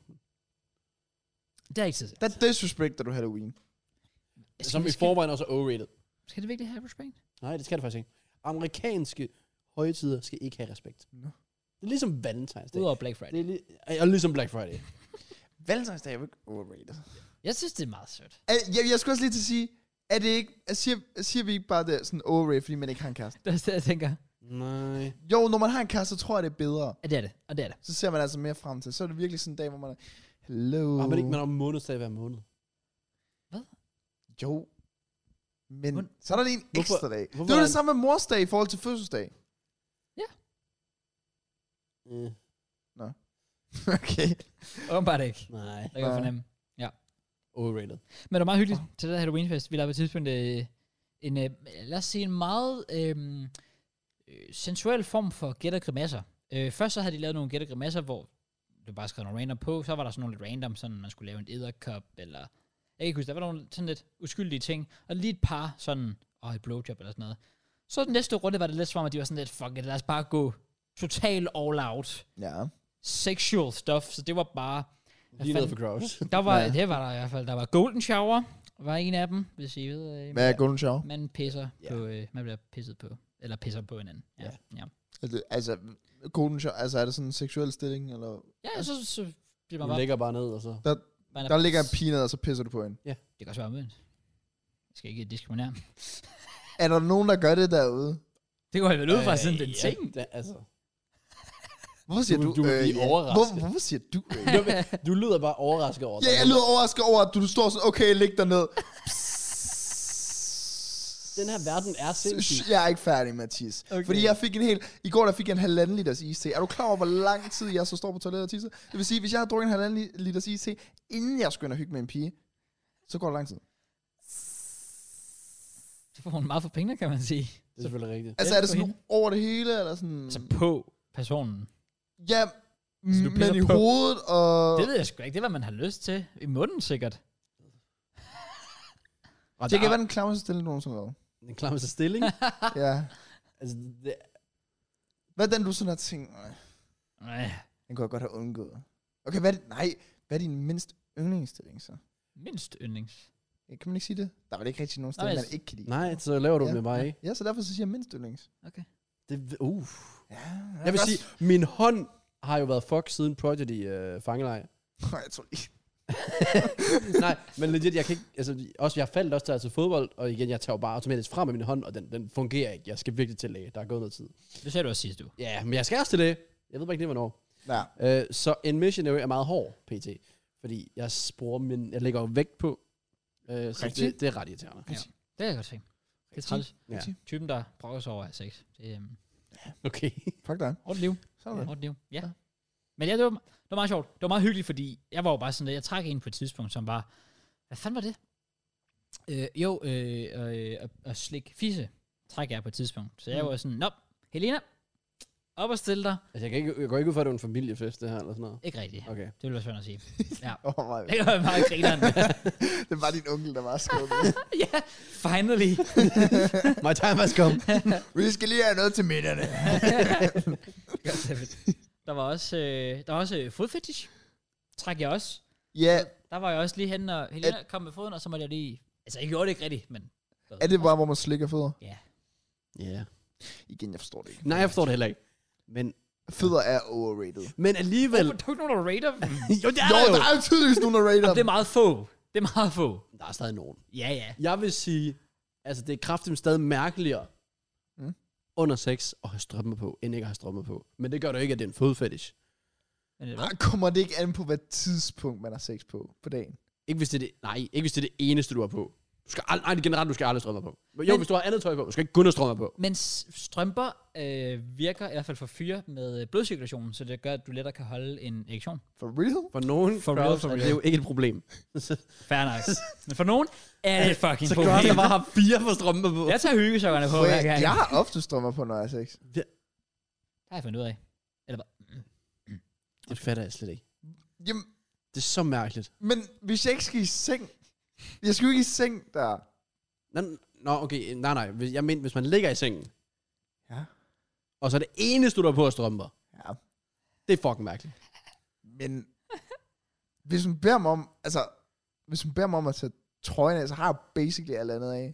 Det er ikke så Der disrespecter du Halloween. Som i skal, forvejen også er overrated. skal det virkelig have respekt? Nej, det skal det faktisk ikke. Amerikanske højtider skal ikke have respekt. Nå. Det er ligesom Valentine's Day. Udover Black Friday. Det er li- og ligesom Black Friday. Valentinsdag er jo ikke overrated. Jeg synes, det er meget sødt. Er, jeg, jeg skulle også lige til at sige, er det ikke, siger, siger vi ikke bare det er sådan overrated, fordi man ikke har en kæreste? Det er det, jeg tænker. Nej. Jo, når man har en kæreste, så tror jeg, det er bedre. Ja, det er det. Og det er det. Så ser man altså mere frem til. Så er det virkelig sådan en dag, hvor man er, hello. Har man ikke, man har månedsdag hver måned. Jo. Men Hvor- så er der lige en Hvorfor- ekstra dag. hvorfor Det er er jo det en- samme med morsdag i forhold til fødselsdag. Mm. Okay. Åbenbart ikke. Nej. Det kan jeg Nej. fornemme. Overrated. Men det var meget hyggeligt til det der Halloweenfest. Vi lavede på et tidspunkt øh, en, øh, lad os sige, en meget øh, øh, sensuel form for gæt og grimasser. Øh, først så havde de lavet nogle gæt og grimasser, hvor det blev bare skrevet nogle random på. Så var der sådan nogle lidt random, sådan man skulle lave en edderkop, eller... Jeg kan ikke huske, der var nogle sådan lidt uskyldige ting. Og lige et par sådan... Åh, et blowjob eller sådan noget. Så den næste runde var det lidt som om, at de var sådan lidt, fuck it, lad os bare gå total all out. Ja. Sexual stuff, så det var bare... Lige ned for Kraus. Der var, Ja. det var der i hvert fald. Der var golden shower, var en af dem, hvis I ved. Øh, Hvad er golden shower? man pisser Ja. på, øh, man bliver pisset på, eller pisser på hinanden. Ja. Ja. Ja, Altså, altså, golden shower, altså er det sådan en seksuel stilling, eller? ja så, så bliver man Du bare... ligger bare ned, og så... Man er, Der ligger en pige ned, og så pisser du på hende. Det kan også være omvendt. Jeg skal ikke diskriminere. Er der nogen, der gør det derude? Det går jeg vel ud fra Øh, sådan den ja, ting. det, altså... Hvorfor siger Du- du, du vil blive overrasket. Hvor, hvorfor siger du øh? Du lyder bare overrasket over Ja, jeg lyder overrasket over, at du står sådan, okay, læg dig ned. Den her verden er sindssyg. Jeg er ikke færdig, Mathias. Okay. Okay. Fordi jeg fik en hel... I går der fik jeg en halvanden liters iste. Er du klar over, hvor lang tid jeg så står på toilettet og tisser? Det vil sige, hvis jeg har drukket en halvanden li- liters iste, inden jeg skulle ind og hygge med en pige, så går det lang tid. Så får hun meget for pengene, kan man sige. Det er selvfølgelig rigtigt. Altså Ja, er det på sådan hende. over det hele, eller sådan... Altså på personen. Ja, Så du m- pisser men i på- hovedet og... Det ved jeg sgu ikke. Det er, hvad man har lyst til. I munden sikkert. Og Det der kan er være den klammeste stilling, nogen sådan noget. en klammeste stilling. Ja. Altså, det, Hvad er den, du sådan har tænkt? "Nej, Nej. Den kunne jeg godt have undgået. Okay, hvad er det? Nej, hvad er din mindst yndlingsstilling så? Mindst yndlings. Ja, kan man ikke sige det? Der er vel ikke rigtig nogen Nej, stilling, jeg- man ikke kan lide. nej, så laver du Ja. med mig. Ja, så derfor så siger jeg mindst yndlings. Okay. Det, uh. Ja, Jeg vil sige, min hånd har jo været fuck siden Prodigy øh, fangelej. Nej, jeg tror ikke. Nej, men legit, jeg kan ikke, altså, også, jeg faldt også til altså fodbold, og igen, jeg tager jo bare automatisk frem med min hånd, og den, den fungerer ikke. Jeg skal virkelig til læge, der er gået noget tid. Det sagde du også sidste uge. Ja, men jeg skal også til læge. Jeg ved bare ikke lige, hvornår. Ja. Øh, så en missionary er meget hård, pt. Fordi jeg bruger min, jeg lægger jo vægt på. Øh, så Rigtigt. det, det er ret irriterende. Ja. Det er jeg godt tænkt. Det er træls. Ja. Typen, der brokker sig over at have sex. Det er um, Okay. Fuck dig. hårdt liv. Sådan er det. Hårdt liv. Ja. Ja. Men ja, det var, det var meget sjovt. Det var meget hyggeligt, fordi jeg var jo bare sådan lidt, jeg trak en på et tidspunkt, som var, hvad fanden var det? Øh, jo, øh, øh, øh, at slik fisse træk jeg på et tidspunkt. Så jeg Mm. var sådan, nå, Helena, op og stille dig. Altså, jeg, kan ikke, jeg går ikke ud for, at det er en familiefest, det her, eller sådan noget. Ikke rigtigt. Okay. Det ville være svært at sige. Ja. Oh, my. Det var meget grineren. Det var din onkel, der var skubbet. Ja, finally. My time has come. Vi skal lige have noget til midterne. Godt, David. Der var også, øh, der var også øh, fodfetish. Træk jeg også. Ja, Der var jeg også lige henne, og Helena kom med foden, og så måtte jeg lige... Altså, jeg gjorde det ikke rigtigt, men... er det bare, hvor man slikker fødder? Ja. Ja. Yeah. Igen, jeg forstår det ikke. Nej, jeg forstår det heller ikke. Men, Fødder er overrated. men alligevel... Hvorfor tog du nogen, der rater dem? jo, det er Jo, der jo. der er jo tydeligvis nogen, der rater Jamen, det er dem. meget få. Det er meget få. Der er stadig nogen. Ja, ja. Jeg vil sige, altså det er kraftigt stadig mærkeligere Mm. under sex at have strømmer på, end ikke at have strømmer på. Men det gør det ikke, at det er en fodfetish. Men det var... Ah, kommer det ikke an på, hvad tidspunkt man har sex på på dagen? Ikke hvis det er det, nej, ikke hvis det er det eneste, du har på. Du skal aldrig, nej, generelt, du skal aldrig strømmer på. Jo, Men- hvis du har andet tøj på, du skal ikke kun have strømmer på. Men s- strømper øh, virker i hvert fald for fyre med øh, blodcirkulationen, så det gør, at du lettere kan holde en erektion. For real? For nogen For for real, crowds, for er real. det jo ikke et problem. Fair nok. Men for nogen er det et fucking Så problem. crowds, der bare har fire for strømmer på. Jeg tager hyggesokkerne på hver Wait, gang. jeg har ofte strømmer på, når jeg har sex. Det har jeg fundet ud af. Eller hvad? Det fatter jeg slet ikke. Jamen, Det er så mærkeligt. men hvis jeg ikke skal i seng... Jeg skal jo ikke i seng der. Nå, nå, okay, nej, nej. Hvis- Jeg mener, hvis man ligger i sengen, Ja. og så er det eneste, du har på at strømper, Ja. det er fucking mærkeligt. Men hvis hun beder mig om... Altså, hvis hun beder mig om at tage trøjen af, så har jeg basically alt andet af.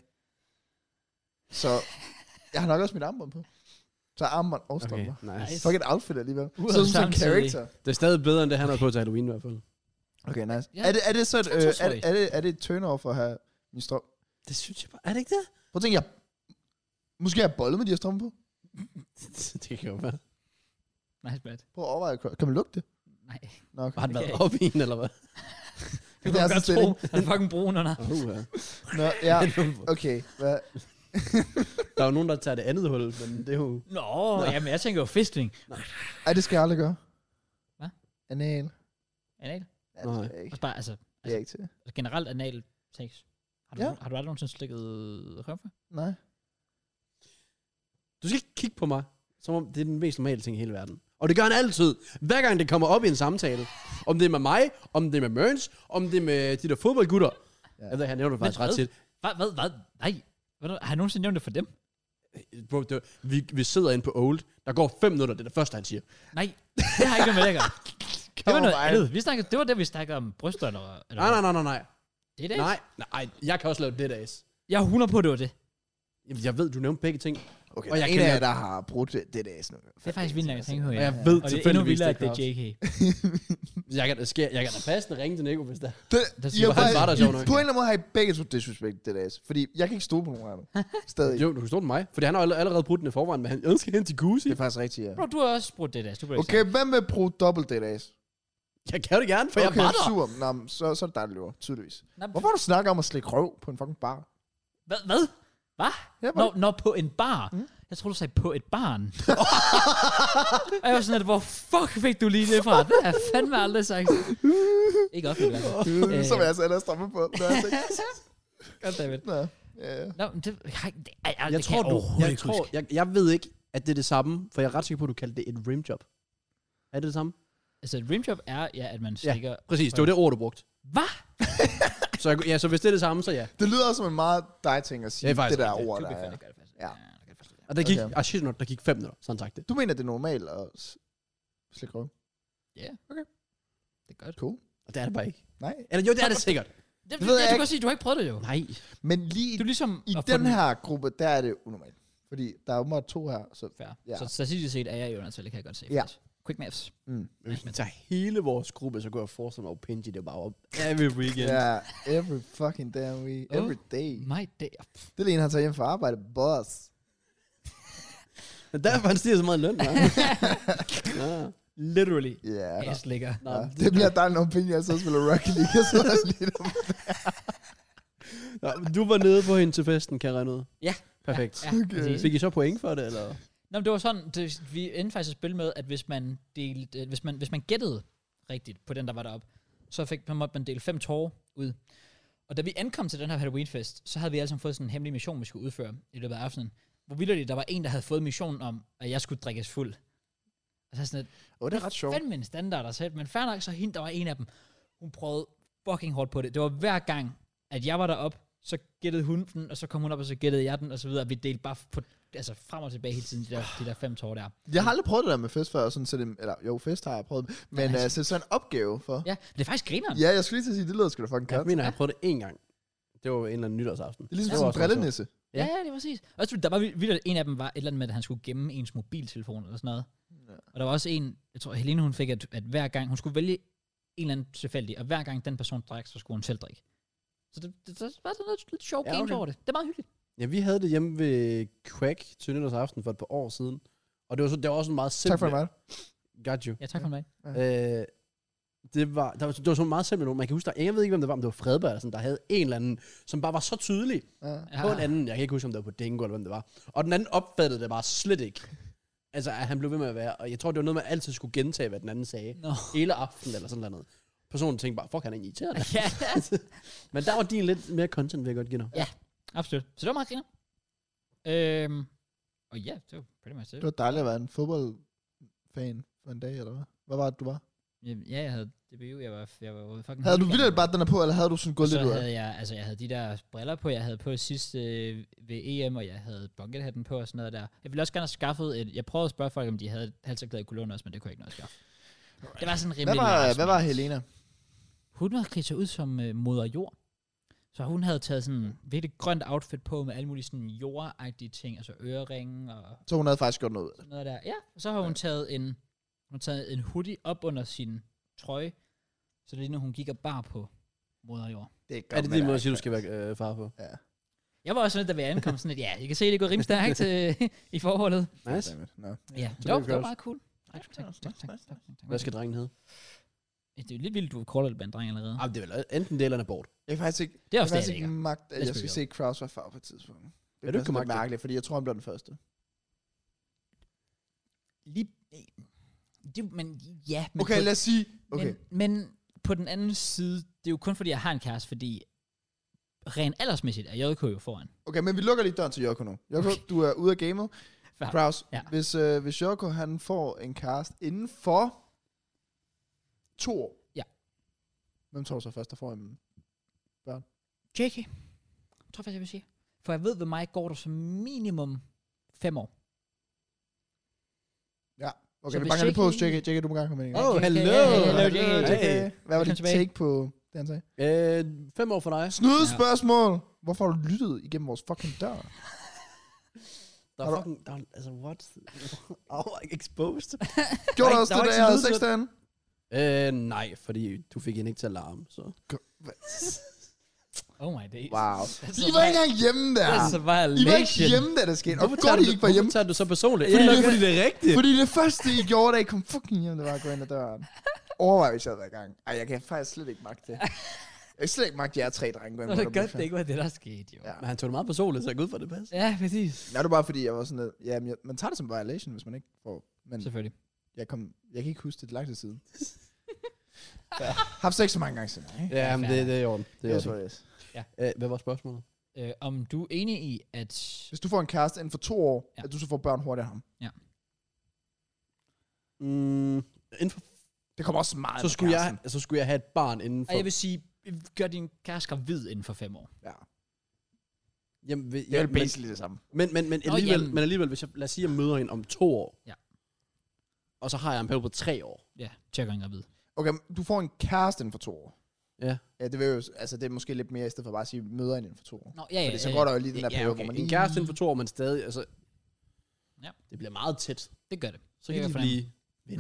Så jeg har nok også mit armbånd på. Så er armbånd og strømper. Okay, nice. Nice. Fuck et outfit alligevel. Ud af Så som en samtidig. character. Det er stadig bedre, end det, han har på til Halloween i hvert fald. Okay, nice. Ja. Er, det, er det så et, Jeg øh, tror, er, sorry. det, er, det, er det et turn-off at have min strøm? Det synes jeg bare. Er det ikke det? Prøv at tænke, jeg... Måske har jeg bollet med de her strømper på. det kan jo være. Nice, Brad. Prøv at overveje, kan man lugte det? Nej. Nå, okay. Har han Det været kan op i en, eller hvad? Det Det er kan godt sådan tro. Han er fucking brun under. Uh, ja. Nå, ja, okay. Hvad? Der er jo nogen, der tager det andet hul, men det er jo... Nå, Nå. Jamen, jeg tænker jo fisting. Ej, det skal jeg aldrig gøre. Hvad? Anal. Anal? Ja, det skal Nej. jeg ikke. Også bare, altså, Det er altså jeg ikke til. generelt anal sex. Har du, Ja. ja. har du aldrig nogensinde slikket røv for? Nej. Du skal ikke kigge på mig, som om det er den mest normale ting i hele verden. Og det gør han altid. Hver gang det kommer op i en samtale. Om det er med mig, om det er med Mørns, om det er med de der fodboldgutter. Ja. Jeg ved, han nævner det faktisk ret tit. Hvad? Hvad? Hvad? Nej. Hvad, har jeg nogensinde nævnt det for dem? Bro, det, vi, vi sidder inde på Old. Der går fem minutter, det er det første, han siger. Nej, det har ikke noget med det at gøre. Det var noget andet. Vi snakkede, det var det, vi snakkede om bryster. Eller, eller nej, nej, nej, nej, nej. Det er det. Nej, nej, jeg kan også lave det dags. Jeg er hundrede på, det var det. Jeg ved, du nævnte begge ting. Okay, og jeg en kan af jer, der har brudt det, det dags nu. Det er faktisk vildt, at jeg tænker på, ja. Og jeg ved og det er endnu vildere, at det er er J K. jeg kan da ske, jeg kan da passende ringe til Nico, hvis der. Det, der I har han var der sjov nok. på en eller anden måde har I begge to disrespect det dags. Fordi jeg kan ikke stole på nogen af dem. Stadig. Jo, du kan stå med mig. Fordi han har allerede brudt den i forvejen, men han ønsker hen til Gucci. Det er faktisk rigtigt, ja. Bro, du har også brugt det dags. Okay, hvem vil bruge dobbelt det dags? Jeg kan det gerne, for okay, jeg var der. super. Nå, men så, så er det dig, der løber, tydeligvis. Nå, Hvorfor har du snakket om at slikke røv på en fucking bar? Hvad? Hvad? Hvad? Ja, når, når på en bar? Mm. Jeg tror du sagde på et barn. Og jeg var sådan, at hvor fuck fik du lige det fra? Det har jeg fandme aldrig sagt. Ikke offentligt. Uh, så vil jeg altså ellers stramme på. Godt, David. Nå, ja. Nå, men det, jeg, det, jeg, Jeg det tror, kan du, jeg, jeg, tror jeg, jeg ved ikke, at det er det samme, for jeg er ret sikker på, at du kaldte det et rimjob. Er det det samme? Altså, et rimjob er, ja, at man stikker... Ja, præcis. Det var det ord, du brugte. Hvad? Så, jeg, ja, så hvis det er det samme, så ja. Det lyder også som en meget dig ting at sige, det, det, det der rigtigt. ord, Du der kan er. fandme gøre det fast. Ja. Og der gik, Okay. ah, shit, not, der gik fem minutter, sådan sagt det. Du mener, det er normalt at s- slikke røv? Ja. Okay. Det er godt. Cool. Og det er det bare ikke. Nej. Eller jo, det er det sikkert. Det, det, ved det, jeg jeg ikke. kan sige, du har ikke prøvet det jo. Nej. Men lige Du er ligesom... i at få den her gruppe, der er det unormalt. Fordi der er jo to her, så... Fair. Ja. Så statistisk set er jeg jo naturligt, kan jeg godt se. Ja. faktisk. Quick maths. Mm. Hvis vi tager hele vores gruppe, så går jeg forestille mig, at Pinji, det er bare op. Every weekend. Ja, every fucking damn week. Oh. Every day. My day. Det er en, han tager hjem fra arbejde. Boss. Men derfor han stiger så meget i løn, hva'? Ja. Literally. Ja. Yeah. Ass ligger. Nå, Ja, det bliver dejligt nogle penge, jeg så spiller Rocket League, og så også lige der. Ja, du var nede på hende til festen, kan jeg regne ud. Ja. Perfekt. Ja, ja, Okay. præcis. Fik I så point for det, eller? Nå, men det var sådan, det, vi endte faktisk at spille med, at hvis man, delte, hvis man, hvis man gættede rigtigt på den, der var deroppe, så fik man, måtte man dele fem tårer ud. Og da vi ankom til den her Halloween-fest, så havde vi alle sammen fået sådan en hemmelig mission, vi skulle udføre i løbet af aftenen. Hvor vildt der var en, der havde fået missionen om, at jeg skulle drikkes fuld. Og så sådan et, Åh, oh, det er ret sjovt. fandme en standard at sætte, men fair nok, så hende, der var en af dem, hun prøvede fucking hårdt på det. Det var hver gang, at jeg var deroppe, så gættede hun den, og så kom hun op, og så gættede jeg den, og så videre. Vi delte bare på, altså frem og tilbage hele tiden, de der, de der fem tårer der. Jeg har aldrig prøvet det der med fest før, sådan sætte, en- eller jo, fest har jeg prøvet, men Ja, ja, uh, sætte sådan en opgave for. Ja, det er faktisk grineren. Ja, jeg skulle lige til at sige, det lyder sgu da fucking Jeg godt. mener, jeg prøvede det én gang. Det var en eller anden nytårsaften. Det er ligesom Det sådan var en også meget brillenisse. Ja, ja, det var præcis. Og så, der var vildt, at en af dem var et eller andet med, at han skulle gemme ens mobiltelefon eller sådan noget. Ja. Og der var også en, jeg tror, Helene hun fik, at, at hver gang, hun skulle vælge en eller anden tilfældig, og hver gang den person drak, så skulle hun selv drikke. Så det, det, det var sådan noget lidt sjovt Ja, games okay. over det. Det er meget hyggeligt. Ja, vi havde det hjemme ved Quack til nytårsaften for et par år siden. Og det var, så, det var også en meget simpelt... Tak for det, Matt. Got you. Ja, tak for mig. Øh, det var, der var, det var sådan meget simpelt nogen. Man kan huske, der, jeg ved ikke, hvem det var, om det var Fredberg, eller sådan, der havde en eller anden, som bare var så tydelig Ja. Ja. på en anden. Jeg kan ikke huske, om det var på Dingo, eller hvem det var. Og den anden opfattede det bare slet ikke. Altså, at han blev ved med at være. Og jeg tror, det var noget, man altid skulle gentage, hvad den anden sagde. Nå. Hele aftenen, eller sådan noget. Personen tænkte bare, fuck, han er egentlig irriterende. Ja, Men der var din lidt mere content, vil jeg godt give dig. Ja. absolut. Så det var meget griner. Øhm, og ja, det var pretty much Det det. var dejligt at være en fodboldfan for en dag, eller hvad? Hvad var det, du var? Ja, jeg havde D B U, jeg var, jeg var fucking... Havde du hooligan. vildt bare den er på, eller havde du sådan Og gået så lidt ud af? havde jeg, altså jeg havde de der briller på, jeg havde på sidst øh, ved E M, og jeg havde buckethatten på og sådan noget der. Jeg ville også gerne have skaffet et, jeg prøvede at spørge folk, om de havde halserklæde i kolonne også, men det kunne jeg ikke nå at skaffe. Det var sådan rimelig Hvad var, last hvad var minute. Helena? Hun var klædt sig ud som øh, moder jord. Så hun havde taget sådan en virkelig grønt outfit på med alle mulige sådan jordagtige ting, altså øreringe og Så hun havde faktisk gjort noget ud af det. sådan noget der. Ja, og så har hun taget en, hun har taget en hoodie op under sin trøje, så det ligner, hun gik og bar på moder jord. Det er, Er det din måde at sige, du skal være øh, far på? Ja. Jeg var også sådan lidt, da vi ankom, sådan lidt, ja, I kan se, det går rimelig stærkt øh, i forholdet. Nice. No. Ja, Så det var, det det var godt. meget cool. Tak, tak, nice, tak, nice, tak, nice. tak, tak, tak. Hvad skal drengen hedde? Det er jo lidt vildt, du kalder det en dreng allerede. Ah, det er vel enten det eller en abort. Jeg kan faktisk ikke, Det er jeg også kan det, faktisk jeg ikke ligger. magt, at Let's jeg be skal se Kraus være far på et tidspunkt. Det du er ikke faktisk lidt magte det? mærkeligt, fordi jeg tror, han bliver den første. Lige, det, men ja, men, Okay, på, lad os sige... Okay. men, men på den anden side, det er jo kun fordi, jeg har en kæreste, fordi rent aldersmæssigt er J K jo foran. Okay, men vi lukker lige døren til Joko nu. Joko, okay. Du er ude af gamet. Fair. Kraus, Ja. hvis, øh, hvis Joko han får en cast inden for to år. Ja. Hvem tror du så først, der får en børn? J K. Jeg tror faktisk, jeg vil sige. For jeg ved, ved mig går der som minimum fem år. Ja. Okay, Så vi hvis banker det på hos J K J K. J K, du må gerne komme ind igen. Åh, J K, hello. ja, hello, J K. J K. Hey. Hvad var Velkommen dit tilbage. take på det, han sagde? Øh, fem år for dig. Snydespørgsmål! Hvorfor har du lyttet igennem vores fucking dør? Der Har er du- fucking... Der er, altså, what? Oh, exposed. Gjorde du Der også var det, ikke da jeg havde så lyd sex til- derinde? øh, nej, fordi du fik hende ikke til at larme, så... Oh my days. Wow. That's I var ikke engang hjemme der. That's a I var ikke violation. hjemme, da det skete. Og Hvorfor tager, godt, du, I ikke var hjemme. hvorfor tager du så personligt? Fordi Fordi, det- fordi det er rigtigt. Fordi det første, I gjorde, da I kom fucking hjem, det var at gå ind ad døren. Overvej, hvis jeg havde været i gang. Ej, jeg kan faktisk slet ikke magte det. Jeg kan slet ikke magte jer tre drenge. Det var da godt, det ikke var det, der skete, jo. Ja. Men han tog det meget personligt, så jeg går ud for det pas. Ja, præcis. Nej, det var bare fordi, jeg var sådan lidt, ja, men jeg, man tager det som violation, hvis man ikke får, men Selvfølgelig. jeg kom, jeg kan ikke huske det lang tid siden. Jeg har haft sex så mange gange siden, ikke? Ja, men det, det er i orden. Det er Yes, i what orden. it is. Øh, hvad var spørgsmålet? Øh, om du er enig i, at... Hvis du får en kæreste inden for to år, Ja. at du så får børn hurtigere end ham. Mm, inden for, Det kommer også meget så, med skulle jeg, kæresten. så skulle jeg have et barn inden for... Og jeg vil sige, gør din kæreste gravid inden for fem år. Ja. Jamen, ved- Det er ja, jo men, basically det samme. men, men, men, Nå, alligevel, jamen. men alligevel, hvis jeg, lad os sige, at jeg møder hende om to år, Ja. og så har jeg en periode på tre år. Ja, tjekker en gravid. Okay, du får en kæreste inden for to år. Ja. Ja, det vil jo, altså det er måske lidt mere, i stedet for bare at sige, møder hende inden for to år. Nå, ja, ja. Fordi så ja, går der jo lige den der Ja, periode, okay. hvor man En lige... kæreste inden for to år, men stadig, altså... Ja. Det bliver meget tæt. Det gør det. Så Det kan kan de jeg blive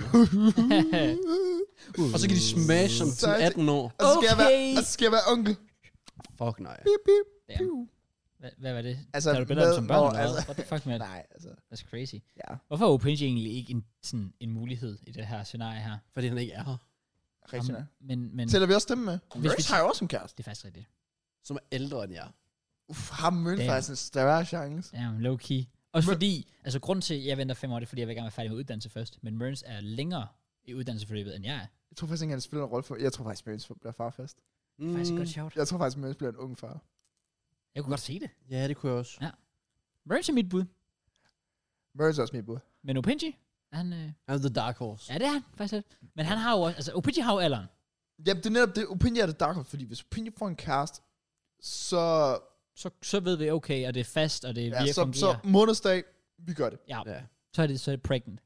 venner. Og så kan de smash som Så er det- atten år. Og så skal, jeg være, Okay. og så skal jeg være onkel. Fuck nej. Bip, bip, Damn. piu. Hvad, hvad var det? Altså, Kan du billeder med- som børn, nå, eller hvad? altså- What the fuck, man? Nej, altså, That's crazy. ja. Hvorfor er Opinji egentlig ikke en, sådan, en mulighed i det her scenarie her? Fordi han ikke er her. Rigtig Om- nok. Men, men Tæller vi også stemme med? Hvis Mørks vi- har jo også en kæreste. det er faktisk rigtigt. Som er ældre end jer. Uff, har Mørks Damn. faktisk en større chance. Damn, low key. Også Men- fordi, altså grund til, at jeg venter fem år, det er fordi, jeg vil gerne være færdig med uddannelse først. Men Mørns er længere i uddannelsesforløbet, end jeg er. Jeg tror faktisk ikke, han spiller en rolle for... Jeg tror faktisk, Mørks bliver far først. Det er faktisk et godt shout. Jeg tror faktisk, Mørks bliver en ung far. Jeg kunne godt se det. Ja, det kunne jeg også. Ja. Mørns er mit bud. Mørks er også mit bud. Men Opinji, han... Øh, Han er the dark horse. ja, det er han faktisk lidt. Men han har jo også... Altså, Opinji har jo alderen. Ja, det er netop det. Opinion er det dark horse, fordi hvis Opinion får en kæreste, så... Så, så ved vi, okay, og det er fast, og det Ja, virker så, fungerer. så månedsdag, vi gør det. Ja, Ja, så er det, så er det pregnant.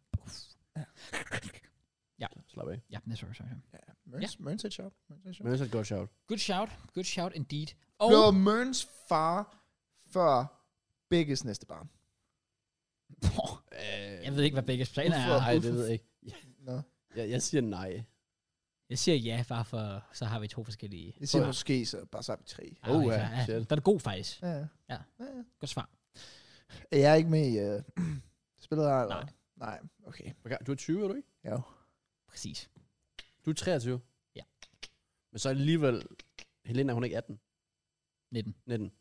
slap af. Ja, det er sorry, sorry. Ja, Mørns, ja. Mørns er et shout. Mørns er et shout. Men det er et godt shout. Good shout. Good shout indeed. Og... Bliver Mørns far før begges næste barn? Jeg ved ikke, hvad begge planer er. Hvorfor? Nej, det ved jeg ikke. Nå. Jeg, jeg siger nej. Jeg siger ja, bare for... Så har vi to forskellige... Jeg siger Åh, ja. måske, så bare så er vi tre. Ah, Oh, okay, ja, ja. shit. Der er det god, faktisk. Ja, ja. Ja. ja, ja. Godt svar. Er jeg ikke med i uh, spillet her? Eller? Nej. Nej, okay. Okay, du er tyve, er du ikke? Jo. Præcis. Du er treogtyve? Ja. Men så alligevel... Helena, hun er ikke atten. nitten. nitten.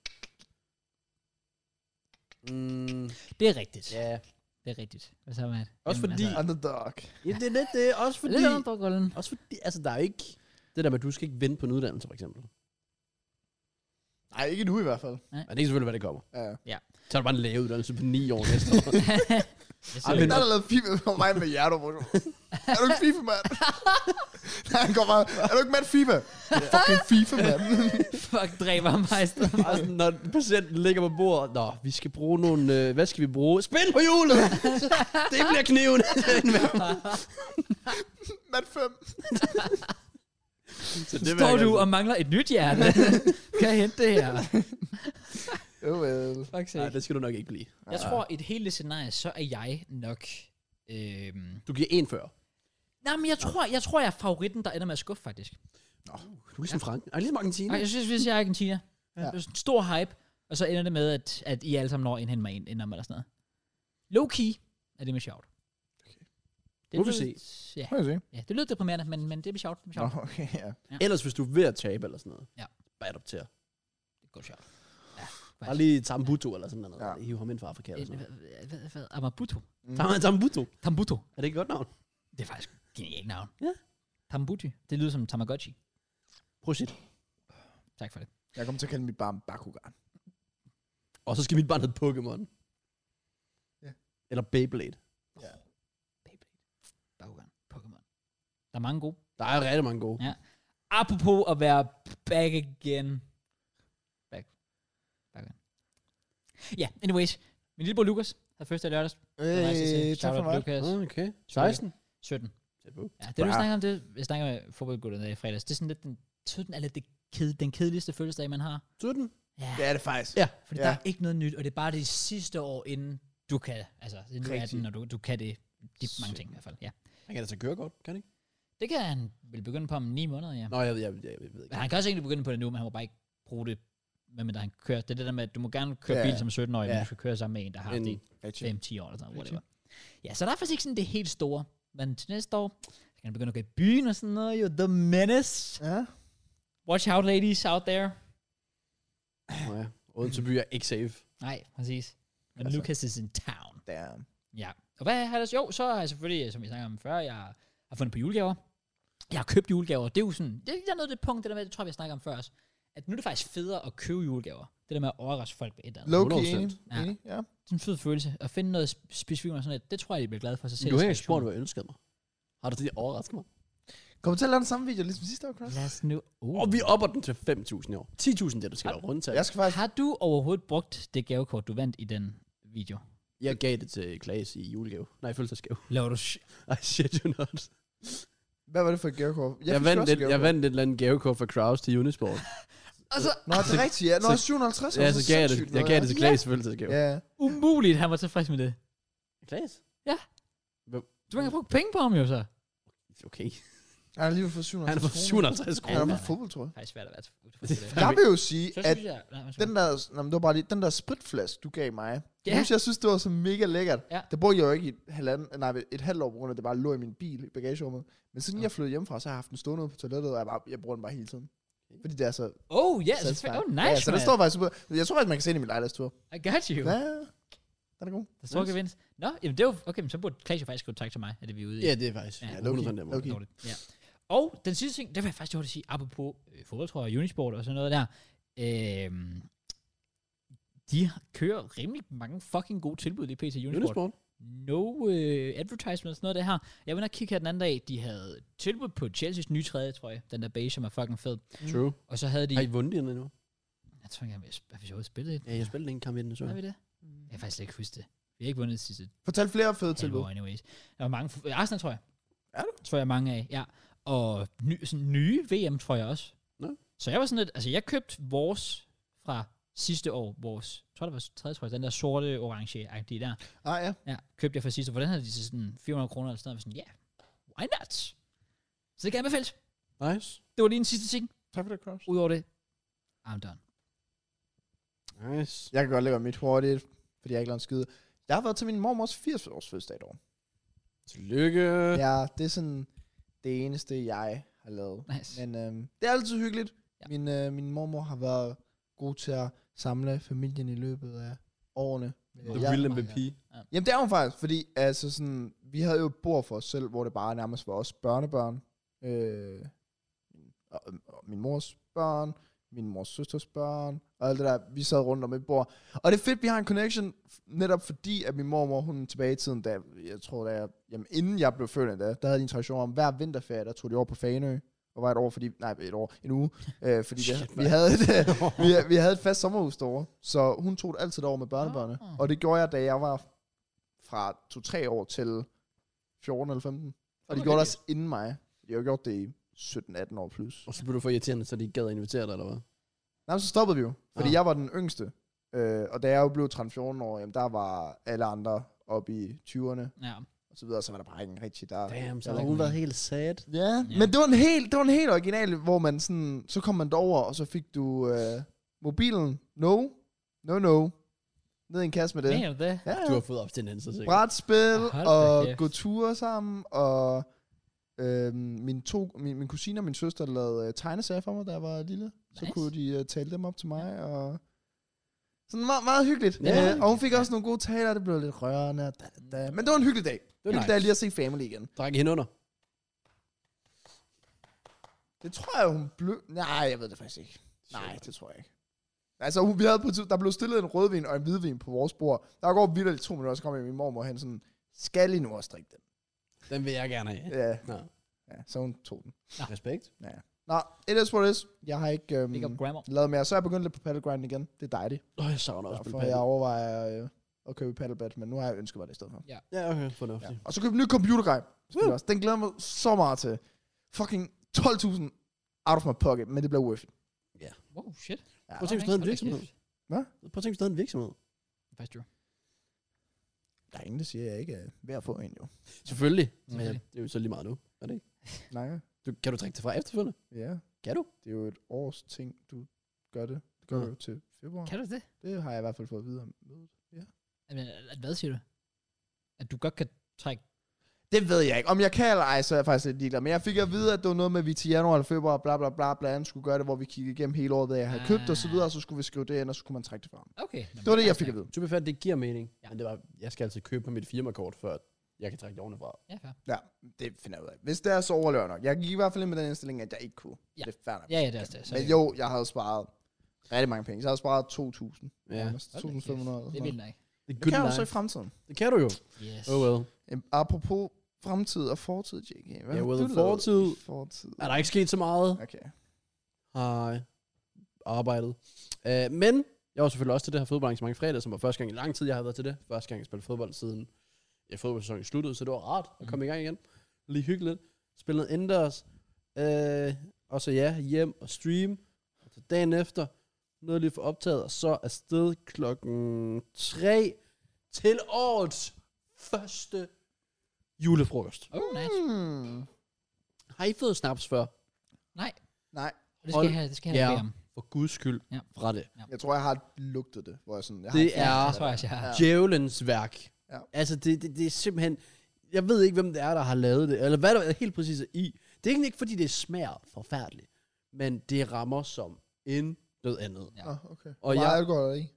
Mm, Det er rigtigt. ja. Det er rigtigt. Hvad så, Matt? Også fordi- Altså, Underdog. Ja, det er lidt det. Også fordi... lidt undergrunden. Også fordi, altså der er ikke... Det der med, at du skal ikke vente på en uddannelse, for eksempel. Nej, ikke nu i hvert fald. Men det er selvfølgelig, hvad det kommer. Ja. Ja. Så er der bare en lægeuddannelse på ni år næste år. Jeg Ej, siger, men- Der er lavet FIFA for mig med hjertet, bro. Er du ikke FIFA, mand? Nej, han går bare, er du ikke mand FIFA? Fucking FIFA, mand. fuck, dræber mig i stedet. Og sådan, når patienten ligger på bordet, nå, vi skal bruge nogle, øh, hvad skal vi bruge? Spænd på hjulet! Det bliver kniven. Mand fem. Så det vil Står jeg du gerne og mangler et nyt hjerte? Kan jeg hente det her? Oh well. Fuck sige. Nej, sake. det skal du nok ikke blive. Jeg tror, i et hele scenarie, så er jeg nok... Øhm, Du giver en før. nej, men jeg tror, jeg tror, jeg er favoritten, der ender med at skuffe, faktisk. Du er ligesom Frank. Er ligesom Argentina. Ej, jeg synes, hvis jeg er Argentina. Ja. Ja. Det er sådan en stor hype, og så ender det med, at, at I alle sammen når indhente mig ind, inden eller sådan noget. Low key er det med sjovt. Okay. Det Må vi lyder- se. Ja, Må jeg se? ja, det lyder deprimerende, men, men det er med sjovt. Det er med Nå, sjovt. okay, ja. Ja. Ellers hvis du er ved at tabe eller sådan noget. Ja. Bare adopter. Det er godt sjovt. Ja, Bare lige Tambuto eller sådan noget. Ja. Ja. Hive ham ind fra Afrika eller En- sådan noget. hvad- hvad- hvad- Amabuto. Mm. Tam- Tambuto. Tambuto. Er det ikke et godt navn? Det er faktisk et genialt navn. Ja. Tambuti. Det lyder som Tamagotchi. Prøv sit. Tak for det. Jeg kommer til at kalde mit barn Bakugan. Og så skal mit barn hedde Pokémon. Ja. Eller Beyblade. Ja. Beyblade. Bakugan. Pokémon. Der er mange gode. Der er rigtig mange gode. Ja. Apropos at være back again. Back. Back again. Ja, yeah, anyways. Min lillebror Lukas havde første af lørdags. Øh, tak for mig. Lukas. Okay. seksten. sytten. Tæt på. Ja, det du snakker om, det jeg snakker med fodboldgutterne i fredags. Det er sådan lidt, den sytten er lidt det ked, den kedeligste fødselsdag, man har. sytten. Ja, Det er det faktisk. Ja. fordi ja. der er ikke noget nyt, og det er bare det sidste år, inden du kan, altså, inden du er atten, og du, du kan det, de mange ting i hvert fald, ja. Han kan altså køre godt, kan han ikke? Det kan han vel begynde på om ni måneder, ja. Nå, jeg ved, jeg, jeg, jeg ved ikke. Men han kan også egentlig begynde på det nu, men han må bare ikke bruge det, medmindre han kører. Det er det der med, at du må gerne køre Ja, bil ja. som sytten-årig, Ja. men du skal køre sammen med en, der har En- det Rigtig. fem ti år eller sådan noget, whatever. Ja, så der er faktisk ikke sådan det helt store. Men til næste år, så kan han begynde at gå i byen og sådan noget, jo. The Menace. Ja. Watch out, ladies out there. Nå ja. Odense by er ikke safe. Nej, præcis. Men Altså. Lucas is in town. Damn. Ja. Og hvad har der? Jo, så har jeg selvfølgelig, som vi snakkede om før, jeg har fundet på julegaver. Jeg har købt julegaver. Det er jo sådan, det er noget af det punkt, det der med, det tror jeg, vi snakker om før også. At nu er det faktisk federe at købe julegaver. Det der med at overraske folk med et eller andet. Low-key hundrede enig. procent. Ja. Enig, ja. Det er en fed følelse. At finde noget sp- specifikt og sådan noget, det tror jeg, de bliver glade for sig selv. Du har ikke spurgt, hvad jeg ønskede mig. Har du det overrasket mig? Kommer til at lave den samme video, ligesom sidste år, Cross? Lad os nu... Uh. Og vi opper den til fem tusind i år. ti tusind, det der skal være rundt til. Jeg skal faktisk... Har du overhovedet brugt det gavekort, du vandt i den video? Jeg gav det til Klaas i julegave. Nej, fødselsdagsgave. Laver du... Sh- I shit you not. Hvad var det for et gavekort? Jeg, jeg, vandt, et, jeg vandt et eller andet gavekort for Kraus til Unisport. altså, Nå, det er rigtigt, ja. Nå, Så- syv hundrede og halvtreds. Ja, var så gav jeg det, sindssygt jeg noget, gav det ja. til Klaas fødselsdagsgave. Ja. umuligt, han var tilfreds med det. Klaas? Ja. Hvem? Du har ikke brugt penge på ham jo så. Okay. Han har lige fået syv hundrede og Han har fået syv hundrede og halvtreds Han har kroner. fået fodbold, tror jeg. Det er faktisk svært at være til Det er det. fair. Jeg vil jo sige, Så at synes jeg... Nej, undskyld. den der, nå, men det var bare lige, den der spritflaske, du gav mig, Ja. jeg, synes, jeg synes, det var så mega lækkert. Ja. Det brugte jeg jo ikke i et, halvanden, nej, et halvt år, på grund af, at det bare lå i min bil i bagagerummet. Men siden Ja. jeg flyttede hjemmefra, så har jeg haft den stående ude på toilettet, og jeg, bare, jeg bruger den bare hele tiden. Fordi det er så... Oh, ja, så yeah, oh, nice, ja, så man. det står faktisk super. Jeg tror faktisk, man kan se det i min lejlighedstur. I got you. Ja, den er god. Der står Nice. gevinst. Nå, jamen det er jo... Okay, men så burde Klaas jo faktisk skrive tak til mig, at det vi er ude i. Ja, det er faktisk. Ja, Ja, low-key. hundrede procent der må. Low-key. Dårligt. Ja. Og den sidste ting, det vil jeg faktisk hurtigt sige, apropos øh, fodboldtrøjer, Unisport og sådan noget der. Øh, de har- kører rimelig mange fucking gode tilbud lige pt. Unisport. Unisport? No øh, advertisement og sådan noget af det her. Jeg var inde og kigge her den anden dag, de havde tilbud på Chelsea's nye tredje, tror jeg. Den der beige, som er fucking fed. True. Og så havde de... Har I vundet den endnu? Jeg tror ikke, jeg har vi overhovedet spillet et. Ja, jeg spillede en kamp i den, så. Har vi det? Jeg kan faktisk slet ikke huske det. Vi har ikke vundet det sidste Fortæl flere fede tilbud. tilbud. Anyways. Der var mange... fu- Arsenal, tror jeg. Er du? Tror jeg mange af, ja. Og ny, sådan nye V M, tror jeg også. Nå. Så jeg var sådan lidt... Altså, jeg købte vores fra sidste år. Vores... Jeg tror, det var tredje, tror jeg. Den der sorte, orange-agtige der. Ah, ja. Ja, købte jeg fra sidste år. For den havde de til sådan fire hundrede kroner eller sådan noget. Jeg var sådan, ja, yeah, why not? Så det kan jeg anbefales. Nice. Det var lige en sidste ting. Tak for det, Cross. Udover det, I'm done. Nice. Jeg kan godt lægge mit hurtigt, fordi jeg ikke lavet en skide. Jeg har været til min mormors firs års fødselsdag i år. Tillykke. Ja, det er sådan det eneste, jeg har lavet. Nice. Men øhm, det er altid hyggeligt. Ja. Ja. Min, øh, min mormor har været god til at samle familien i løbet af årene. The Øh, The real jeg, M V P. jamen det er hun faktisk, fordi altså sådan, vi havde jo et bord for os selv, hvor det bare nærmest var os børnebørn. Øh, og, og min mors børn, min mors søsters børn, og alt det der. Vi sad rundt om et bord. Og det er fedt, vi har en connection, netop fordi, at min mormor, hun tilbage i tiden, da jeg tror, da jeg, jamen, inden jeg blev født endda, der havde de en tradition om, hver vinterferie, der tog de over på Fanø, og var et år, fordi, nej, et år, en uge, øh, fordi det, Shit, vi, man. havde et, vi, vi havde et fast sommerhus derovre, så hun tog det altid over med børnebørnene, Ah. og det gjorde jeg, da jeg var fra to-tre år til fjorten eller femten, og de Okay. gjorde det også inden mig. De har gjort det i sytten atten år plus. Og så blev du for irriterende, så de ikke gad at invitere dig, eller hvad? Nej, så stoppede vi jo, fordi Ah. jeg var den yngste. Øh, og da jeg jo blev tretten fjorten år, jamen, der var alle andre oppe i tyverne, Ja. og så videre, så var der bare ingen rigtig der. Damn, så der har var hun ikke- været helt sad. Ja, Ja. men det var en helt, det var en helt original, hvor man sådan, så kom man derover og så fik du øh, mobilen, no, no, no, ned i en kasse med det. Mener du det? Ja, Du har fået abstinenser, sikkert. brætspil, Hold da og kæft. gå ture sammen, og øh, min, to, min, min kusine og min søster lavede øh, tegneserier for mig, da jeg var lille. Så Nice. kunne de uh, tale dem op til mig, og sådan meget, meget hyggeligt. Ja. Ja. Øh, og hun fik også nogle gode taler, det blev lidt rørende. Da, da, da. Men det var en hyggelig dag. Det Hyggelig er dag nice. lige at se Family igen. Drak I hende under? Det tror jeg, hun blev... Nej, jeg ved det faktisk ikke. Nej, det tror jeg ikke. Altså, vi havde på tid, der blev stillet en rødvin og en hvidvin på vores bord. Der går vildt to minutter, så kommer min mormor hen sådan, skal I nu også drikke den? Den vil jeg gerne have. Ja. Nå. Ja, så hun tog den. Ja. Respekt. Ja. Nå, it is what it is. Jeg har ikke øhm, Big up grammar. lavet mere. Så er jeg begyndt lidt på paddlegrind igen. Det er dejligt. Åh, oh, jeg savner også For spille jeg paddle. overvejer øh, at købe paddlebat, men nu har jeg ønsket mig det i stedet for. Ja, okay, fornuftigt. Ja. Og så købe en ny computergrej. Uh. Den glæder jeg mig så meget til. Fucking tolv tusind out of my pocket, men det bliver worth it. Wow, shit. Ja. Prøv at tænke, hvis du havde en virksomhed. Hvad? Prøv at tænke, hvis du havde en virksomhed. Faktisk true. Der er ingen, der siger, at jeg ikke er ved at få en, jo. Selvfølgelig. Men Selvfølgelig. det er jo så lige meget nu. Er det ikke? Nej. Du, kan du trække det fra efterfølgende? Ja. Kan du? Det er jo et års ting, du gør det. Det gør Ja. du jo til februar. Kan du det? Det har jeg i hvert fald fået at vide om mødet. Ja. Jamen, at, hvad siger du? At du godt kan trække... Det ved jeg ikke. Om jeg kan eller ej, så er jeg faktisk lidt ligeglad. Men jeg fik at vide, at det var noget med, at vi til januar eller februar, bla bla bla, bla andet skulle gøre det, hvor vi kiggede igennem hele året, hvad jeg havde købt og så videre, og så skulle vi skrive det ind, og så kunne man trække det fra. Okay. Det var det, jeg fik at vide. To be fair, det giver mening. Ja. Men det var, jeg skal altid købe på mit firmakort, før jeg kan trække det ovenfra. Ja, fair. Ja, det finder jeg ud af. Hvis det er, så overlever jeg nok. Jeg gik i hvert fald ind med den indstilling, at jeg ikke kunne. Ja. Det er fair nok. Ja, ja, det er også det. Så Men jo, jeg havde sparet rigtig mange penge. Så jeg havde sparet to tusind. Ja. to tusind fem hundrede. Det er vildt nok. Det, Det good kan jeg jo life. så i fremtiden. Det kan du jo. Yes. Oh well. Øhm, Apropos fremtid og fortid, J K. Hvad Ja, har well, du lavet fortid. i fortid? Er der ikke sket så meget? Okay. Har arbejdet. Uh, men jeg var selvfølgelig også til det her fodboldarrangement i fredag, som var første gang i lang tid, jeg har været til det. Første gang jeg spillede fodbold siden ja, fodboldsæsonen sluttede, så det var rart at komme mm. i gang igen. Lige hyggeligt. Spillet indendørs. Uh, og så ja, hjem og stream. Og så dagen efter, noget lige for optaget, og så afsted klokken tre til årets første julefrokost. Oh, nice. Hmm. Har I fået snaps før? Nej, Nej, det skal jeg have, det skal jeg Ja. have bede om. For guds skyld Ja. fra det. jeg tror, jeg har lugtet det. Hvor jeg sådan, jeg Det har er- Det tror jeg også, jeg har. Ja. Djævelens værk. Ja. Altså, det, det, det er simpelthen... Jeg ved ikke, hvem det er, der har lavet det, eller hvad der er helt præcis er i. Det er ikke, ikke fordi, det smager forfærdeligt, men det rammer som intet andet. Ja. Oh, okay. Og Og Hvor meget jeg- alkohol er der i?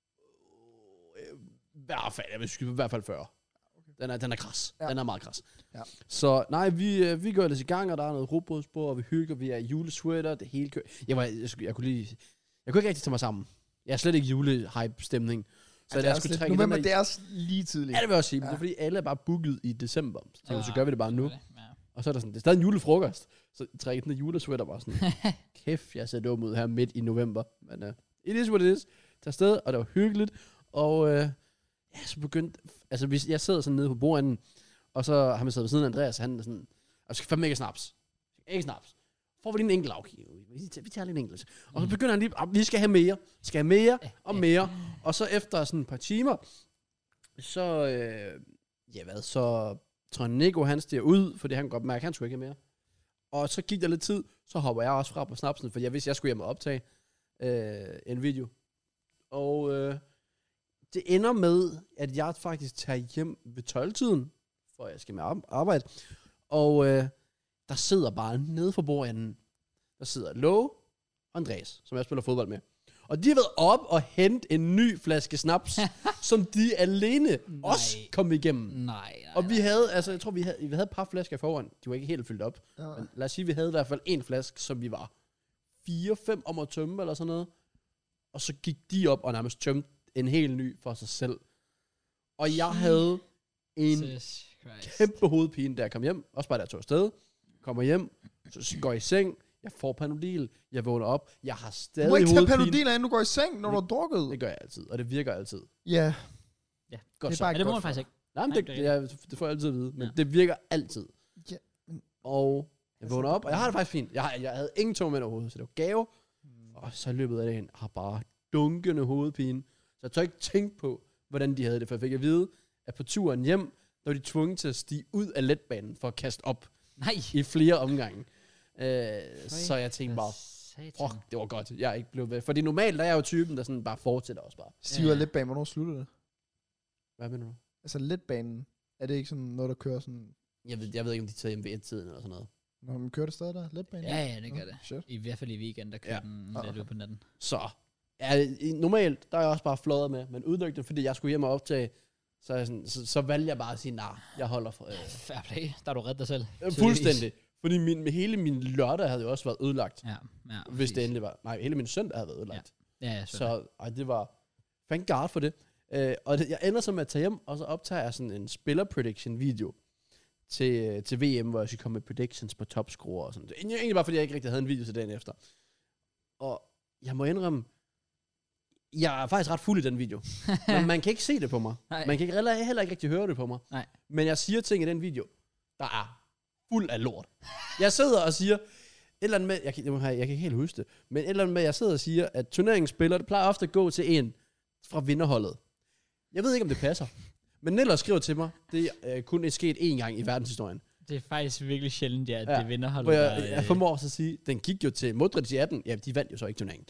I hvert fald, jeg vil skyde i hvert fald fyrre. Den er, den er kras. Ja. Den er meget kras. Ja. Så nej, vi, øh, vi går ellers i gang, og der er noget rugbrødsbord, og vi hygger, vi er i julesweater, det hele kører. Jeg, var, jeg, skulle- jeg, kunne lige, jeg kunne ikke rigtig tage mig sammen. Jeg er slet ikke julehype-stemning. Så Ja, da jeg skulle trække november, den det der, er også lige tidligt. ja, det vil jeg også sige, men Ja. det er fordi, alle er bare booket i december. Så, tænkte, jeg, så Ah, gør vi det bare nu. Ja. Og så er der sådan, det er stadig en julefrokost. Så trækker den der julesweater bare sådan, kæft, jeg ser dum ud her midt i november. Men uh, it is what it is. Tag afsted, og det var hyggeligt. Og uh, ja, så begyndte, altså hvis jeg sidder sådan nede på bordenden, og så har man siddet ved siden af Andreas, og han er sådan, jeg skal fandme ikke have snaps. Ikke snaps. Får vi lige en enkelt afgive. Vi tager, vi tager lige en enkelt. Og så begynder han lige, ah, vi skal have mere. Vi skal have mere og mere. Og så efter sådan et par timer, så, øh, ja hvad, så tror jeg, Nico han stiger ud, fordi han kan godt mærke, at han skulle ikke have mere. Og så gik der lidt tid, så hopper jeg også fra på snapsen, for jeg vidste, jeg skulle hjem og optage øh, en video. Og øh, det ender med, at jeg faktisk tager hjem ved tolv-tiden, for jeg skal med ar- arbejde. Og øh, der sidder bare nede for bordenden, der sidder Lowe og Andreas, som jeg spiller fodbold med. Og de har været op og hente en ny flaske snaps, som de alene Nej. også kom igennem. Nej, nej, Og vi havde, altså jeg tror, vi havde, vi havde et par flasker i forvejen. De var ikke helt fyldt op. Ja. Men lad os sige, vi havde i hvert fald en flaske, som vi var fire fem om at tømme, eller sådan noget. Og så gik de op og nærmest tømte en helt ny for sig selv. Og jeg havde en Jesus Christ. kæmpe hovedpine, da jeg kom hjem. Også bare da jeg tog afsted. Kommer hjem, så går jeg i seng. Jeg får Panodil. Jeg vågner op. Jeg har Du må stadig ikke tage hovedpine. Panodil, inden du går i seng, når du har drukket. Det gør jeg altid, og det virker altid. Ja. Ja, Godt Det er så. bare men det må godt man for faktisk ikke. Nej, men Nej, det, det det, er jeg, det får jeg altid at vide, men Ja. det virker altid. Ja, men- Og jeg vågner op, og jeg har det faktisk fint. Jeg, har, jeg havde ingen tog med overhovedet, så det var gave. Og så i løbet af dagen har bare dunkende hovedpine. Så jeg tør ikke tænke på, hvordan de havde det, for jeg fik at vide, at på turen hjem, der var de tvunget til at stige ud af letbanen for at kaste op Nej. i flere omgange. Øh, så jeg tænkte bare, Satan. fuck, det var godt, jeg er ikke blevet ved. Fordi normalt der er jeg jo typen, der sådan bare fortsætter også bare. Stiv og Ja. letbanen, hvornår slutter det? Hvad mener du? Altså letbanen, er det ikke sådan noget, der kører sådan... Jeg ved, jeg ved ikke, om de tager hjem ved et-tiden eller sådan noget. Når man kører det stadig der, letbanen? Ja, ja, det gør det. Shit. I hvert fald i weekend, der kører Ja. den Ah, lidt okay. ud på natten. Så, ja, i- normalt, der er jeg også bare fløjet med, men udlygten, fordi jeg skulle hjem og optage, så, er jeg sådan, så, så valgte jeg bare at sige, nej, nah, jeg holder for... Øh, Fair play. Der har du reddet dig selv. øh, fuldstændig. Fordi min, hele min lørdag havde jo også været ødelagt, Ja, ja. hvis det præcis. endelig var. Nej, hele min søndag havde været ødelagt. Ja, ja, Så ej, det var... Thank God for det. Uh, og det, jeg ender så med at tage hjem, og så optager jeg sådan en spiller-prediction-video til, til V M, hvor jeg skal komme med predictions på topscorer og sådan. Det er egentlig bare, fordi jeg ikke rigtig havde en video til dagen efter. Og jeg må indrømme, jeg er faktisk ret fuld i den video. Men man kan ikke se det på mig. Nej. Man kan ikke, heller, heller ikke rigtig høre det på mig. Nej. Men jeg siger ting i den video, der er fuld af lort. Jeg sidder og siger, et eller andet med, jeg kan, jeg, kan, jeg kan ikke helt huske det, men et eller andet med, jeg sidder og siger, at turneringsspillere, det plejer ofte at gå til en fra vinderholdet. Jeg ved ikke, om det passer. Men Neller skriver til mig, det er øh, kun er sket én gang i verdenshistorien. Det er faktisk virkelig sjældent, ja, at Ja, det vinder holdet. Hvor jeg, der, jeg formår så at sige, den gik jo til Modric i atten. Ja, de vandt jo så ikke turneringen.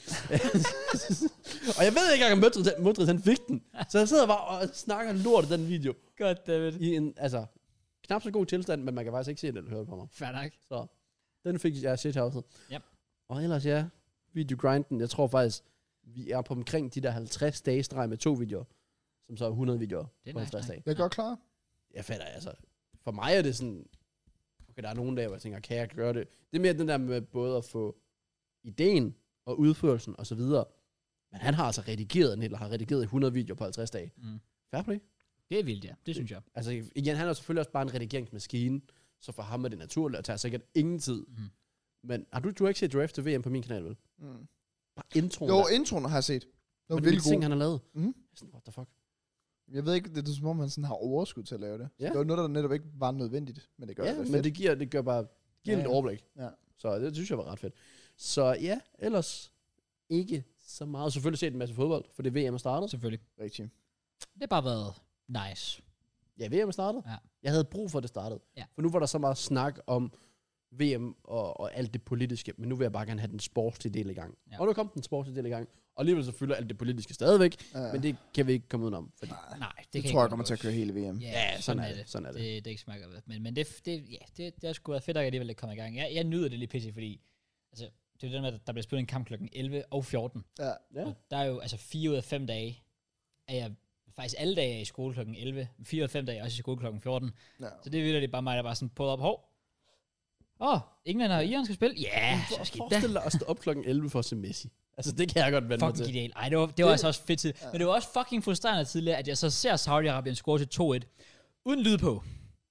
Og jeg ved ikke engang, om Modric, Modric han fik den. Så jeg sidder bare og snakker lort i den video. Godt, David. I en, altså, knap så god tilstand, men man kan faktisk ikke se det, eller høre på mig. Fair nok. Så den fik jeg set herude. Yep. Og ellers ja, videogrinden, jeg tror faktisk, vi er på omkring de der halvtreds dage streg med to videoer, som så er hundrede videoer Det er på nice, halvtreds nice. dage. Jeg er godt klar. Jeg fatter, altså, for mig er det sådan, okay, der er nogle dage, hvor jeg tænker, kan jeg gøre det? Det er mere den der med både at få ideen og udførelsen og så videre. Men han har altså redigeret en eller har redigeret hundrede videoer på halvtreds dage. Mm. Fair play. Det er vildt, ja. Det synes jeg. Altså igen, han er selvfølgelig også bare en redigeringsmaskine, så for ham er det naturligt, og tager sikkert ingen tid. Mm. Men har du, du har ikke set Draft til V M på min kanal, vel? Mm. Bare introen Jo, der. introen har jeg set. Det var Men virkelig de ting, god. han har lavet. Mhm. Sådan, what the fuck? Jeg ved ikke, det er som om, han sådan har overskud til at lave det. Så Ja. det var noget, der netop ikke var nødvendigt, men det gør Ja, det men fedt. det giver, det gør bare giver Ja, lidt ja. overblik. Ja. Så det synes jeg var ret fedt. Så ja, ellers ikke så meget. Selvfølgelig set en masse fodbold, for det V M er startet. Selvfølgelig. Rigtig. Det har bare været nice. Ja, V M er startet. Ja. Jeg havde brug for, at det startede. Ja. For nu var der så meget snak om V M og, og alt det politiske, men nu vil jeg bare gerne have den sportslige del i gang. Ja. Og nu kom den sportslige del i gang. Og alligevel så fylder alt det politiske stadigvæk, Ja. men det kan vi ikke komme udenom. Fordi Nej, Nej, det, det kan tror jeg ikke kommer til at køre hele V M. Ja, Ja, sådan er det, sådan er det. Det, det er ikke så meget godt. Men, men det, det, ja, det, det har sgu været fedt at alligevel at komme i gang. Jeg, jeg nyder det lige pisse, fordi altså, det er jo det med, at der bliver spillet en kamp klokken elleve og fjorten. Ja. Ja. Og der er jo altså fire ud af fem dage, er jeg faktisk alle dage er i skole klokken elleve. Fire ud af fem dage er også i skole klokken fjorten. Ja. Så det er det bare mig, der bare sådan på op. Hov. Åh, oh, England og Iran skal spille? Ja, yeah, så skal det. Forestil dig at stå op klokken elleve for at se Messi. Altså, det kan jeg godt vende mig Fucking til. ideal. Ej, det var, det var altså også fedt til. Ja. Men det var også fucking frustrerende tidligere, at jeg så ser Saudi-Arabien score til to et, uden lyd på.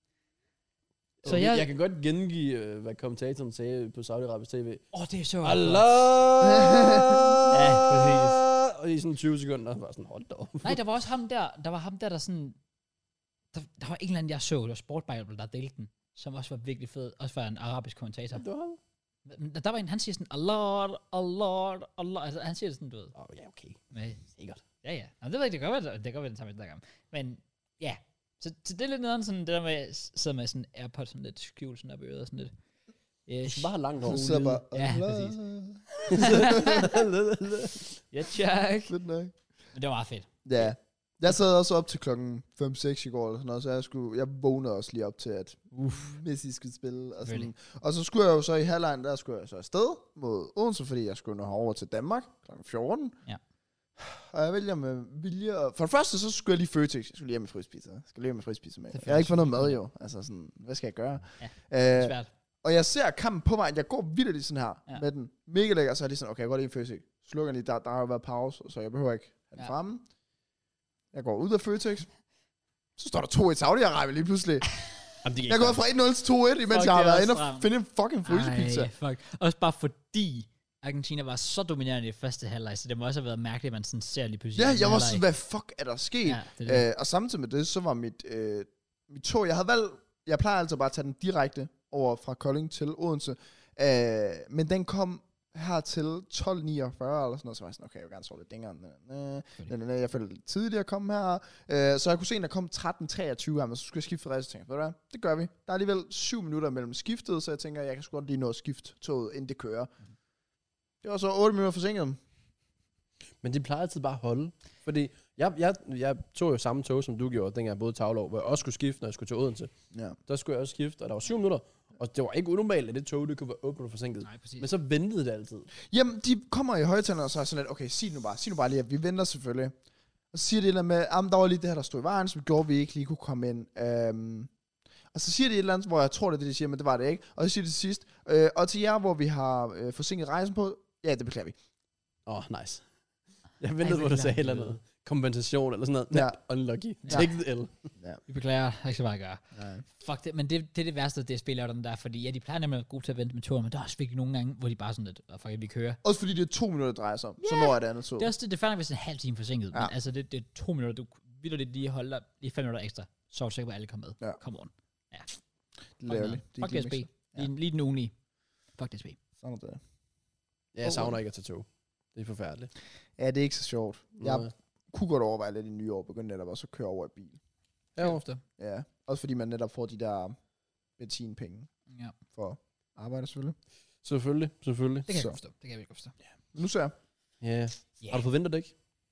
Så jeg, jeg kan godt gengive, øh, hvad kommentatoren sagde på Saudi-Arabisk T V. Åh, oh, det er så Allah! Ja, præcis. Og i sådan tyve sekunder, var sådan, hold da op. Nej, der var også ham der, der var ham der, der sådan, der, der var en eller anden, jeg så, det var Sport Bible, der delte den, som også var virkelig fed, også var en arabisk kommentator. Det var ham. Men Der, der var en, han siger sådan, Allah, Allah, Allah, altså han siger det sådan, du ved. Åh, oh, ja, okay. Med, Sikkert. ja, ja. Nå, det ved jeg ikke, det kan godt være, det kan godt være, den tager vi snakker om. Men ja, så, så det er lidt nederen sådan, det der med, at sidde med sådan AirPods sådan lidt skjult sådan op i øret, sådan lidt. Du Yes. skal bare have langt over. Så sidder bare... Ja, Allah. Ja, check. Lidt nok. Men det var meget fedt. Ja. Jeg sad også op til klokken fem seks i går, eller sådan noget, så jeg, skulle, jeg vågnede også lige op til, at Uff. Messi skulle spille. Og, sådan. Selvfølgelig. Og så skulle jeg jo så i halvlejen, der skulle jeg så afsted mod Odense, fordi jeg skulle nå over til Danmark klokken fjorten. Ja. Og jeg vælger med vilje. Og for det første, så skulle jeg lige Føtex. Jeg skulle lige hjem med frysepizza. Jeg skulle lige hjem med frysepizza med. Det er Jeg har ikke fået noget faktisk mad jo. Altså sådan, hvad skal jeg gøre? Ja, Øh, svært. og jeg ser kampen på mig. Jeg går vildt sådan her Ja. ja. med den. Mega lækker. Så er det sådan, okay, jeg går lige i Føtex. Slukker lige. Der, der har jo været pause, så jeg behøver ikke have den Ja. fremme. Jeg går ud af Føtex. Så står der to et Saudi-Arabien lige pludselig. Jamen, det Jeg er gået fra et nul til to et, imens Fuck, jeg har det er været inde også og stramt. finde en fucking frysepizza. Ej, fuck. Også bare fordi Argentina var så dominerende i første halvleg, så det må også have været mærkeligt, at man sådan ser lige pludselig. Ja, anden jeg var halvleg. sådan, hvad fuck er der sket? Ja, det er det. Øh, og samtidig med det, så var mit, øh, mit tog, jeg havde valgt, jeg plejer altså bare at tage den direkte over fra Kolding til Odense, øh, men den kom her til tolv niogfyrre eller sådan noget, så var jeg sådan, okay, jeg vil gerne sove lidt længere. Næ, næ, næ, jeg følte lidt tidligere at komme her, øh, så jeg kunne se, at der kom tretten treogtyve her, men så skulle jeg skifte for rejse, så tænkte jeg, ved du hvad, det gør vi. Der er alligevel syv minutter mellem skiftet, så jeg tænker, jeg kan sgu godt lige nå at skifte toget, inden det kører. Det var så otte minutter forsinket. Men de plejer altid bare at holde. Fordi jeg, jeg, jeg tog jo samme tog, som du gjorde, dengang jeg boede i Tavlov, hvor jeg også skulle skifte, når jeg skulle til Odense. Ja. Der skulle jeg også skifte, og der var syv minutter. Og det var ikke unormalt, at det tog, det kunne være åbent og forsinket. Nej, præcis. Men så ventede det altid. Jamen, de kommer i højtalerne og så er sådan lidt, okay, sig nu bare, sig nu bare lige, at vi venter selvfølgelig. Og så siger de et eller andet med, at der var lige det her, der stod i vejen, som gjorde, at vi ikke lige kunne komme ind. Um, og så siger de et eller andet, hvor jeg tror, det er det, de siger, men det var det ikke. Og så siger de til sidst, øh, og til jer, hvor vi har øh, forsinket rejsen på, ja, det beklager vi. Åh, oh, nice. Jeg ventede Ej, på, at du det er sagde et eller klart. andet. Kompensation eller sådan noget. Ja. Ja. Unlucky. Ja. Take the L. Ja. Vi beklager, der er ikke så meget at gøre. Nej. Fuck det, men det, det er det værste, det spiller den der, fordi ja, de plejer nemlig at være gode til at vente med turen, men der er også virkelig nogle gange, hvor de bare sådan lidt, og fuck, vi kører. Også fordi det er to minutter, det drejer sig om. Så når jeg det andet tog. Det er også det, det er fandme, hvis det er en halv time forsinket, Ja. men altså, det, det er to minutter, du vil det lige holde dig lige fem minutter ekstra, så er du sikker på, at alle kommer med. Ja. Come on. Ja. Det er ærgerligt. Fuck Det D S B. er Lige, lige den ugenlige. Fuck D S B. sådan er det. Ja, jeg savner ikke at tage tog. Det er forfærdeligt. Ja, det er ikke så sjovt. Jeg Nej. kunne godt overveje lidt i nye år, begynde netop også at køre over i bil. Ja, ofte. Ja, også fordi man netop får de der benzinpenge Ja. for arbejde selvfølgelig. Selvfølgelig, selvfølgelig. Det kan Så. jeg godt forstå. Det kan jeg virkelig godt forstå. Men nu ser jeg. Ja. Ja. Har du fået vinterdæk?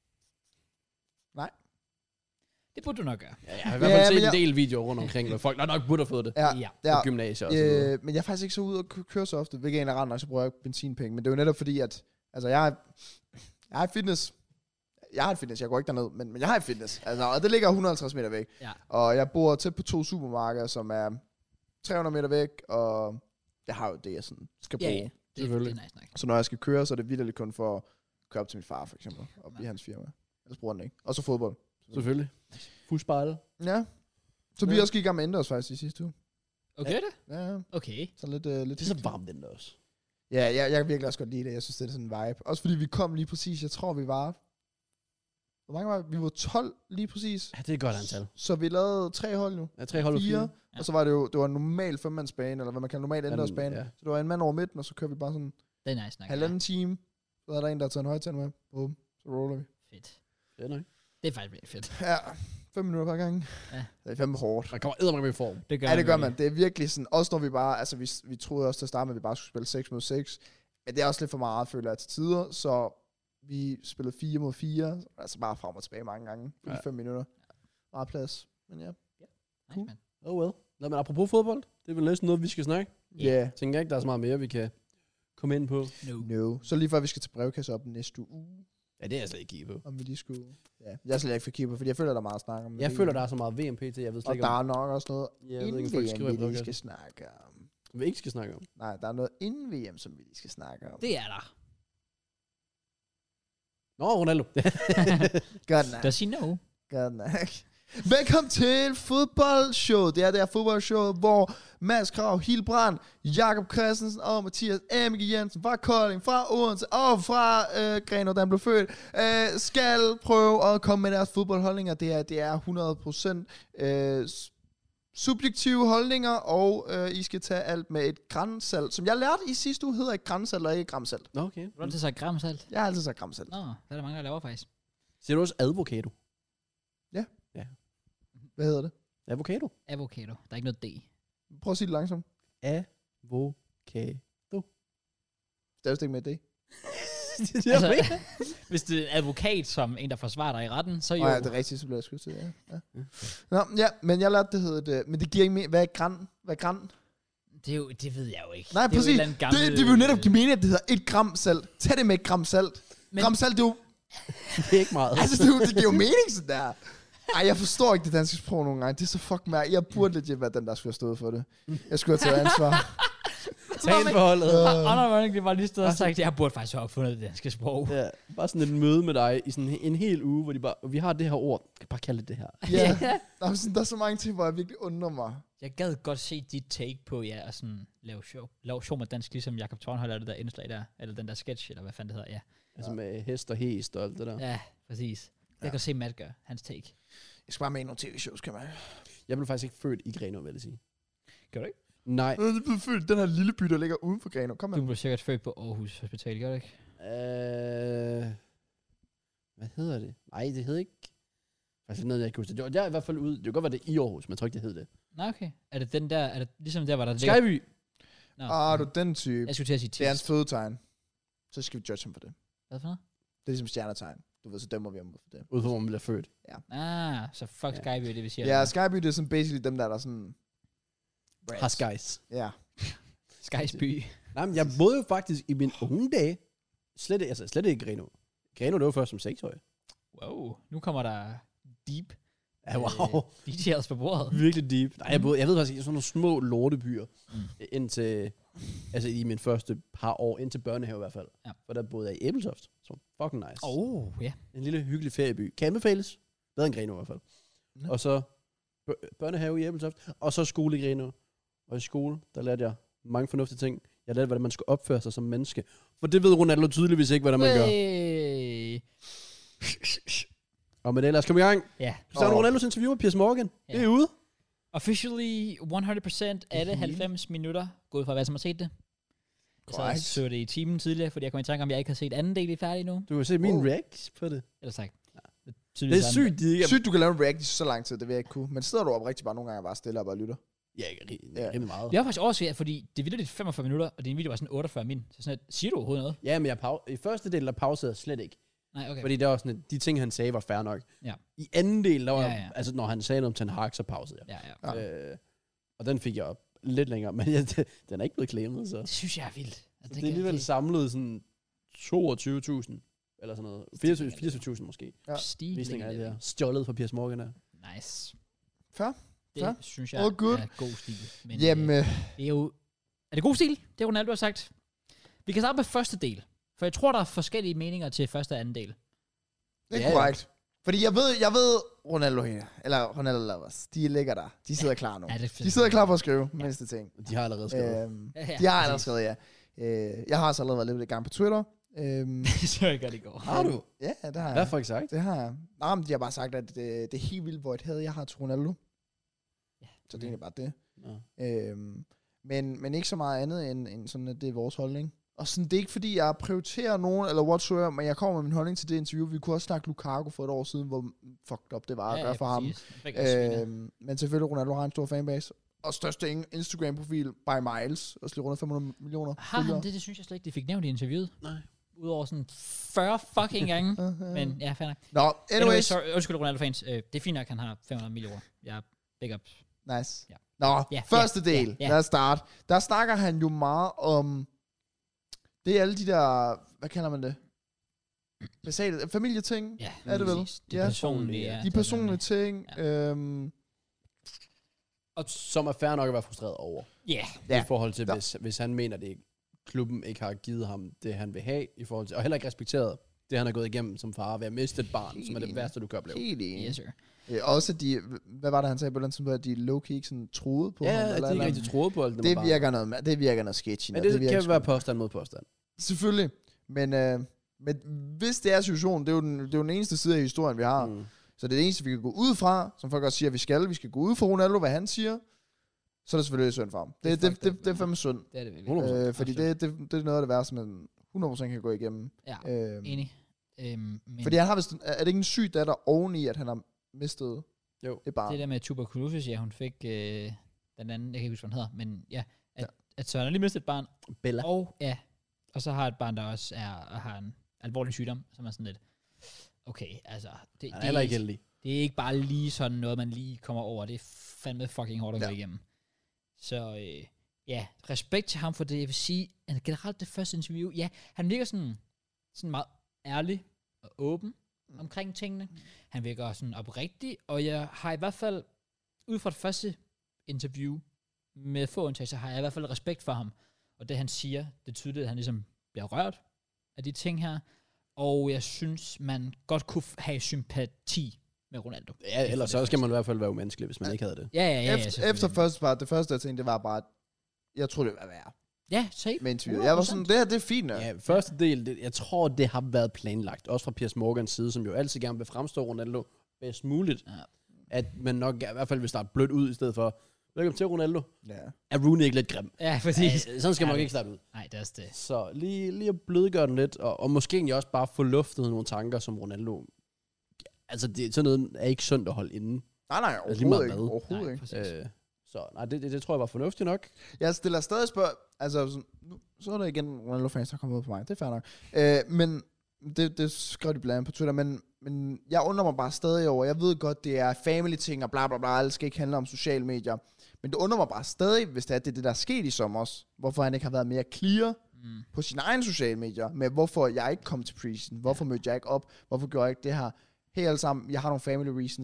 Det burde du nok gøre. Ja, jeg har i hvert Ja, fald set men en jeg- del videoer rundt omkring, hvor folk nok nok burde have fået det. Ja, Ja. ja. På gymnasier og så videre. Øh, men jeg er faktisk ikke så ude og kø- køre så ofte, hvilket en af render, så bruger jeg benzinpenge. Men det er jo netop fordi, at altså, jeg, er, jeg har et fitness. Jeg har et fitness, jeg går ikke derned, men, men jeg har et fitness. Altså, og det ligger et hundrede og halvtreds meter væk. Ja. Og jeg bor tæt på to supermarkeder, som er tre hundrede meter væk, og jeg har jo det, jeg sådan skal Ja, bruge. ja. Det, det Selvfølgelig. er nice nok. Så når jeg skal køre, så er det vitterligt kun for at køre op til min far, for eksempel, og blive hans firma. Ellers bruger den ikke. Og så fodbold. Selvfølgelig. Fuldspejlet. Ja. Så vi Ja. også gik i gang med at ændre os faktisk i sidste uge. Okay, det? Ja, ja. Okay. Så lidt, uh, lidt Det er så hyggeligt. varmt den der også. Ja, jeg, jeg kan virkelig også godt lide det. Jeg synes, det er sådan en vibe. Også fordi vi kom lige præcis, jeg tror, vi var... Hvor mange var vi? Vi var tolv lige præcis. Ja, det er et godt antal. Så vi lavede tre hold nu. Ja, tre hold og Fire. fire. Ja. Og så var det jo det var en normal femmandsbane, eller hvad man kan normalt ændresbane. Ja. Så det var en mand over midten, og så kører vi bare sådan Det er nice nok. halvanden time. Så er der en, der har taget en højtaler med. Boom. Så roller vi. Ja. Fedt. Det er nok. Det er faktisk virkelig fedt. Ja, fem minutter per gang. Ja. Det er fandme hårdt. Man kommer eddermame i form. Det gør Ja, det gør virkelig. man. Det er virkelig sådan, også når vi bare, altså vi, vi troede også til at starte med, at vi bare skulle spille seks mod seks. Men det er også lidt for meget, føler jeg, til tider. Så vi spillede fire mod fire. Altså bare frem og tilbage mange gange. I Ja. fem minutter. Meget plads. Men ja. Nice, man. Oh well. Nå, men apropos fodbold, det er vel næsten noget, vi skal snakke. Ja. Yeah. Jeg tænker ikke, der er så meget mere, vi kan komme ind på. No. No. Så lige før vi skal til brevkasse op næste uge. Ja, det er jeg slet ikke kigget på. Om vi lige skulle... Ja, jeg er slet ikke for kigge på, fordi jeg føler, der er meget at snakke om. Jeg føler, der er så meget V M P til, jeg ved slet Og ikke, der om... er nok også noget Jeg ved inden ikke, om folk V M, skriver i vi lige podcast. skal snakke om. Vi ikke skal snakke om. Nej, der er noget inden V M, som vi lige skal snakke om. Det er der. Nå, Ronaldo. Godt nok. Does he know? Godt nok. Velkommen til fodboldshow. Det er det her fodboldshow, hvor Mads Krav, Hilbrand, Jakob Christensen og Mathias M G Jensen fra Kolding, fra Odense og fra øh, Grenaa, der blev født, øh, skal prøve at komme med deres fodboldholdninger. Det er, det er hundrede procent øh, subjektive holdninger, og øh, I skal tage alt med et gransalt. Som jeg lærte i sidste uge, hedder ikke gransalt og ikke gramsalt. Nå, okay. Hvordan det så gram salt? Jeg har altid sagt gramsalt. Nå, det er der mange, der laver faktisk. Siger du også avocado? Hvad hedder det? Avocado? Avocado. Der er ikke noget D. Prøv at sige det langsomt. Avocado. Det er jo ikke med det. Altså, hvis det er en advokat, som en, der forsvarer dig i retten, så jo. Nå ja, det er rigtigt, så bliver jeg skudt til det. Ja. Ja. Nå, ja, men jeg lærte det hedder det, men det giver ikke mere. Hvad er gran? Hvad er gran? Det, er jo, det ved jeg jo ikke. Nej, det er jo præcis. et eller andet gammel- Det, det vil jo netop give mening, at det hedder et gram salt. Tag det med et gram salt. Men- Men, gram salt, det er jo, Det er ikke meget. altså, det, er jo, det giver jo mening sådan der. Ej, jeg forstår ikke det danske sprog nogle gange. Det er så fuck mærkeligt. Jeg burde legit være den, der skulle have stået for det. Jeg skulle have taget ansvar. Tag ind på holdet. Honor Running, det var lige stået og sagt, jeg burde faktisk have opfundet det danske sprog. Ja, bare sådan et møde med dig i sådan en hel uge, hvor de bare, vi har det her ord, kan jeg bare kalde det det her. Ja, der er, sådan, der er så mange ting, hvor jeg virkelig undrer mig. Jeg gad godt se dit take på, ja, og sådan lave show. Lave show med dansk, ligesom Jakob Tornhold eller det der indslag der, eller den der sketch, eller hvad fanden det hedder, ja. Altså med hest og hest og alt det der. Ja, præcis. Jeg Ja. kan se Matt gøre, hans take. Jeg skal bare med i nogle tv-shows, kan man. Jeg blev faktisk ikke født i Grenaa, vil jeg sige. Gør du ikke? Nej. Jeg er blevet født i den her lille by, der ligger uden for Grenaa. Kom Du med. blev sikkert født på Aarhus Hospital, gør du ikke? Øh, hvad hedder det? Nej, det hed ikke... Faktisk noget, jeg ikke huske. Det var, jeg er i hvert fald ude. Det kan godt være, det er i Aarhus, men jeg tror ikke, det hed det. Nå, okay. Er det den der, er det ligesom der, hvor der ligger... Skyby! Nå, Ah, du er den type. jeg skulle til at sige Det er hans tis. fødetegn. Så skal vi judge ham for det. Hvad for noget? Det er ligesom stjernetegn. Du ved, så dømmer vi ham for det. Ude for, hvor man bliver født. Ah, så fuck Ja. Skyby, det vi siger. Ja, Skyby, det er sådan basically dem, der er der sådan... Har skies. Ja. Skys by. Nej, men jeg boede jo faktisk i mine unge dage. Slet, ikke- altså, slet ikke i Grenaa. Grenaa, det var først som seksårig. Wow, nu kommer der deep. Ja, wow. Øh, details på bordet. Virkelig deep. Nej, jeg, boede, jeg ved faktisk, sådan nogle små lortebyer, Mm. indtil, altså i min første par år, indtil børnehave i hvert fald. Ja. For der boede jeg i Ebeltoft, så fucking nice. Oh, ja. En lille hyggelig ferieby. Kan anbefales. Bedre end Grenaa i hvert fald. Ja. Og så bør- børnehave i Ebeltoft, og så skole i Grenaa. Og i skole, der lærte jeg mange fornuftige ting. Jeg lærte, hvordan man skulle opføre sig som menneske. For det ved Ronaldo tydeligvis ikke, hvordan man gør. Hey. Og med det, lad os komme i gang. Ja. Cristiano Åh. Ronaldos interview med Piers Morgan. Ja. Det er ude. Officially hundrede procent alle hele. halvfems minutter, gået fra hvad som har set det. Så jeg Korrekt. så det i timen tidligere, fordi jeg kom i tanke om, jeg ikke havde set anden del i færdig nu. Du kan se min Oh. react på det. Eller sagt. Det tydeligt er sådan. sygt, de ikke er... Sygt, du kan lave en react i så lang tid, det vil jeg ikke kunne. Men sidder du op rigtig bare nogle gange og bare stille op og lytter? Ja, ri- Ja. rimelig meget. Jeg var faktisk overrasket, fordi det ville lidt femogfyrre minutter, og din video var sådan otteogfyrre min. Så sådan, at, siger du overhovedet noget? Ja, men jeg pau- i første del, der pausede jeg slet ikke. Nej, okay. Fordi det var sådan, at de ting, han sagde, var fair nok. Ja. I anden del, der var, Ja, ja. altså når han sagde noget om Ten Hag, så pausede jeg. Ja, ja. Ja. Øh, og den fik jeg op lidt længere, men ja, det, den er ikke blevet claimet, så. Det synes jeg er vildt. så Altså, det er alligevel samlet sådan toogtyve tusind, eller sådan noget. fireogtyve fireogtyve tusind måske. Ja. Stig. Visninger af det her. Stjålet fra Piers Morgan her. Nice. Fair. Det Fair. synes jeg All good. er god stil. Men, Jamen, øh, øh, det er jo... Er det god stil? Det Ronaldo har sagt. Vi kan starte med første del. For jeg tror, der er forskellige meninger til første og anden del. det er Ja, ja. korrekt. Fordi jeg ved, jeg ved Ronaldo her, eller Ronaldo Lovers, de ligger der. De sidder klar nu. Ja, det De sidder klar på at skrive, mindste ting. De har allerede skrevet. Øhm, Ja, ja, de har allerede præcis. skrevet, ja. Øh, jeg har også allerede været lidt i gang på Twitter. Øhm, så jeg godt i går. Har du? ja, det har Hvad jeg. har folk sagt? Det har jeg. Nej, men de har bare sagt, at det, det er helt vildt, hvor et had jeg har til Ronaldo. Ja. Så det er egentlig bare det. Nå. Øhm, men, men ikke så meget andet end, end sådan, at det er vores holdning. Og sådan, det er ikke fordi, jeg prioriterer nogen, eller whatsoever, men jeg kommer med min holdning til det interview. Vi kunne også snakke Lukaku for et år siden, hvor fucked up det var at gøre for ham. Øhm, men selvfølgelig, Ronaldo har en stor fanbase. Og største in- Instagram-profil, by miles. Og lige rundt fem hundrede millioner Har han følgere. det? Det synes jeg slet ikke, de fik nævnt i interviewet. Nej. Udover sådan fyrre fucking gange. Uh, uh. Men ja, fair nok. Nå, Anyway, anyways. sorry, undskyld Ronaldo-fans. Øh, det er fint nok, at han har fem hundrede millioner. Jeg er big up. Nice. Ja. Nå, Ja, første ja, del. ja, ja. Lad os starte. Der snakker han jo meget om... Det er alle de der... Hvad kalder man det? Basale familieting. Ja, Er det vel? præcis. Det Ja. personlige. Ja, De det er personlige det. ting. Ja. Øhm, Og som er fair nok at være frustreret over. Ja, Ja. I forhold til, Ja. hvis, hvis han mener, at klubben ikke har givet ham det, han vil have, i forhold til, og heller ikke respekteret det, han har gået igennem som far, ved at miste et barn, Helt som er det enig. værste, du kan opleve. helt enig. yes sir. Øh, også at de... Hvad var det, han sagde på den tidspunkt? At de low-key ikke sådan troede på Ja, ham? at Eller de ikke eller rigtig troede på alt, det virker noget, det virker noget sketchy. Men noget. det, det virker kan være sgu- påstand mod påstand. Selvfølgelig. Men, øh, men hvis det er situationen, det er, jo den, det er jo den eneste side af historien, vi har. Mm. Så det er det eneste, vi kan gå ud fra, som folk også siger, at vi skal. Vi skal gå ud fra Ronaldo, hvad han siger. Så er det selvfølgelig synd for ham. Det, Det det, er det, fucked det, up. det er fandme synd. Det er det virkelig. hundrede procent. Øh, fordi det, det, det er noget af det værste, man hundrede procent kan gå igennem. Ja, Øh, enig. Øhm, men fordi han har vist, er det ikke en syg datter oveni, at han har mistet Jo. et barn? det der med tuberkulosis, ja, hun fik øh, den anden, jeg kan ikke huske, hvad hun hedder, men ja, at, Ja. at så han har lige mistet et barn, Bella. og ja, og så har et barn, der også er, og har en alvorlig sygdom, som er sådan lidt, okay, altså, det, Han er det, heller er, ikke heldig. det er ikke bare lige sådan noget, man lige kommer over, det er fandme fucking hårdt at Ja. gå igennem. Så øh, ja, respekt til ham for det, jeg vil sige, at generelt det første interview, ja, han virker sådan, sådan meget ærlig og åben Mm. omkring tingene. Han virker sådan oprigtig, og jeg har i hvert fald, ud fra det første interview, med få undtagelser, har jeg i hvert fald respekt for ham. Og det han siger, det er tydeligt, at han ligesom bliver rørt af de ting her. Og jeg synes, man godt kunne f- have sympati med Ronaldo. Ja, ellers så skal man i hvert fald være umenneskelig, hvis man ikke havde det. Ja, ja, ja. ja efter, selvfølgelig. efter første part, det første jeg tænkte, det var bare, at jeg troede, det var værre Ja, se. med interviewet. Jeg var sådan, det her, det er fint. Ja. Ja, første del, det, jeg tror, det har været planlagt, også fra Piers Morgans side, som jo altid gerne vil fremstå Ronaldo bedst muligt. Ja. At man nok i hvert fald vil starte blødt ud, i stedet for, velkommen til Ronaldo. ja. Er Rooney ikke lidt grim? Ja, præcis. Ja, sådan skal man Ja, nok det- ikke starte ud. Nej, det er også det. Så lige, lige at blødgøre den lidt, og, og måske egentlig også bare få luftet nogle tanker, som Ronaldo... Altså, det, sådan noget er ikke sundt at holde inde. Nej, nej, Altså, lige meget overhovedet ikke. hvad. Overhovedet Nej, ikke. præcis. Øh, så nej, det, det, det tror jeg var fornuftigt nok. Jeg stiller stadig spørg... Altså, sådan, nu, så er der igen Ronaldo-fans, der kommer ud på mig. Det er fair nok. Øh, men det, det skrev de blandt andet på Twitter, men, men jeg undrer mig bare stadig over. Jeg ved godt, det er family-ting og bla bla bla. Alt skal ikke handle om sociale medier. Men det undrer mig bare stadig, hvis det er det, det der er sket i sommer. Hvorfor han ikke har været mere clear Mm. på sine egne sociale medier. Med hvorfor jeg ikke kom til preseason. Hvorfor mødte jeg ikke op. Hvorfor gjorde jeg ikke det her. Hey alle sammen, jeg har nogle family reasons. Bla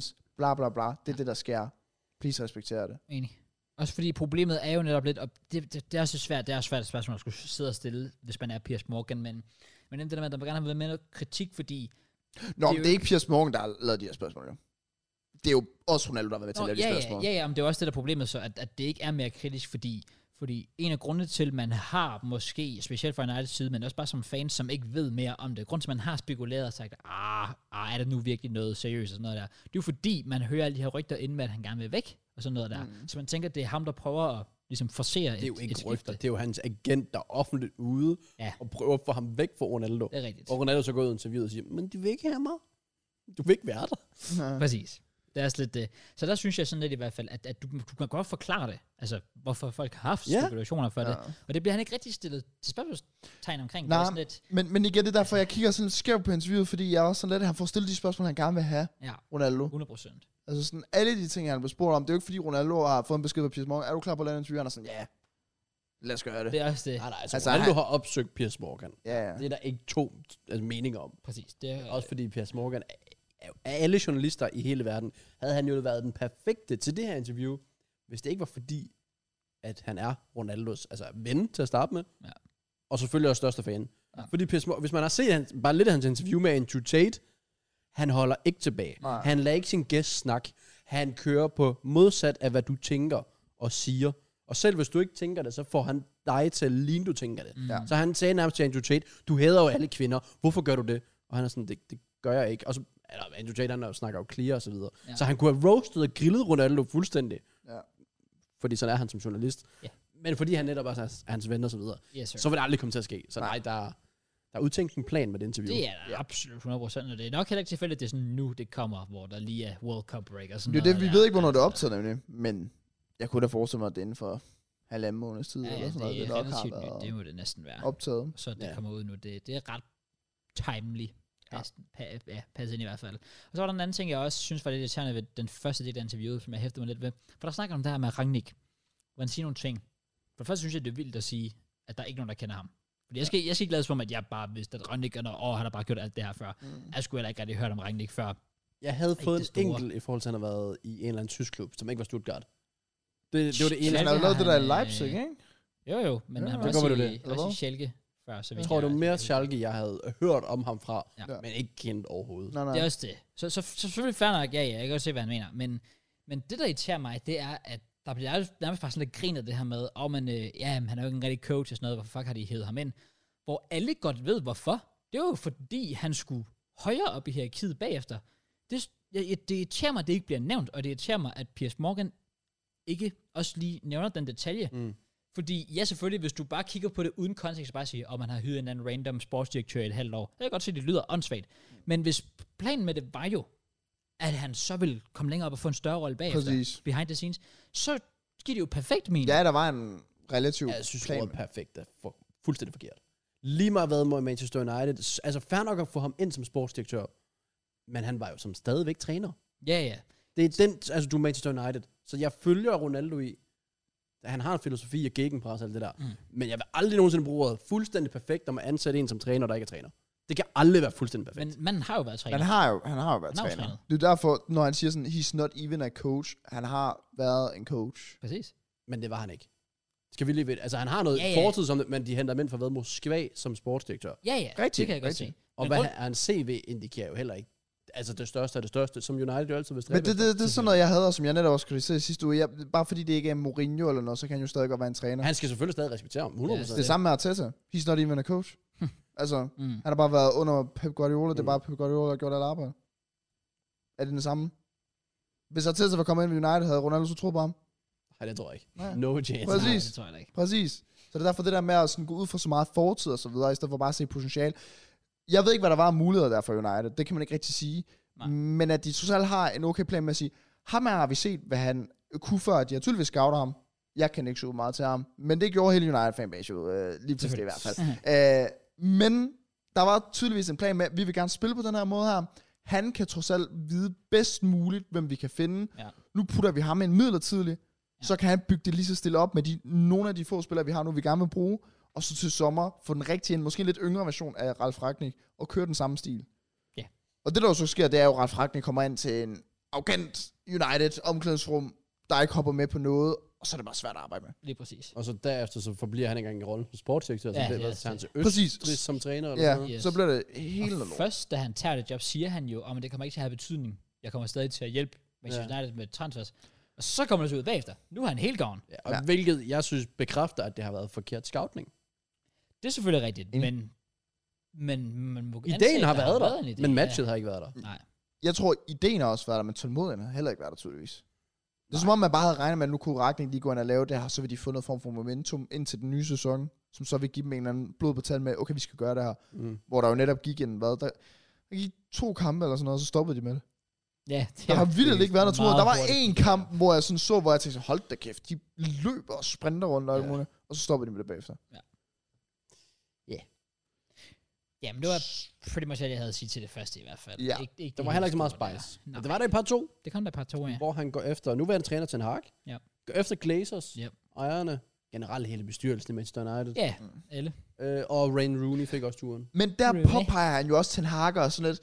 bla bla bla. Det er ja. det, der sker. Please respektere det. Enig. Også fordi problemet er jo netop lidt, og det, det, det er også svært, det er også svært et spørgsmål at skulle sidde og stille, hvis man er Piers Morgan, men, men det der med, at der må gerne have været med noget kritik, fordi... Nå, det er, jo det er ikke Piers Morgan, der har lavet de her spørgsmål, jo. Det er jo også Ronaldo, der har været med til Nå, at lave ja, de spørgsmål. Ja, ja, ja, men det er også det der problemet så, at, at det ikke er mere kritisk, fordi, fordi en af grundene til, at man har måske, specielt fra Uniteds side, men også bare som fans, som ikke ved mere om det, grund til, at man har spekuleret og sagt, ah, ah er det nu virkelig noget seriøst og sådan noget der, det er jo fordi, man hører alle de her rygter inden med, at han gerne vil væk, og sådan noget der. Mm. Så man tænker, at det er ham, der prøver at ligesom forcere et Det er jo ikke et rygter, det er jo hans agent, der er offentligt ude ja. og prøver at få ham væk fra Ronaldo. Det er rigtigt. Og Ronaldo så går ud i interviewet og siger, men de vil ikke have mig. Du vil ikke være der. Ja. Præcis. Det er lidt det. Så der synes jeg sådan lidt i hvert fald, at, at du, du kan godt forklare det. Altså, hvorfor folk har haft Ja. spekulationer for Ja. det. Og det bliver han ikke rigtig stillet til spørgsmålstegn omkring. Nej, Det er sådan lidt, Men, men igen, det er derfor, jeg kigger sådan lidt skævt på interviewet, fordi jeg er også sådan lidt, at han får stillet de spørgsmål, han gerne vil have, ja, Ronaldo. hundrede procent. Altså sådan, alle de ting, han blev spurgt om, det er jo ikke fordi Ronaldo har fået en besked på Piers Morgan. Er du klar på at lave en interview? Han er sådan, ja, lad os gøre det. Det er også det. Nej, nej, altså, Altså, Ronaldo han- har opsøgt Piers Morgan. Ja, ja. Det er der ikke to altså, meninger om. Præcis. Det er, Også fordi Piers Morgan, af af alle journalister i hele verden, havde han jo været den perfekte til det her interview, hvis det ikke var fordi, at han er Ronaldos altså ven til at starte med, Ja. og selvfølgelig også største fan. Ja. Fordi Piers Morgan, hvis man har set hans, bare lidt af hans interview med Andrew Tate, han holder ikke tilbage. Nej. Han lader ikke sin gæst snakke. Han kører på modsat af, hvad du tænker og siger. Og selv hvis du ikke tænker det, så får han dig til at ligne, du tænker det. mm, Ja. Så han sagde nærmest til Andrew Tate, du hader jo alle kvinder, hvorfor gør du det? Og han er sådan, det, det gør jeg ikke. Og så, eller Andrew Tate, han er jo snakker jo clear og så videre. Ja. Så han kunne have roastet og grillet Ronaldo fuldstændig. Ja. Fordi sådan er han som journalist. Ja. Men fordi han netop også er hans ven og så videre. yes, sir. Så vil det aldrig komme til at ske. Så nej, Nej. der, der er udtænkt en plan med det interview. Det er der absolut hundrede procent, og det er nok heller ikke tilfældigt, at det er sådan nu, det kommer, hvor der lige er World Cup break og sådan Det er jo det, noget vi der. ved ikke, hvornår det er Altså, optaget nemlig, men jeg kunne da forestille mig, at det er inden for halvanden måneds tid, Ja, ja, eller sådan noget, det det er nok har relativt nyt, det været må det næsten være. optaget. Så det Ja. kommer ud nu, det, det er ret timely. Ja. Ja. Pa, ja, passet ind i hvert fald. Og så var der en anden ting, jeg også synes var lidt irriterende ved den første del af interviewet, som jeg hæftede mig lidt ved. For der snakker om det her med Rangnick, hvor han siger nogle ting. For det første synes jeg, det er vildt at sige, at der er ikke nogen, der kender ham. Fordi jeg skal, jeg skal ikke lade som om, at jeg bare vidste, at Rangnick er noget, åh, han har bare gjort alt det her før. Mm. Jeg skulle heller ikke rigtig hørt om Rangnick før. Jeg havde Ikke fået det en store. enkelt i forhold til, at han har været i en eller anden tysk klub, som ikke var Stuttgart. Det, det var det ene. Schalke Han har jo lavet det der i han, Leipzig, øh, ikke? Jo, jo, men Ja, han det var kan også, godt være i, det. Eller også i hvad? Schalke før. Så Jeg vidt tror, det var mere ved. Schalke, jeg havde hørt om ham fra, Ja. men ikke kendt overhovedet. Nej, nej. Det er også det. Så, så, så selvfølgelig fair nok, ja, ja, jeg kan også se, hvad han mener. Men, men det, der irriterer mig, det er, at der bliver nærmest bare sådan lidt grin af det her med, åh, oh, men øh, ja, men han er jo ikke en rigtig coach og sådan noget, hvorfor fuck har de hævet ham ind? Hvor alle godt ved, hvorfor. Det var jo fordi, han skulle højere op i hierarkiet bagefter. Det, jeg, det irriterer mig, at det ikke bliver nævnt, og det irriterer mig, at Piers Morgan ikke også lige nævner den detalje. Mm. Fordi, ja, selvfølgelig, hvis du bare kigger på det uden kontekst, og bare siger, at oh, man har hyret en anden random sportsdirektør i et halvt år, så kan jeg godt se, at det lyder åndssvagt. Men hvis planen med det var jo, at han så vil komme længere op og få en større rolle bagefter, Præcis. behind the scenes, så giver det jo perfekt mening. Ja, der var en relativ Ja, jeg synes, plan. ordet perfekt er for, fuldstændig forkert. Lige meget hvad mod Manchester United. s- Altså, fair nok at få ham ind som sportsdirektør, men han var jo som stadigvæk træner. Ja, ja. Det er den, altså du er Manchester United, så jeg følger Ronaldo i, han har en filosofi af gegenpres og alt det der, Mm. men jeg vil aldrig nogensinde bruge ordet fuldstændig perfekt, om at ansætte en som træner, der ikke er træner. Det kan aldrig være fuldstændig perfekt. Men manden har jo været træner. Han har jo, han har jo været Han har jo træner. trænet. Det er derfor, når han siger sådan, he's not even a coach, han har været en coach. Præcis. Men det var han ikke. Skal vi lige ved, altså han har noget Ja, ja. fortid som det, men de henter ham ind for hvad, Moskva som sportsdirektør. Ja, ja. Rigtigt, Det kan jeg godt rigtigt. se. Og Men hvad grund- er en C V indikerer jo heller ikke. Altså det største er det største, som United jo altid vil stræbe Men det, efter. det, det er sådan noget, jeg havde, og som jeg netop også kritiserede sidste uge. Jeg, bare fordi det ikke er Mourinho eller noget, så kan han jo stadig godt være en træner. Han skal selvfølgelig stadig respektere ham, hundrede procent. Det er samme med Arteta. He's not even a coach. altså, Mm. han har bare været under Pep Guardiola. Det er Mm. bare Pep Guardiola, der har gjort alt arbejde. Er det den samme? Hvis Arteta var kommet ind ved United, havde Ronaldo så troet på ham? Nej, det tror jeg ikke. Nej. No chance. Præcis. Nej, det tror jeg da ikke. Præcis. Så det er derfor det der med at sådan gå ud fra så meget fortid og så videre, i stedet for bare at se potentiale. Jeg ved ikke, hvad der var af muligheder der for United. Det kan man ikke rigtig sige. Nej. Men at de trods alt har en okay plan med at sige, ham her har vi set, hvad han kunne før. De har tydeligvis scoutet ham. Jeg kan ikke så meget til ham. Men det gjorde hele United fanbase jo. Øh, lige pludselig i hvert fald. øh, men der var tydeligvis en plan med, at vi vil gerne spille på den her måde her. Han kan trods alt vide bedst muligt, hvem vi kan finde. Ja. Nu putter vi ham ind midlertidigt. Ja. Så kan han bygge det lige så stille op med de, nogle af de få spillere, vi har nu, vi gerne vil bruge. Og så til sommer få den rigtige, en måske en lidt yngre version af Ralf Rangnick, og køre den samme stil. Ja. Og det der jo så sker, det er jo, at Ralf Rangnick kommer ind til en arrogant United, omklædningsrum, der ikke hopper med på noget, og så er det bare svært at arbejde med. Lige præcis. Og så derefter så forbliver han ikke engang i rollen som sportsdirektør, Ja, så det ja, var han til præcis. Østrig som træner. Eller Ja, sådan Yes. så bliver det helt Og noget. først, da han tager det job, siger han jo, om det kommer ikke til at have betydning. Jeg kommer stadig til at hjælpe Manchester Ja. United med transfers. Og så kommer det så ud bagefter. Nu er han helt gone. Ja, og Ja. hvilket jeg synes bekræfter, at det har været forkert scouting. Det er selvfølgelig rigtigt, En- men... Men man må Ideen antage, har der været der, en idé. men matchet har ikke været der. Ja. Nej. Jeg tror, ideen har også været der, men tålmodigheden har heller ikke været der, tydeligvis. Det er som om, man bare havde regnet med, at nu kunne Ragnik lige gå ind og lave det her, så vil de få noget form for momentum ind til den nye sæson, som så vil give dem en eller anden blod på tand med, okay, vi skal gøre det her. Mm. Hvor der jo netop gik en, hvad, der, der gik to kampe eller sådan noget, og så stoppede de med det. Ja, det Der har vildt ikke været noget. meget Der var hurtigt. én kamp, hvor jeg sådan så, hvor jeg tænkte, hold da kæft, de løber og sprinter rundt og alt Ja. muligt, og så stopper de med det bagefter. Ja, men det var pretty much alt, jeg havde at sige til det første i hvert fald. Ja. Ikke, ikke Der det var heller ikke så meget helt store spice. der. Men Nej, det var der i part to, det kom der par to, ja. hvor han går efter nuværende træner Ten Hag, Ja. går efter Glazers, Ja. ejerne, generelt hele bestyrelsen i Manchester United, Ja, alle. øh, og Wayne Rooney fik også turen. Men der Really? påpeger han jo også Ten Hag og sådan lidt,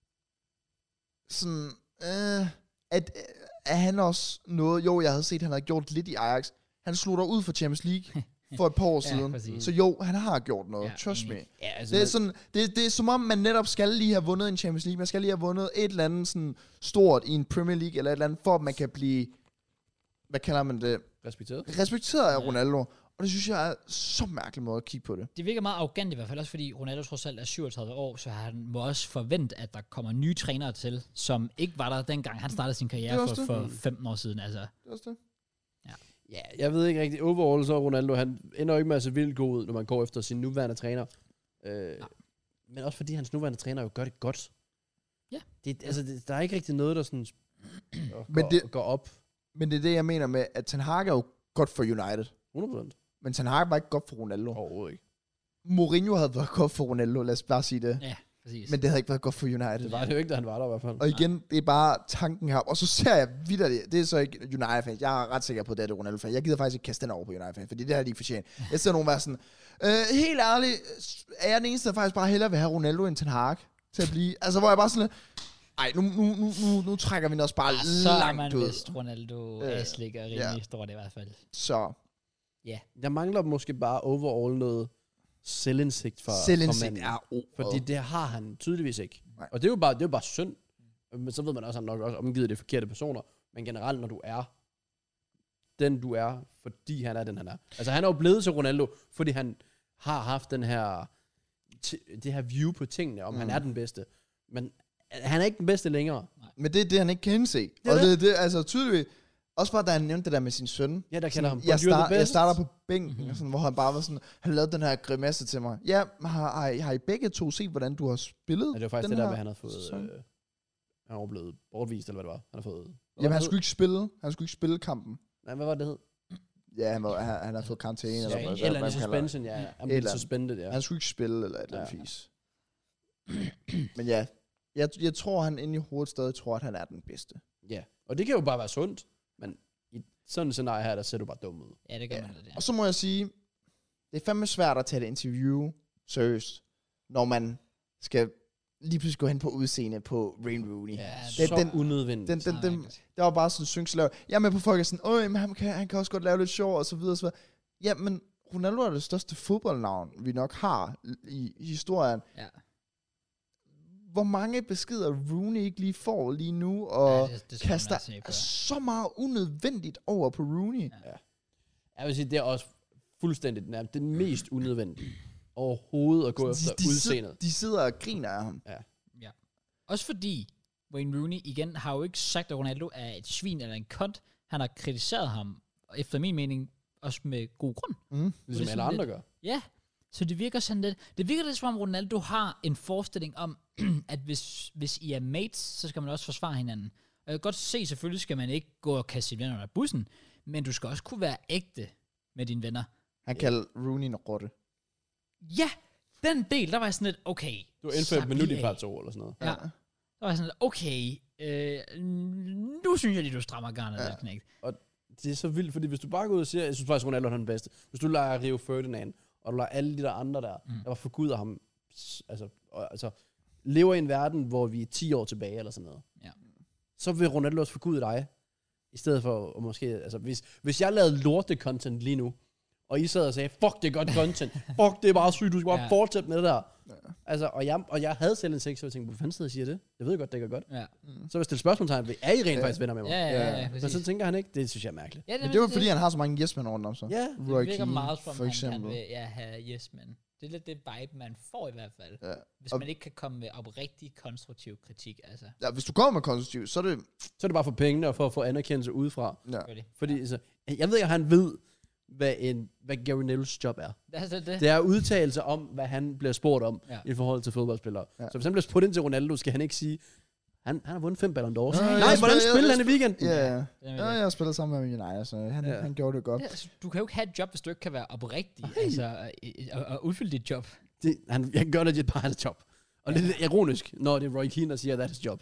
sådan, øh, at, at han også noget, jo, jeg havde set, han havde gjort lidt i Ajax. Han slog der ud for Champions League for et par år Ja, siden. præcis. Så jo, han har gjort noget, Ja, ja, trust me. enig. Ja, altså, Det er, sådan, det, det er som om, man netop skal lige have vundet en Champions League. Man skal lige have vundet et eller andet sådan stort i en Premier League, eller et eller andet, for at man kan blive, hvad kalder man det, respekteret. respekteret af Ja. Ronaldo. Og det synes jeg er så mærkelig måde at kigge på det. Det virker meget arrogant i hvert fald, også fordi Ronaldo trods alt er syvogtredive år, så han må også forvente, at der kommer nye trænere til, som ikke var der dengang, han startede sin Det er karriere også for, det. for Mm. femten år siden. Altså, Det er også det. Ja, jeg ved ikke rigtigt. Overall så er Ronaldo, han ender jo ikke med at se vildt god ud, når man går efter sin nuværende træner. Øh, men også fordi hans nuværende træner jo gør det godt. Ja. Det, altså, det, der er ikke rigtig noget, der sådan går, Men det- går op. Men det er det, jeg mener med, at Ten Hag er jo godt for United. hundrede procent. Men Ten Hag var ikke godt for Ronaldo. Overhovedet ikke. Mourinho havde været godt for Ronaldo, lad os bare sige det. ja, præcis. Men det havde ikke været godt for United. Det var det jo ikke, da han var der i hvert fald. Og igen, det er bare tanken her. Og så ser jeg videre det. Det er så ikke United-fans. Jeg er ret sikker på, at det er det Ronaldo-fans. Jeg gider faktisk ikke kaste den over på United-fans, fordi det har de ikke fortjent. Jeg ser nogen være sådan, øh, helt ærligt, er jeg den eneste, der faktisk bare hellere vil have Ronaldo end Ten Hag til at blive. Altså, hvor jeg bare sådan, ej, nu, nu, nu, nu, nu trækker vi den også bare Ah, så er langt man ud. vist Ronaldo Øh, øh, ligger rimelig ja. ja. stort i hvert fald. Så, Jeg mangler måske bare overall noget selvindsigt fra, fra selvindsigt manden. er ordet. Fordi det har han tydeligvis ikke. Nej. Og det er jo bare, det er jo bare synd. Men så ved man også, at han nok også omgivet de forkerte personer. Men generelt, når du er den, du er, fordi han er den, han er. Altså, han er jo blevet til Ronaldo, fordi han har haft den her, t- det her view på tingene, om mm. han Mm. er den bedste. Men han er ikke den bedste længere. Men det er det, han ikke kan indse. Det Det er og det. det, det, altså tydeligvis, også bare da han nævnte det der med sin søn. Ja, der Sådan, kalder ham. jeg, "But you're the start, jeg best." starter på bænken, Mhm. mm-hmm. sådan, hvor han bare var sådan, han lavede den her grimasse til mig. Ja, har, har, I- har I begge to set, hvordan du har spillet? Ja, det var faktisk den det der her med, han havde fået... sæson? Øh, han var blevet bortvist, eller hvad det var. Han har fået... Jamen, han skulle ikke spille. Han skulle ikke spille kampen. Nej, hvad var det, det hed? Ja, han, var, han, han har fået karantæne. Ja, eller eller, hvad, eller hvad, en hvad man kalder det. suspension, ja. Han Et blev eller andet. suspended, ja. Han skulle ikke spille, eller et eller andet Ja. fis. Men ja, jeg, jeg tror, han inde i hovedet stadig tror, at han er den bedste. Ja, og det kan jo bare være sundt, men i sådan en scenarie her, der ser du bare dum ud. Ja, det gør Ja. man det. Og så må jeg sige, det er fandme svært at tage et interview seriøst, når man skal lige pludselig gå hen på udseende på Wayne Rooney. Ja, Ja, det- så den- unødvendigt. Den, Den, den, Så den, rigtigt. der var bare sådan en syngslav. Jeg er med på folk, er sådan, åh, men han kan, han kan også godt lave lidt sjov, og så videre, og så videre. Ja, men Ronaldo er det største fodboldnavn, vi nok har i, i historien. Ja. Hvor mange beskeder Rooney ikke lige får lige nu, og Ja, det, det skal man kaster altså ikke gøre. så meget unødvendigt over på Rooney. Ja. jeg vil sige, det er også fuldstændig nærmest det mest unødvendige overhovedet at gå efter de, udseendet. sidder, de sidder og griner af ham. Ja. Også fordi Wayne Rooney igen har jo ikke sagt, at Ronaldo er et svin eller en kont. Han har kritiseret ham, og efter min mening, også med god grund. Mm. Ligesom det er alle sådan andre lidt- gør. Ja, så det virker sådan lidt, det virker lidt som om Ronaldo har en forestilling om, at hvis, hvis I er mates, så skal man også forsvare hinanden. Og jeg kan godt se, selvfølgelig skal man ikke gå og kaste sine venner under bussen, men du skal også kunne være ægte med dine venner. Han kalder Rooney en rotte. Ja, den del, der var jeg sådan lidt, okay. Du har indført slap et minut lige i af. part to eller sådan noget. Ja. Der var jeg sådan lidt, okay, øh, nu synes jeg lige, du strammer garnet Ja. lidt, knægt. Det er så vildt, fordi hvis du bare går ud og siger, jeg synes faktisk, Ronaldo er den bedste. Hvis du leger Rio Ferdinand, og du leger alle de der andre der, Mm. mm. der var forguder ham, s- altså, og, altså, lever i en verden, hvor vi er ti år tilbage eller sådan noget. Ja. Så vil Ronaldo også forgude dig. I stedet for at måske, altså hvis, hvis jeg lavede lorte-content lige nu, og I sad og sagde, fuck, det er godt content, fuck, det er bare sygt, du skal bare Ja. fortsætte med det der. Ja. Altså, og jeg, og jeg havde selv en sex, så jeg tænkte, hvor fanden sidder og siger det? Jeg ved jo godt, det gør godt. Ja. Mm. Så hvis det er spørgsmålstegn, er I rent Ja. faktisk venner med mig? Ja, ja, ja, ja, Men præcis. så tænker han ikke, det synes jeg er mærkeligt. Ja, Men det var fordi, han har så mange yes-men rundt om sig. Ja, det Roy virker Keane, meget som, for han, eksempel. han vil ja, have yes, men det er lidt det vibe, man får i hvert fald. Ja. Hvis Og- man ikke kan komme med oprigtig konstruktiv kritik, altså. Ja, hvis du kommer med konstruktiv, så er det... så er det bare for pengene og for at få anerkendelse udefra. Ja. Really. Fordi altså, jeg ved ikke, om han ved, hvad, en, hvad Gary Neville's job er. Det er det. det. Det er udtalelser om, hvad han bliver spurgt om Ja. i forhold til fodboldspillere. Ja. Så hvis han bliver spurgt ind til Ronaldo, skal han ikke sige, han, han har vundet fem Ballon d'Or. Nå, Nej, jeg hvordan spiller- spiller jeg- han i weekenden? Ja, ja. Det er Ja, jeg har spillet sammen med United, så han, Ja. han gjorde det godt. Ja, altså, du kan jo ikke have et job, hvis du ikke kan være oprigtig, Nej. altså, og, og udfylde dit job. Det, han, jeg kan gøre det, det er bare hans job. Og det er lidt ironisk, når det er Roy Keane, der siger, at det er hans job.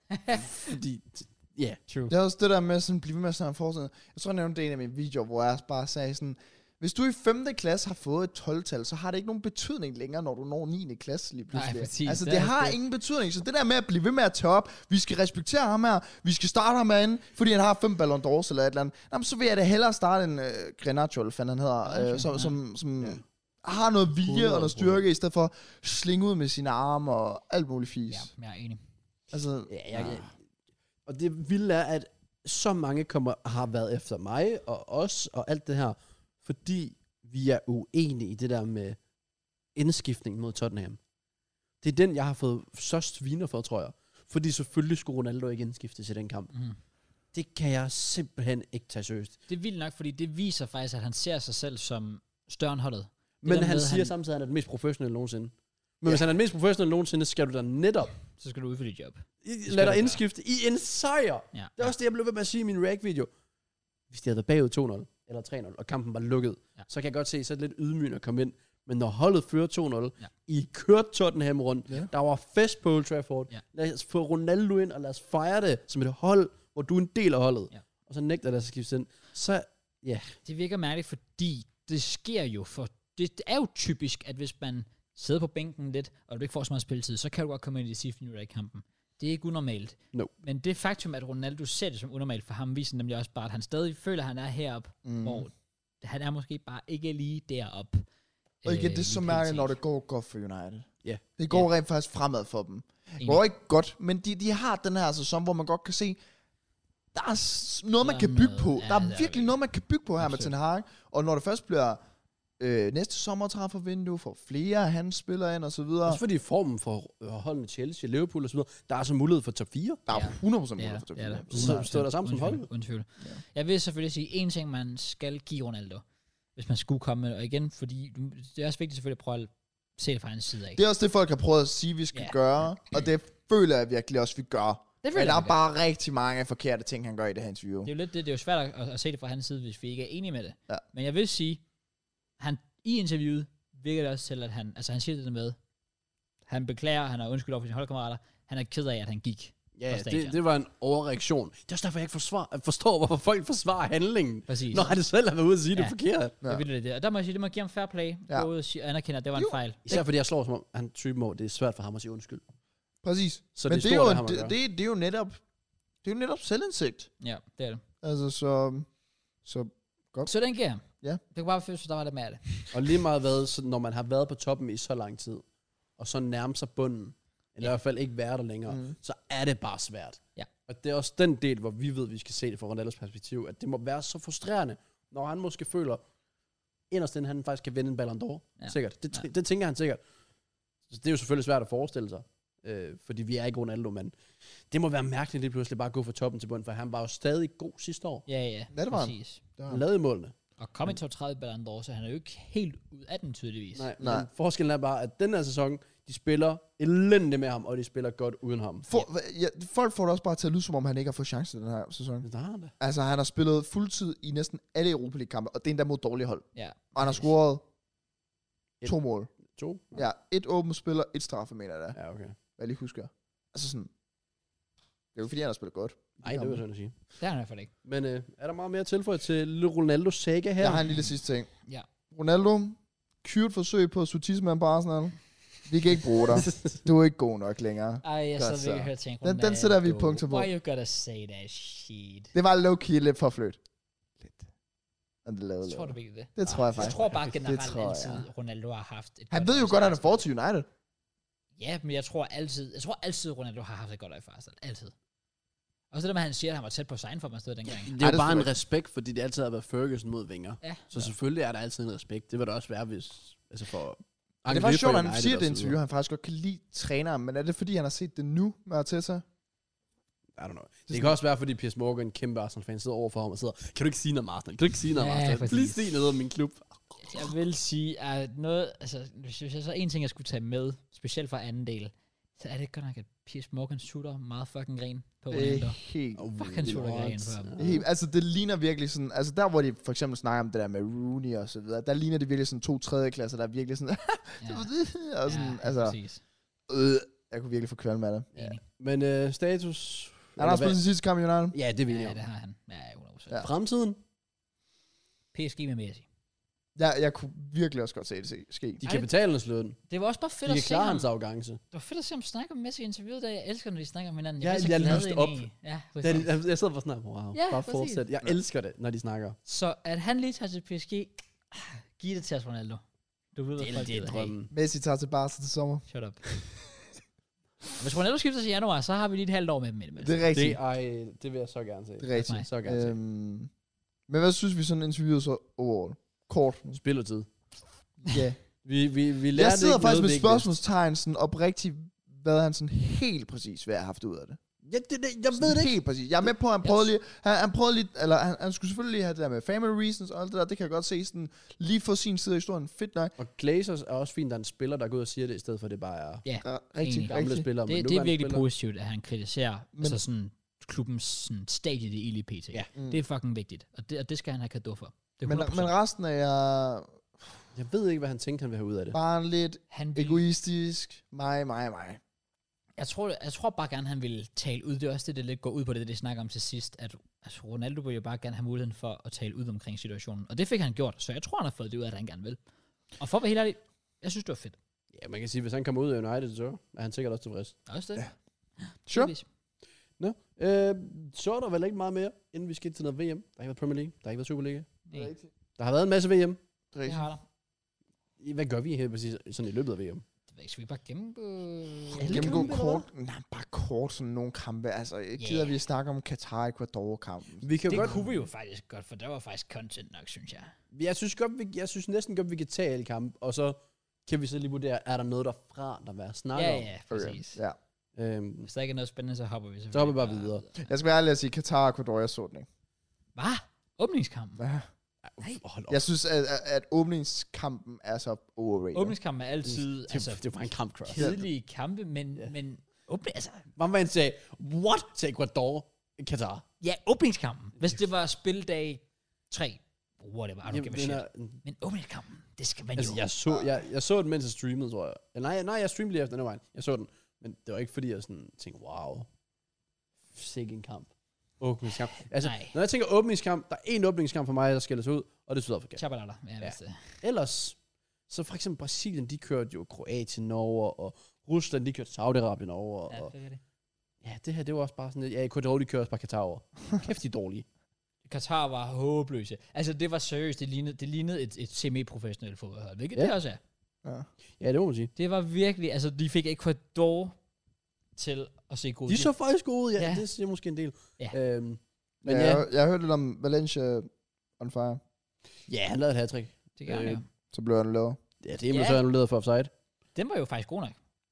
Fordi, ja. Yeah. True. Det er også det der med sådan, at blive ved med sådan en fortsætte. Jeg tror, jeg nævnte det i en af mine videoer, hvor jeg bare sagde sådan, hvis du i femte klasse har fået et tolv-tal, så har det ikke nogen betydning længere, når du når niende klasse lige pludselig. Nej, præcis. Altså, Det det, er har det. ingen betydning. Så det der med at blive ved med at tage op, vi skal respektere ham her, vi skal starte ham herinde, fordi han har fem Ballon d'Ors eller et eller andet. Jamen, så vil jeg da hellere starte en uh, Grenacho, eller hvad han hedder, uh, som, ja. som, som Ja. har noget vilje og hundrede noget styrke, i stedet for at slinge ud med sine arme og alt muligt fis. Ja, jeg er enig. Altså, Ja, jeg, jeg, og det vilde er, at så mange kommer, har været efter mig og os og alt det her, fordi vi er uenige i det der med indskiftningen mod Tottenham. Det er den, jeg har fået størst viner for, tror jeg. Fordi selvfølgelig skulle Ronaldo ikke indskiftes i den kamp. Mm. Det kan jeg simpelthen ikke tage seriøst. Det er vildt nok, fordi det viser faktisk, at han ser sig selv som større end holdet. Det Men der han med, siger han- samtidig, at han er den mest professionelle nogensinde. Men Ja. hvis han er den mest professionelle nogensinde, skal du da netop Så skal du udfylde dit job. lad dig du indskifte i en sejr. Ja. Det er også det, jeg blev ved med at sige i min react-video. Hvis de havde været bagud to nul eller tre nul, og kampen var lukket, Ja. så kan jeg godt se, så er det lidt ydmygende at komme ind. Men når holdet fører to nul, Ja. I kørte Tottenham rundt, Ja. der var fest på Old Trafford, Ja. lad os få Ronaldo ind, og lad os fejre det som et hold, hvor du er en del af holdet. Ja. Og så nægter der at skifte ind. Så, ja. Det virker mærkeligt, fordi det sker jo for... Det, det er jo typisk, at hvis man sidder på bænken lidt, og du ikke får så meget spilletid, så kan du godt komme ind i de sidste minutter i kampen. Det er ikke unormalt. No. Men det faktum, at Ronaldo ser det som unormalt for ham, viser nemlig også bare, at han stadig føler, at han er heroppe, mm. mm. hvor han er måske bare ikke lige deroppe. Og igen, øh, det er så lige mærkeligt, pt. når det går godt for United. Ja. Det går rent faktisk fremad for dem. Det går ikke godt, men de, de har den her sæson, hvor man godt kan se, der er s- noget, man Der kan er bygge noget- på. ja, Der er der er virkelig virkelig. noget, man kan bygge på her med Absolut. Ten Hag. Og når det først bliver øh, næste sommertransfervindue, får flere af hans spillere ind og så videre. Også fordi formen for øh, holdene Chelsea, Liverpool og så videre, der er så mulighed for top fire. Der er Ja. hundrede procent Ja, mulighed for top det er fire. der. Så står der sammen som Uden hold. tvivl, uden tvivl. Ja. Jeg vil selvfølgelig sige en ting, man skal give Ronaldo, hvis man skulle komme med, og igen, fordi du- det er også vigtigt selvfølgelig at prøve at se det fra hans side af. Det er også det, folk har prøvet at sige, vi skal Ja. gøre. Og det føler jeg virkelig også, vi gør. Det Men der er jeg, bare rigtig mange forkerte ting, han gør i det her interview. Det er jo lidt det, det er jo svært at, at se det fra hans side, hvis vi ikke er enige med det. Ja. Men jeg vil sige, han i interviewet virker det også til, at han, altså han siger det med, han beklager, han er undskyld over for sine holdkammerater, han er ked af, at han gik. Ja, på stadion. det, det var en overreaktion. Det er også derfor, jeg ikke forsvar, forstår, hvorfor folk forsvarer handlingen. Præcis. Når han selv har været ude og sige Ja. det forkert. Ja. Det, det, det. Og der må jeg sige, det må give ham fair play, Ja. ja. og anerkende, at det var en Jo. fejl. Især fordi jeg slår som om, han typen over, det er svært for ham at sige undskyld. Præcis. Så Men det det er er, stort jo, af ham at det, gøre. det, det er jo netop, det er jo netop selvindsigt. Ja, det er det. Altså, så, så Så den giver jeg. Ja. Det kan bare føles, at der var det med det. Og lige meget hvad, så når man har været på toppen i så lang tid, og så nærmer sig bunden, eller i hvert fald ikke være der længere, Mm. så er det bare svært. Ja. Og det er også den del, hvor vi ved, at vi skal se det fra Ronaldos perspektiv, at det må være så frustrerende, når han måske føler, inderst inden han faktisk kan vinde en Ballon d'Or. Ja. Sikkert. Det, Ja. det tænker han sikkert. Så det er jo selvfølgelig svært at forestille sig, øh, fordi vi er ikke Ronaldo, men det må være mærkeligt lige pludselig bare at gå fra toppen til bunden, for han var jo stadig god sidste år. Ja, ja, Ja, det var han. præcis. det Han lavede målene. Og kom i top tredive Ballon d'Or, så han er jo ikke helt ud af den tydeligvis. Nej, Nej. men forskellen er bare, at den her sæson, de spiller elendigt med ham, og de spiller godt uden ham. For, ja, folk får det også bare til at lyde, som om han ikke har fået chancen den her sæson. Men der har han det. Altså, han har spillet fuldtid i næsten alle Europa League-kampe, og det er endda mod dårlige hold. Ja. Og han har scoret Et. to mål. To? Ja, et åbent spil og et straffe, mener jeg da. Ja, okay. Hvad jeg lige husker. Altså sådan, det er jo fordi, han har spillet godt. Nej, det vil jeg sådan at sige. Det er han i hvert fald ikke. Men øh, er der meget mere tilføjet til lille Ronaldo saga her? Jeg har en lille sidste ting. Ja. Ronaldo, cute forsøg på at sutisme på Arsenal. Vi kan ikke bruge dig. Du er ikke god nok længere. Ej, jeg Godt sad virkelig så. hørt tænke, Den- den sætter vi punktum på. Why you gotta say that shit? Det var low-key lidt for fløjt. Lidt. Og det lavede Jeg tror du lavede. virkelig det? Det tror jeg Jeg faktisk. tror bare Det generelt tror jeg. altid, Ronaldo har haft et Han godt ved jo øje godt, at for han får Arsenal. til United. Ja, men jeg tror altid, jeg tror altid, Ronaldo har haft et godt øje for Arsenal. Altid. Og så det med, at han siger, at han var tæt på sign for mig stod dengang. Det er Ej, jo det bare tror en jeg respekt, fordi det altid har været Ferguson mod Wenger. Ja. Så selvfølgelig er der altid en respekt. Det vil der også være, hvis... Altså for... Men det er faktisk sjovt, at han United siger og det så interview, videre. han faktisk godt kan lide træneren, men er det fordi, han har set det nu med Arteta? I don't know. Det kan også være, fordi Piers Morgan, kæmpe Arsenal-fan, sidder over for ham og sidder, kan du ikke sige noget om Arsenal? Kan du ikke sige noget om Ja, Arsenal? præcis. Please sig noget om min klub. Jeg vil sige, at noget, altså, hvis jeg så en ting, jeg skulle tage med, specielt fra anden del, så er det godt nok, at Piers Morgan shooter meget fucking gren på Det Ronaldo. er helt... Oh, Fuck, han shooter what? gren på ham. Det er helt, altså det ligner virkelig sådan, altså der hvor de for eksempel snakker om det der med Rooney og så videre, der ligner det virkelig sådan to tredje klasser, der er virkelig sådan, Ja, og sådan, ja, altså, præcis. øh, jeg kunne virkelig få kvalm af det. Ja. Enig. Men øh, status... Han har eller spillet sin sidste kamp i United. hvad- Ja, det vil Ja, jeg. det har han. Ja, hundrede procent. Ja. Ja. Fremtiden, P S G med Messi. Jeg, jeg kunne virkelig også godt se det se- ske. de Ej, kan betale hans løn. Det var også bare fedt De at kan se klare ham. hans afgangse. Det var fedt at se ham snakke om Messi i interviewet, der jeg elsker, når de snakker om hinanden. Ja, bliver så jeg glad lyste indeni. op. Ja, Det, præcis. jeg, jeg sidder bare sådan her, wow, Ja, bare præcis. fortsæt. Jeg elsker det, når de snakker. Så at han lige tager til P S G, ah, giv det til os, Ronaldo. Du ved, hvad Det er, folk det er gider have. drømmen. Messi tager til Barca til sommer. Shut up. Hvis Ronaldo skifter til januar, så har vi lige et halvt år med dem i det mindste. Det er rigtigt. Det, ej, det vil jeg så gerne se. Det er rigtigt. Så gerne se. Øhm, men hvad synes vi sådan interviewet så overall? Kort. Spillertid. Ja. Vi, vi, vi lærte Jeg sidder ikke faktisk noget, med vi ikke spørgsmålstegn sådan oprigtigt, hvad han sådan helt præcis vil have haft ud af det. vidste. Ja, det, det, jeg ved Sådan det ikke. Helt præcis. Jeg er med på, at han prøvede lige, han, han prøvede lige, eller han, han skulle selvfølgelig lige have det der med family reasons og alt det der, det kan jeg godt se, sådan lige få sin side af historien, fedt nok. Og Glazers er også fint, der er en spiller, der går ud og siger det, i stedet for at det bare er Ja, Ja, rigtig, Enig. gamle rigtig. spillere. men det, det er nuværende virkelig spillere. positivt, at han kritiserer Men- altså sådan, klubbens sådan, stadie i lige P T. Ja. Mm. Det er fucking vigtigt, og det, og det skal han have kado for. Det er Men, hundrede procent. men resten er jeg Jeg ved ikke, hvad han tænkte, han ville have ud af det. bare lidt han vil, egoistisk. Mig, mig, mig. jeg, tror, jeg tror bare gerne, han vil tale ud. Det er også det, det lidt går ud på det, det snakker om til sidst, at altså, Ronaldo vil jo bare gerne have muligheden for at tale ud omkring situationen. Og det fik han gjort, så jeg tror, han har fået det ud af, at han gerne vil. Og for at være helt ærlig, jeg synes, det var fedt. Ja, man kan sige, hvis han kommer ud af United, så er han sikkert også tilfreds. Også det. Ja. Sure. Tydeligvis. Nå, øh, så er der vel ikke meget mere, inden vi skal til noget V M. Der har ikke været Premier League, der har ikke været Superliga. Nej, Der har været en masse V M. Det er det rigtigt. har der. Hvad gør vi helt præcis sådan i løbet af V M? Det ved jeg ikke, skal vi bare gennemgå... Alle Gennemgå kampe, eller kort. Nej, bare kort sådan nogle kampe. Altså, jeg gider Yeah. vi snakke om Qatar-Ecuador-kampen. Vi kan Det godt, kunne vi jo faktisk godt, for der var faktisk content nok, synes jeg. jeg synes godt, vi, jeg synes næsten godt, vi kan tage alle kampe, og så kan vi så lige vurdere, er der noget derfra, der er snakke Ja, om? ja, Okay. præcis. Ja. Øhm, Hvis der ikke er noget spændende, så hopper vi selvfølgelig. Så hopper vi bare videre. Jeg skal være ærlig at sige, Qatar-Ecuador, jeg så den ikke. Hvad? Åbningskampen? Hvad? Nej. hold op. Jeg synes, at, at, at åbningskampen er så overrated. Åbningskampen er altid det, altså, det var en kamp crush. kedelige kampe, men, Ja. men åbne, altså, Hvor man sagde, what? Til Ecuador? Qatar? ja, åbningskampen. Hvis det var spildag tre, whatever, I don't Jamen, give a den shit. er- Men åbningskampen, det skal man Altså, jo. jeg så, jeg, jeg så den, mens jeg streamede, tror jeg. Eller nej, nej, jeg streamede lige efter den her vej. Jeg så den. Men det var ikke, fordi jeg sådan tænkte, wow. Sikke en kamp. Åbningskamp. Altså, Nej. når jeg tænker åbningskamp, der er en åbningskamp for mig, der skiller sig ud, og det er Sydafrika. Chabalala. Ja, Ja. ja. Det. Ellers, så for eksempel Brasilien, de kørte jo Kroatien over, og Rusland, de kørte Saudi-Arabien over. Ja, Og, det er det. ja, det her, det var også bare sådan lidt, ja, Ecuador, de kører også bare Qatar over. Kæft, de er dårlige. Katar var håbløse. Altså, det var seriøst. Det lignede, det lignede et, et semi-professionelt fodboldhold, hvilket Ja. ja. det også er. Ja. Ja, det må man sige. Det var virkelig, altså, de fik Ecuador til at se gode. De så faktisk gode, ja, Ja. ja. Det siger måske en del. Ja. Øhm, men Men ja, jeg, jeg har hørt lidt om Valencia on fire. ja, han lavede et hat-trick. Det gør han øh, jo. Så blev han lavet. Ja, det er Ja. ja. så annulleret for offside. Den var jo faktisk god nok.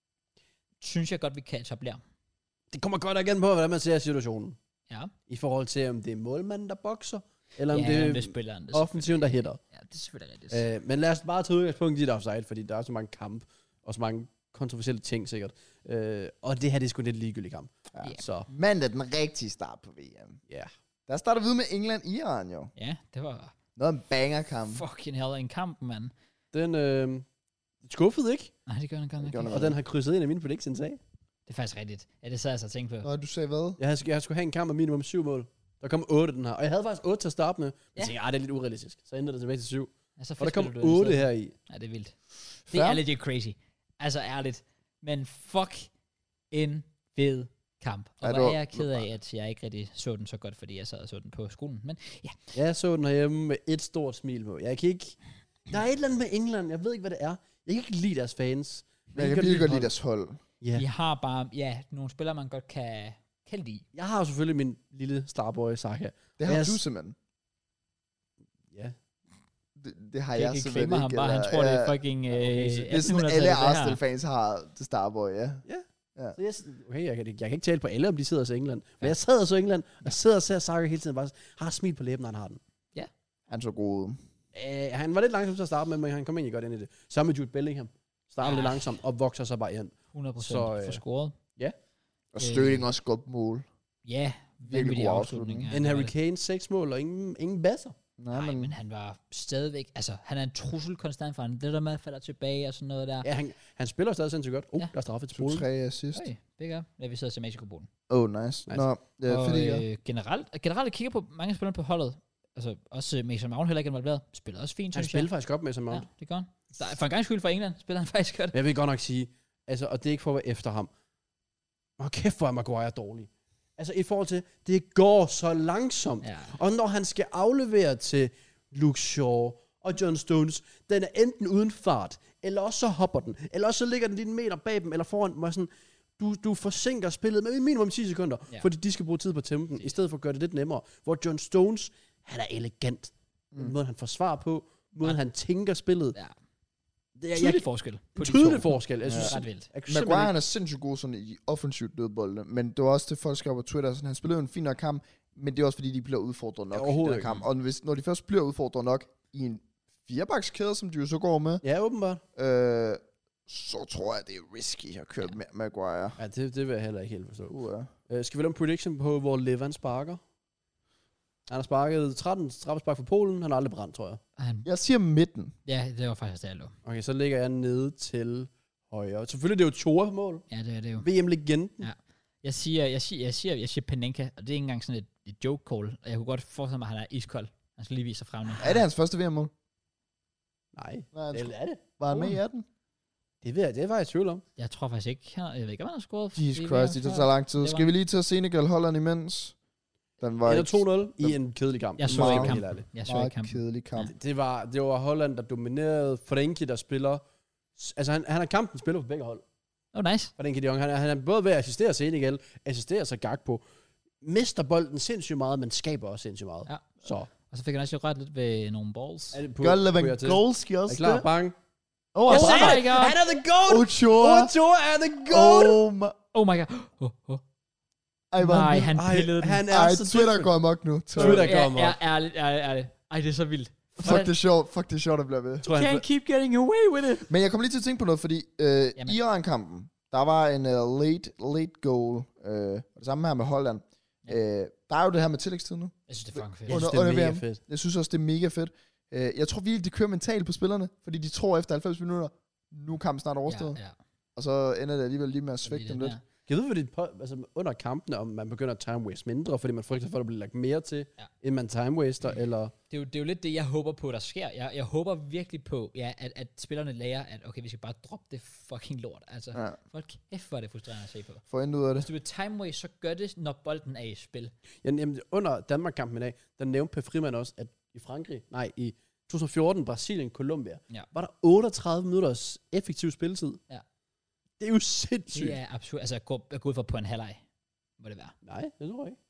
Synes jeg godt, vi kan etablere. Det kommer godt igen på, hvordan man ser situationen. Ja. I forhold til, om det er målmanden, der bokser, eller om ja, det det er spilleren. Det offensiven, der hitter. Ja, det er selvfølgelig rigtigt. Øh, men lad os bare tage udgangspunkt i det offside, fordi der er så mange kampe, og så mange kontroversielle ting sikkert. Øh, og det her, det er sgu lidt ligegyldig kamp. Ja. Ja. Så, Mandag den rigtige start på V M. ja. Der starter vi ud med England-Iran jo. Ja, det var Noget af en banger-kamp. fucking hell en kamp, mand. Den øh, skuffede ikke, Nej, det gør den godt Det nok gør ikke. den og den har krydset ind af mine predictions af. Det er faktisk rigtigt. Ja, det sad jeg så og tænkte på. Nå, du sagde hvad? Jeg havde, jeg skulle have en kamp med minimum syv mål. Der kom otte den her, og jeg havde faktisk otte til at starte med. Men Ja. jeg tænkte, ah, det er lidt urealistisk. Så ændrede det tilbage til syv. Ja, så Og der kom fedt spiller du det i otte stedet. her i. Ja, det er vildt. Det Fair. er legit crazy. Altså ærligt. Men fuck en fed kamp. Og Ja, hvor er var- jeg ked af, at jeg ikke rigtig så den så godt, fordi jeg sad og så den på skolen. Men ja, Jeg så den herhjemme med et stort smil på. Jeg kan ikke... Der er et eller andet med England, jeg ved ikke, hvad det er. Jeg kan ikke lide deres fans. Men jeg kan virkelig godt lide deres hold. Ja. vi har bare ja, nogle spillere, man godt kan, kan lide. Jeg har jo selvfølgelig min lille starboy, Saka. Det har Jeg du s- simpelthen. Ja. Det, det har Jeg jeg kan ikke simpelthen klemme ham ikke. bare, han eller- tror, det ja. er fucking øh, Okay, så Det er sådan, attenhundredetallet, alle det her. Arsenal-fans har det Starboy, ja. Så jeg, okay, jeg kan, jeg kan ikke tale på alle, om de sidder og så England. Men jeg sad og så England, og sidder og ser Saka hele tiden, bare har smil på læben, når han har den. Han så god ud. Øh, han var lidt langsom til at starte med, men han kom egentlig godt ind i det. Sammen med Jude Bellingham. Starter Ja. lidt langsomt, og vokser så bare ind. hundrede procent Så, øh, for scoret. Og Sterling også godt mål. Ja, Virkelig vanvittig god afslutning. afslutning. Ja, En det var Harry det. Kane, seks mål og ingen, ingen basser. Nej, Nej, men, men han var stadigvæk, altså han er en trussel konstant for han. Det der med at falder tilbage og sådan noget der. Ja, han, han spiller stadig sindssygt godt. Oh, Ja. der er straffe til to Polen. tre assist. Hey, big up. Ja, vi sidder til Mexico-Polen. Oh, nice. Nice. Nå, ja, Og fordi jeg... øh, generelt, generelt jeg kigger på mange spillere på holdet. Altså også øh, Mason Mount heller ikke involveret. Spiller også fint, Han synes spiller jeg. faktisk godt med som Ja, Mount. det gør han. Der, for en gang skyld for England spiller han faktisk godt. Men jeg vil godt nok sige, altså, og det er ikke for at være efter ham. Hvor kæft, hvor er Maguire dårlig. Altså i forhold til, det går så langsomt. Ja. Og når han skal aflevere til Luke Shaw og John Stones, den er enten uden fart, eller også så hopper den, eller også så ligger den lige en meter bag dem, eller foran dem, og sådan, du, du forsinker spillet med minimum ti sekunder, Ja. fordi de skal bruge tid på tempen, i stedet for at gøre det lidt nemmere. Hvor John Stones, han er elegant. Mm. Måden han forsvarer på, måden Ja. han tænker spillet. Ja. Det er Tydelig jeg, forskel på de tydelig to. forskel. Jeg synes, Ja. Ret vildt. jeg kunne simpelthen Maguire ikke- han er sindssygt god sådan i offensivt dødboldene, men det var også det, folk skrev på Twitter. Sådan, han spillede jo en fin nok kamp, men det er også fordi, de bliver udfordret nok Ja, i overhovedet den ikke. kamp. Og hvis, når de først bliver udfordret nok i en firebakskæde, som de jo så går med, Ja, åbenbart. øh, så tror jeg, det er risky at køre med Maguire. Ja, det, det vil jeg heller ikke helt forstå. Uh, Uh, skal vi lave en prediction på, hvor Levan sparker? Han har sparket tretten straffespark for Polen. Han har aldrig brændt, tror jeg. Han, jeg siger midten. ja, det var faktisk det, jeg lå. Okay, så ligger jeg nede til højre. Selvfølgelig det er jo Tore mål. Ja, det er det jo. V M-legenden. Ja. Jeg siger, jeg siger, jeg siger, jeg siger Panenka, og det er ikke engang sådan et, et joke call. Og jeg kunne godt forestille mig, at han er iskold. Han skal lige vise sig frem nu. Er det hans første V M-mål? Nej, Nej, jeg eller er det? Var han med i atten? Det, ved jeg, det var jeg i tvivl om. Jeg tror faktisk ikke, han, jeg ved ikke, om han har scoret. Jesus i Christ, V M det før. tager lang tid. Det var- Skal vi lige tage Senegal Holland imens? Den var Eller ikke to nul i en kedelig kamp. Jeg så Meget ikke helt kampen. ærligt. Jeg så meget ikke kampen. kedelig kamp. Det, det, var, det var Holland, der dominerede. Frenkie, der spiller. Altså, han, han har kampen spiller på begge hold. Oh, nice. Frenkie de Jong, han, er- han er både ved at assistere Senegal, assistere sig gag på. Mister bolden sindssygt meget, men skaber også sindssygt meget. Ja. Så. Og så fik han også ret lidt ved nogle balls. Er det på, Gør på jer til? Lewandowski Er I også klar? det? Bang. Åh, Jeg han sagde brænder. det ikke. Han er the goat! Ochoa. Ochoa er the goat! Oh, my. Oh my god. Oh, oh. Ej, hvor Nej, han... han Ej, pillede den. han er Ej, så Twitter different. går amok nu. Twitter går Ja, amok. ja, ærligt, ærligt, ærligt. Ej, det er så vildt. Fuck, det er sjovt. Fuck, det er sjovt, at blive ved. Tror, han, Can't keep getting away with it. Men jeg kom lige til at tænke på noget, fordi øh, Jamen. Iran-kampen, der var en uh, late, late goal. Øh, det samme her med Holland. Ja. Øh, der er jo det her med tillægstid nu. Jeg synes, det er fucking fedt. jeg synes, under- det er under mega V M. fedt. Jeg synes også, det er mega fedt. Øh, jeg tror virkelig, de kører mentalt på spillerne, fordi de tror efter halvfems minutter, nu er kampen snart overstået. Ja, ja. Og så ender det alligevel lige med at Lige svække dem den lidt. der. Jeg ved, fordi på, altså under kampene, om man begynder at time waste mindre, fordi man frygter for, at der bliver lagt mere til, Ja. ja. end man time waster, eller... Det er, jo, det er jo lidt det, jeg håber på, der sker. Jeg, jeg håber virkelig på, ja, at, at spillerne lærer, at okay, vi skal bare droppe det fucking lort. Altså, ja. Ja, hold kæft, hvor er det frustrerende at se på. for enden ud af Hvis det. du vil time waste, så gør det, når bolden er i spil. Jamen, jamen, under Danmark-kampen i dag, der nævnte Per Frimann også, at i Frankrig, nej, i to tusind og fjorten, Brasilien, Colombia, Ja. var der otteogtredive minutters effektiv spilletid. Ja. Det er jo sindssygt. Det er absurd. Altså, at gå, at gå ud for på en halvleg, må det være. Nej, det tror jeg ikke.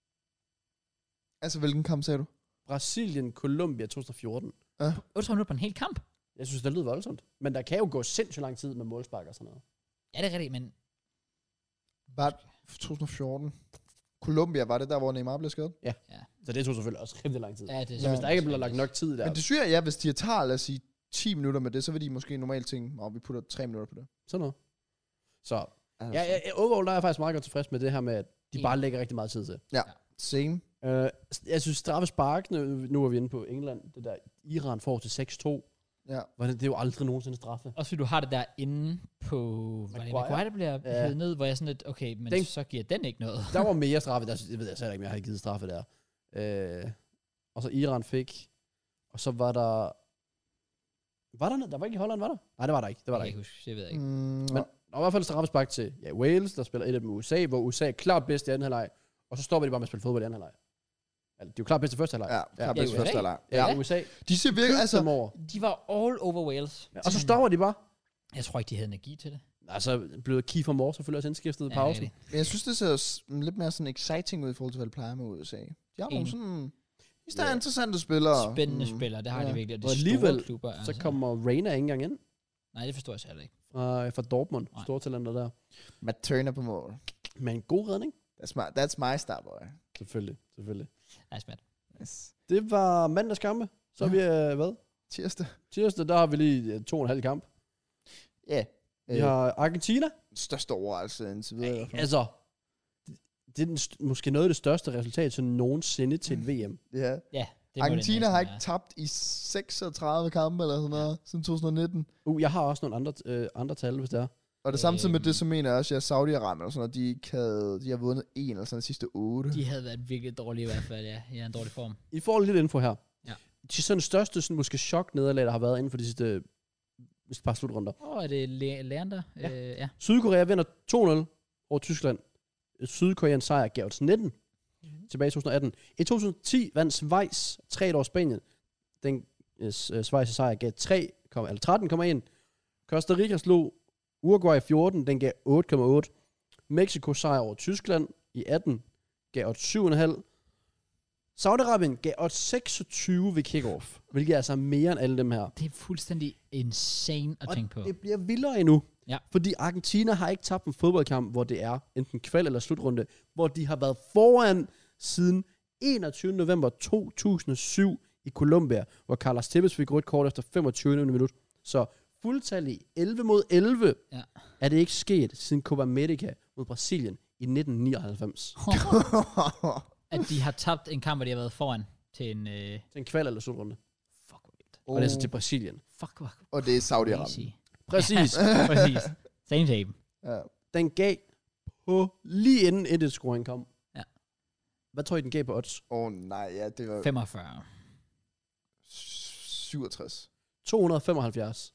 Altså, hvilken kamp sagde du? Brasilien, Colombia to tusind og fjorten. otteogtredive minutter på en hel kamp. Jeg synes, det lyder voldsomt. Men der kan jo gå sindssygt lang tid med målspark og sådan noget. Ja, det er rigtigt, men Var to tusind og fjorten. Colombia, var det der, hvor Neymar blev skadet? Så det tog selvfølgelig også rimelig lang tid. ja, det er Så hvis der ikke bliver lagt nok tid der... Men det synes jeg, ja, hvis de tager, lad os sige, ti minutter med det, så vil de måske normalt tænke, at vi putter tre minutter på det. Sådan noget. Så Altså, ja, ja, ja, overall der er jeg faktisk meget godt tilfreds med det her med, at de Ja. bare lægger rigtig meget tid til. Same. Uh, jeg synes, straffespark, nu, nu er vi inde på England, det der Iran får til seks to, Ja. var det, det er jo aldrig nogensinde straffe. også fordi du har det der inde på, var det Maguire? Maguire, der bliver Ja. hævet ned, hvor jeg sådan lidt, okay, men Den- så giver den ikke noget. Der var mere straffe, der, det ved jeg selv ikke, om jeg havde givet straffe der. Uh, og så Iran fik, og så var der, Var der noget? Der var ikke i Holland, var der? Nej, det var der ikke. Det var der Jeg ikke. kan ikke huske, det ved jeg ikke. Mm, Men der var i hvert fald straffespark til ja, Wales, der spiller et af dem med U S A, hvor U S A er klart bedst i anden halvleg, og så stopper de bare med at spille fodbold i anden halvleg. Altså, de er jo klart bedst i første halvleg. ja, klart Ja, bedst U S A. første halvleg. Ja, Ja. U S A. De ser virkelig, Altså, altså, over. De var all over Wales. Ja, og så stopper de bare. Jeg tror ikke, de havde energi til det. Altså, blev Kiefer Moore selvfølgelig også indskiftet i Ja, pausen. rigtigt. men jeg synes, det ser s- lidt mere sådan exciting ud i forhold til, hvad det plejer med U S A. De har nogle Enig. sådan, hvis der er Ja. interessante spillere. Spændende mm, spillere, det har ja. de virkelig. Og de Og store alligevel, klubber. Så kommer Reina ikke engang ind Nej, det forstår jeg selv ikke. fra, fra Dortmund. Nej. Store talenter der. Matt Turner på mål. Men en god redning. That's my, that's my star boy. Selvfølgelig, selvfølgelig. Nice, Matt. Yes. Det var mandags kampe. Så er vi, øh, hvad? Tirsdag. Tirsdag, der har vi lige øh, to og en halv kamp. Ja. Vi Øh, har Argentina. største overraskelse indtil videre. i hvert fald. Altså, det er den, st- måske noget af det største resultat sådan nogensinde til et V M. Ja. Ja, det må det Argentina næsten har ikke være. tabt i seksogtredive kampe eller sådan noget, siden to tusind nitten. Uh, jeg har også nogle andre, øh, andre tal, hvis det er. Og det samtidig med Øhm. det, så mener jeg også, at Saudi-Arabien og sådan noget, de, ikke havde, de har vundet en eller sådan de sidste otte. De havde været virkelig dårlige i hvert fald, ja. I en dårlig form. I får lidt info her. Ja. De sådan største, sådan, måske chok-nederlag, der har været inden for de sidste sidste par slutrunder. Åh, oh, er det Le- Leander? Ja. Øh, ja. Sydkorea vinder to nul over Tyskland. Sydkoreans sejr gav os nitten Mhm. tilbage i to tusind atten. I to tusind ti vandt Schweiz tre over Spanien. Den uh, Schweiz sejr gav tre, eller tretten komma en. Costa Rica slog Uruguay fjorten, den gav otte komma otte. Mexico sejr over Tyskland i atten gav os syv komma fem. Saudi-Arabien gav os seksogtyve ved kickoff, hvilket er altså mere end alle dem her. Det er fuldstændig insane at Og tænke på. det bliver vildere endnu. Ja. Fordi Argentina har ikke tabt en fodboldkamp, hvor det er enten kval eller slutrunde, hvor de har været foran siden enogtyvende november to tusind og syv i Colombia, hvor Carlos Tevez fik rødt kort efter femogtyvende minut. Så fuldtallig elleve mod elleve Ja. er det ikke sket siden Copa America mod Brasilien i nitten nioghalvfems. At de har tabt en kamp, hvor de har været foran til en... Øh, Til en kval eller slutrunde. fuck, hvor vildt. Og det er så til Brasilien. Fuck, hvor Og det er crazy. Saudi-Arabien. Præcis. Præcis. Same same. Ja. Den gav på lige inden et scoring kom. Ja. Hvad tror I, den gav på odds? Åh oh, nej, ja, det var femogfyrre. syvogtres. to hundrede og femoghalvfjerds.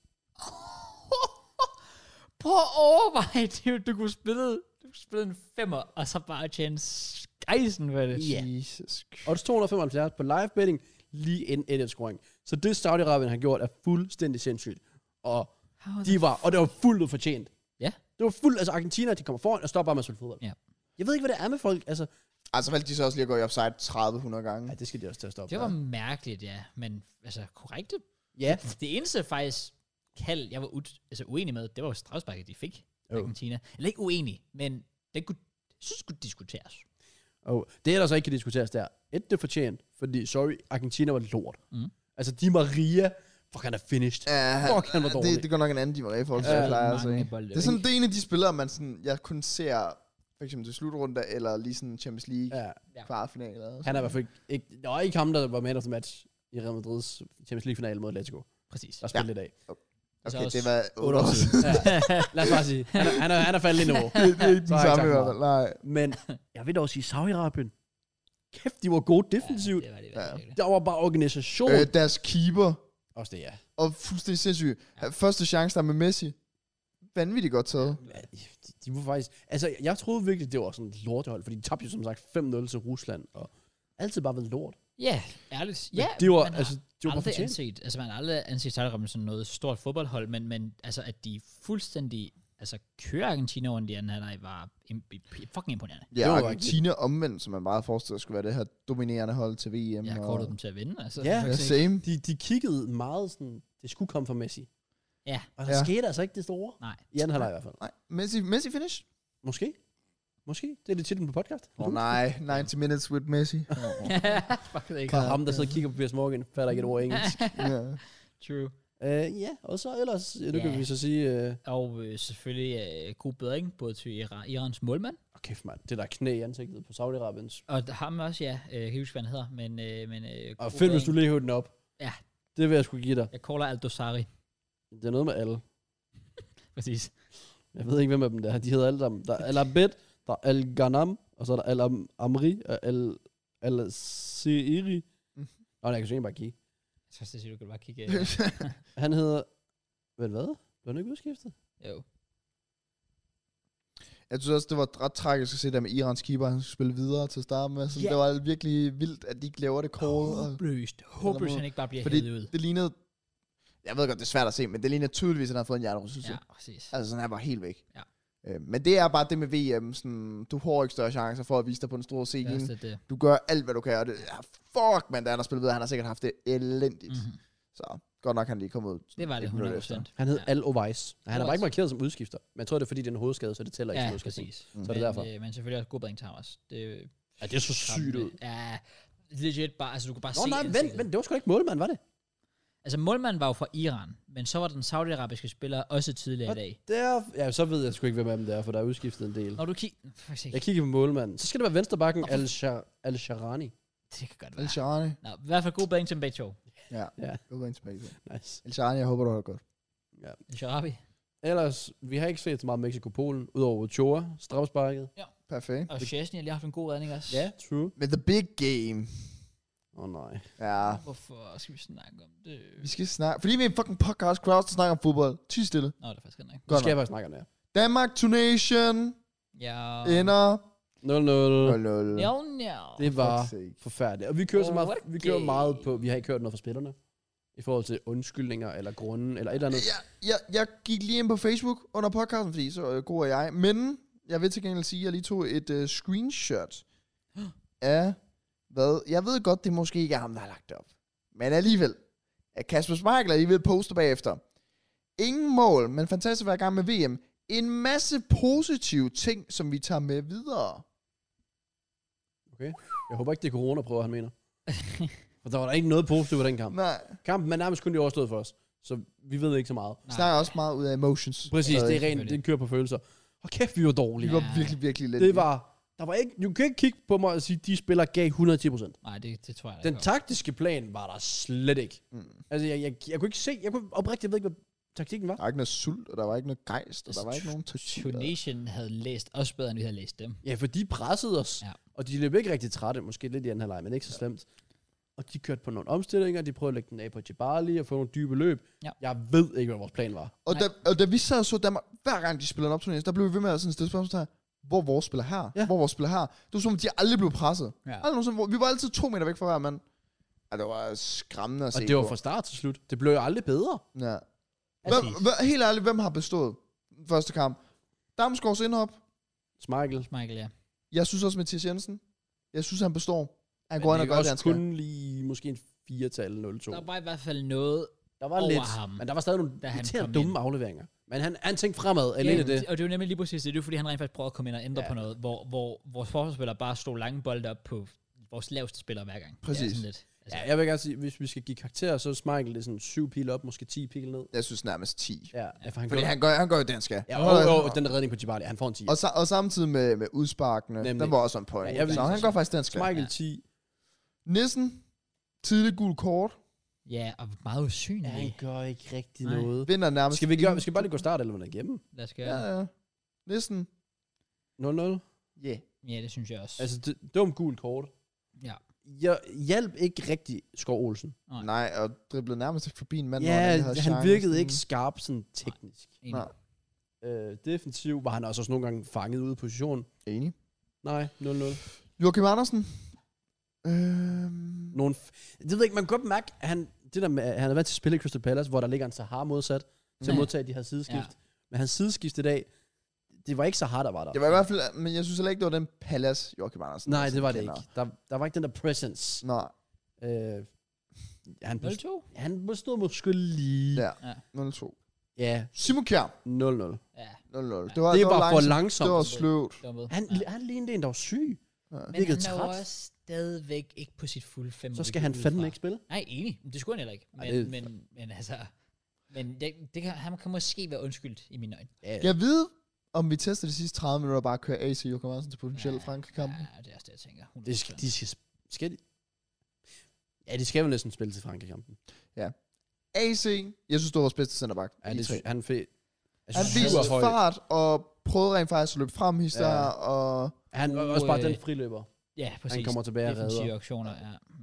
Prøv at overveje det. Du kunne spille, du kunne spille en femmer, og så bare tjene skejsen for det. Ja. Jesus. Odds to hundrede og femoghalvfjerds på live betting lige inden et scoring. Så det Saudi-Arabien har gjort er fuldstændig sindssygt. Og How de var, og det var fuldt ud fortjent. Ja. Det var fuldt, altså Argentina, de kommer foran og stopper bare med at spille fodbold. Ja. Jeg ved ikke, hvad det er med folk. Altså, Altså valgte de så også lige at gå i offside tredive hundrede gange. ja, det skal de også til at stoppe. Det var mærkeligt, ja. Men altså, korrekte. Ja. Det eneste faktisk kald, jeg var u- altså, uenig med, det var jo strafsparket, de fik. Jo. Argentina. Eller ikke uenig, men det kunne, jeg synes, det kunne diskuteres. Og det er der så ikke kan diskuteres der. Et, det er fortjent, fordi, sorry, Argentina var lort. Mm. Altså, Di Maria, fuck, han er finished. Ja, Fuck, han var dårlig. det, det går nok en anden, de var i forhold til, Ja, hvad jeg plejer at mange se. bolde. Det er sådan, det er en af de spillere, man sådan, jeg kun ser, for eksempel til slutrunder, eller lige sådan Champions League, Ja. Ja. kvartfinale. og Han er i sådan. hvert fald ikke, ikke, der var ikke ham, der var man of the match i Real Madrids Champions League-finale mod Atletico. Præcis. Der spillede ja. i dag. Så Okay, også det var otte år siden. Ja. Lad os bare sige, han er, han er, han er faldet lige nu. det, det er ikke den Så har jeg samme i ikke hvert sagt fald, nej. Men jeg vil dog sige, Saudi-Arabien, kæft, de var gode defensivt. Ja, det var det, Ja. ja. det. Der var bare organisation. Øh, deres keeper, Også det, ja. og fuldstændig sindssygt. Ja. Første chance der med Messi. Vanvittigt godt taget. Ja, de, de var faktisk... Altså, jeg troede virkelig, det var sådan et lortehold, fordi de tabte jo som sagt fem nul til Rusland, og altid bare været lort. Ja, ærligt. Men Ja, det var, man har altså, det var bare aldrig fortjent. anset, altså man har aldrig anset Saudi-Arabien som noget stort fodboldhold, men, men altså at de fuldstændig, altså kører Argentina rundt i anden halvleg var im- im- fucking imponerende. Ja, Det var Argentina omvendt, som man bare forestiller skulle være det her dominerende hold til V M. Jeg har og- kortet dem til at vinde. Altså, Ja, Ja, faktisk ikke. same. De, de kiggede meget sådan, det skulle komme fra Messi. Ja. Og der Ja. skete altså ikke det store. Nej. I anden halvleg i hvert fald. Nej, Messi, Messi finish? Måske. Måske. Det er det titlen på podcast. Åh oh, nej, halvtreds minutes with Messi. Fuck det ikke. Bare ham, der sidder og kigger på Piers Morgan, fatter ikke et ord engelsk. Ja. True. uh, ja, og så ellers, nu Ja. kan vi så sige... Uh, Og øh, selvfølgelig øh, god bedring, både til Ira- Irans målmand, oh, kæft mand, det der knæ i ansigtet på Saudi-Arabiens. og ham også, ja, øh, jeg kan ikke huske, hvad han hedder, men, øh, men øh, god Og fedt, hvis du bedring. lige hører den op. Ja. Det vil jeg sgu give dig. Jeg caller Aldosari, Det er noget med alle. præcis. Jeg ved ikke, hvem af dem der er. De hedder alle sammen. Der er Al Abed, der er Al Ghanam, og så er der Al Am- Amri, og Al, Al Seiri. Mm. Nå, nej, jeg kan så ikke bare kigge. Jeg skal sige, du kan bare kigge. Øh, Han hedder Men hvad? Blev han ikke udskiftet? Jo. Jeg synes også, det var ret tragisk at se der med Irans keeper, han skulle spille videre til at starte med. Så Ja. det var virkelig vildt, at de ikke laver det call. og- Håbløst. Håbløst, han ikke bare bliver Fordi hævet ud. det lignede... Jeg ved godt, det er svært at se, men det lignede tydeligvis, at han har fået en hjernerystelse. Ja, præcis. Altså sådan, han var helt væk. Ja. Øh, men det er bare det med V M. Sådan, du har ikke større chancer for at vise dig på den store Det er scene. også det. Du gør alt, hvad du kan. Og det, ja, fuck, man, da han har spillet videre. Han har sikkert haft det elendigt. Mm-hmm. Så godt nok, han lige kom ud. Det var det et minut hundrede efter. procent. Han hed Ja. Al Oweis. Han er bare Oweis. ikke markeret som udskifter. Men jeg tror, det er fordi, det er en hovedskade, så det tæller ikke Ja, som udskifter. præcis. Mm. Så er det derfor. Men, øh, men selvfølgelig også god bedring til ham også. Det, Ja, det er så sygt ud. Ja, legit bare, altså du kan bare Nå se nej, ansigtet. vent, vent, det var sgu da ikke målmand, var det? Altså målmanden var jo fra Iran, men så var den saudiarabiske spiller også tidligere i dag. Der, ja, så ved jeg sgu ikke, hvem af dem det er, for der er udskiftet en del. Når du kigger... Jeg kigger på målmanden. Så skal det være venstrebakken Al-Sharani. Det kan godt El være. Sharani. Nå, i hvert fald god bedring til begge to. Ja, Ja, god point tilbage. nice. El Sharani, jeg håber, du har det godt. Sharabi. Ellers, vi har ikke set så meget Mexico-Polen, udover Ochoa, straffesparket. Perfekt. Og Chesney har lige haft en god redning også. Ja, true. Men the big game. Åh oh, nej. Ja. Hvorfor skal vi snakke om det? Vi skal snakke... Fordi vi er en fucking podcast crowd, der snakker om fodbold. Ty stille. Nå, det er faktisk ikke. Nu Godt skal jeg nok. faktisk snakke om det her. Danmark Tunation Ja. ender nul nul. nul nul. Ja, ja. Det var Fuck's sake. forfærdeligt. Og vi kører så meget, vi kører Okay. meget på, vi har ikke hørt noget fra spillerne. I forhold til undskyldninger, eller grunden, eller et eller andet. Jeg, jeg, jeg gik lige ind på Facebook under podcasten, fordi så øh, god er jeg. Men jeg vil til gengæld sige, at jeg lige tog et uh, screenshot af hvad. Jeg ved godt, det måske ikke er ham, der har lagt det op. Men alligevel. At Kasper Schmeichel alligevel poster bagefter. Ingen mål, men fantastisk at være i gang med V M. En masse positive ting, som vi tager med videre. Okay. Jeg håber ikke, det er corona, prøver han mener. For der var der ikke noget positivt ved den kamp. Nej, Kampen er nærmest kun lige overstået for os. Så vi ved ikke så meget. vi snakker også meget ud af emotions. Præcis, Så, det øh, er rent, det kører på følelser. Og kæft, vi var dårlige. Vi var Ja. virkelig, virkelig lidt. Det var, der var ikke, du kan ikke kigge på mig og sige, at de spiller gav et hundrede og ti procent. Nej, det, det tror jeg Den ikke. taktiske plan var der slet ikke. Mm. Altså, jeg, jeg, jeg kunne ikke se, jeg kunne oprigtigt, jeg ved ikke, hvad taktikken var. Der var ikke noget sult, og der var ikke noget gejst, og der var ikke nogen taktik. Tunation havde læst os bedre, end vi havde læst dem. Ja, for de pressede os, Ja. ja. og de løb ikke rigtig trætte, måske lidt i anden halvleg, men ikke så slemt. Og de kørte på nogle omstillinger, de prøvede at lægge den af på Jabali og få nogle dybe løb. Ja. Jeg ved ikke, hvad vores plan var. Og da, og da vi sad og så Danmark, hver gang de spillede en opturnering, der blev vi ved med at sådan stille spørgsmål her. Hvor vores spiller her? Ja. Hvor vores spiller her? Det var som om, de aldrig blev presset. Ja. Aldrig nogensinde, hvor- vi var altid to meter væk fra hver mand. Ja, det var skræmmende at se Og det var på. fra start til slut. Det blev jo aldrig bedre. Ja. Præcis. Hvem, hvem, helt ærligt, hvem har bestået første kamp? Damsgaards indhop. Smeichel. Michael, ja. Jeg synes også Mathias Jensen. Jeg synes, han består. Han Men går ind det og er gør det, han også skal. kun lige måske en fire-tal nul to. Der var i hvert fald noget Der var over lidt, ham, men der var stadig nogle da han irriterende kom dumme ind. afleveringer. Men han, han tænkte fremad, alene ja, det. Og det er jo nemlig lige præcis det. Det er jo fordi, han rent faktisk prøvede at komme ind og ændre Ja. på noget, hvor, hvor vores forsvarsspillere bare slog lange bolde op på vores laveste spillere hver gang. Præcis. Det er sådan lidt, altså, Ja, jeg vil gerne sige, hvis vi skal give karakterer, så er Smeichel det er sådan syv pil op, måske ti pil ned. Jeg synes nærmest ti. Ja, ja for han Fordi gør, han gør, han gør jo det, han skal. ja, og, og, den der redning på Jabali, han får en ti. Og, sa- og samtidig med, med udsparkene, Nemlig. den var også en point. Ja, Ja, jeg vil så lige han sige- gør faktisk det, han skal. Smeichel Ja. ti. Nissen, tidlig gul kort, ja, og meget usynlig. Ja, han gør ikke rigtig Nej. noget. vinder nærmest. Skal vi, gøre, skal vi bare lige gå start, eller hvordan igennem? Lad os gøre. Ja, ja. Nissen, nul nul. yeah. Ja, det synes jeg også. Altså, det, dum gul kort. ja. Jeg hjalp ikke rigtig Skov Olsen. Nej. Nej, og driblede nærmest ikke forbi en mand, når Ja, han havde han chancen. virkede ikke skarp sådan teknisk. Enig. Nej. Øh, defensiv var han også, også nogle gange fanget ude i position. Enig. Nej, nul nul. Joachim Andersen. Øhm, Nogle f- det ved jeg ikke, man kan godt mærke, at han, det der med, at han er vant til at spille i Crystal Palace, hvor der ligger en Sahar modsat, til at Ja. modtage de her sideskift. Ja. Men hans sideskift i dag, det var ikke Sahar, der var der. det var i hvert fald, men jeg synes heller ikke, det var den Palace, Joachim Andersen. Nej, altså, det var det kender. ikke. Der, der var ikke den der presence. Nej, Øh, han, nul bestod, to? han bestod måske lige. ja. Ja. nul to. Ja, Simon Kjær. nul nul. Ja. nul nul. Ja. Det var, Det var for langsomt. langsomt. Det var sløvt. Det var med. Han, ja. han lignede en, der var syg. Ja. Men virkede han er jo træt. også stadigvæk ikke på sit fulde fem. Så skal han fandme ikke spille. Nej, enig. Men det skulle han heller ikke. Men, Nej, det- men, men altså... Men det, det kan, han kan måske være undskyldt i mine øjne. Ja, Jeg ved, om vi tester de sidste tredive minutter og bare kører A C Joachim Andersen til potentielle Ja, Frankrig-kampen. Ja, det er også det, jeg tænker. hundrede det skal, procent. de skal, skal de? Ja, de skal jo næsten spille til Frankrig-kampen. A C, jeg synes, det var vores bedste centerback. Ja, de det, tre. han er fedt. Jeg Han synes, viste han var høj. fart og prøvede rent faktisk at løbe frem hist Ja. der, og Han var Og, også bare øh, den friløber. Ja, præcis. Han kommer tilbage og redder. Defensive aktioner, ja. ja.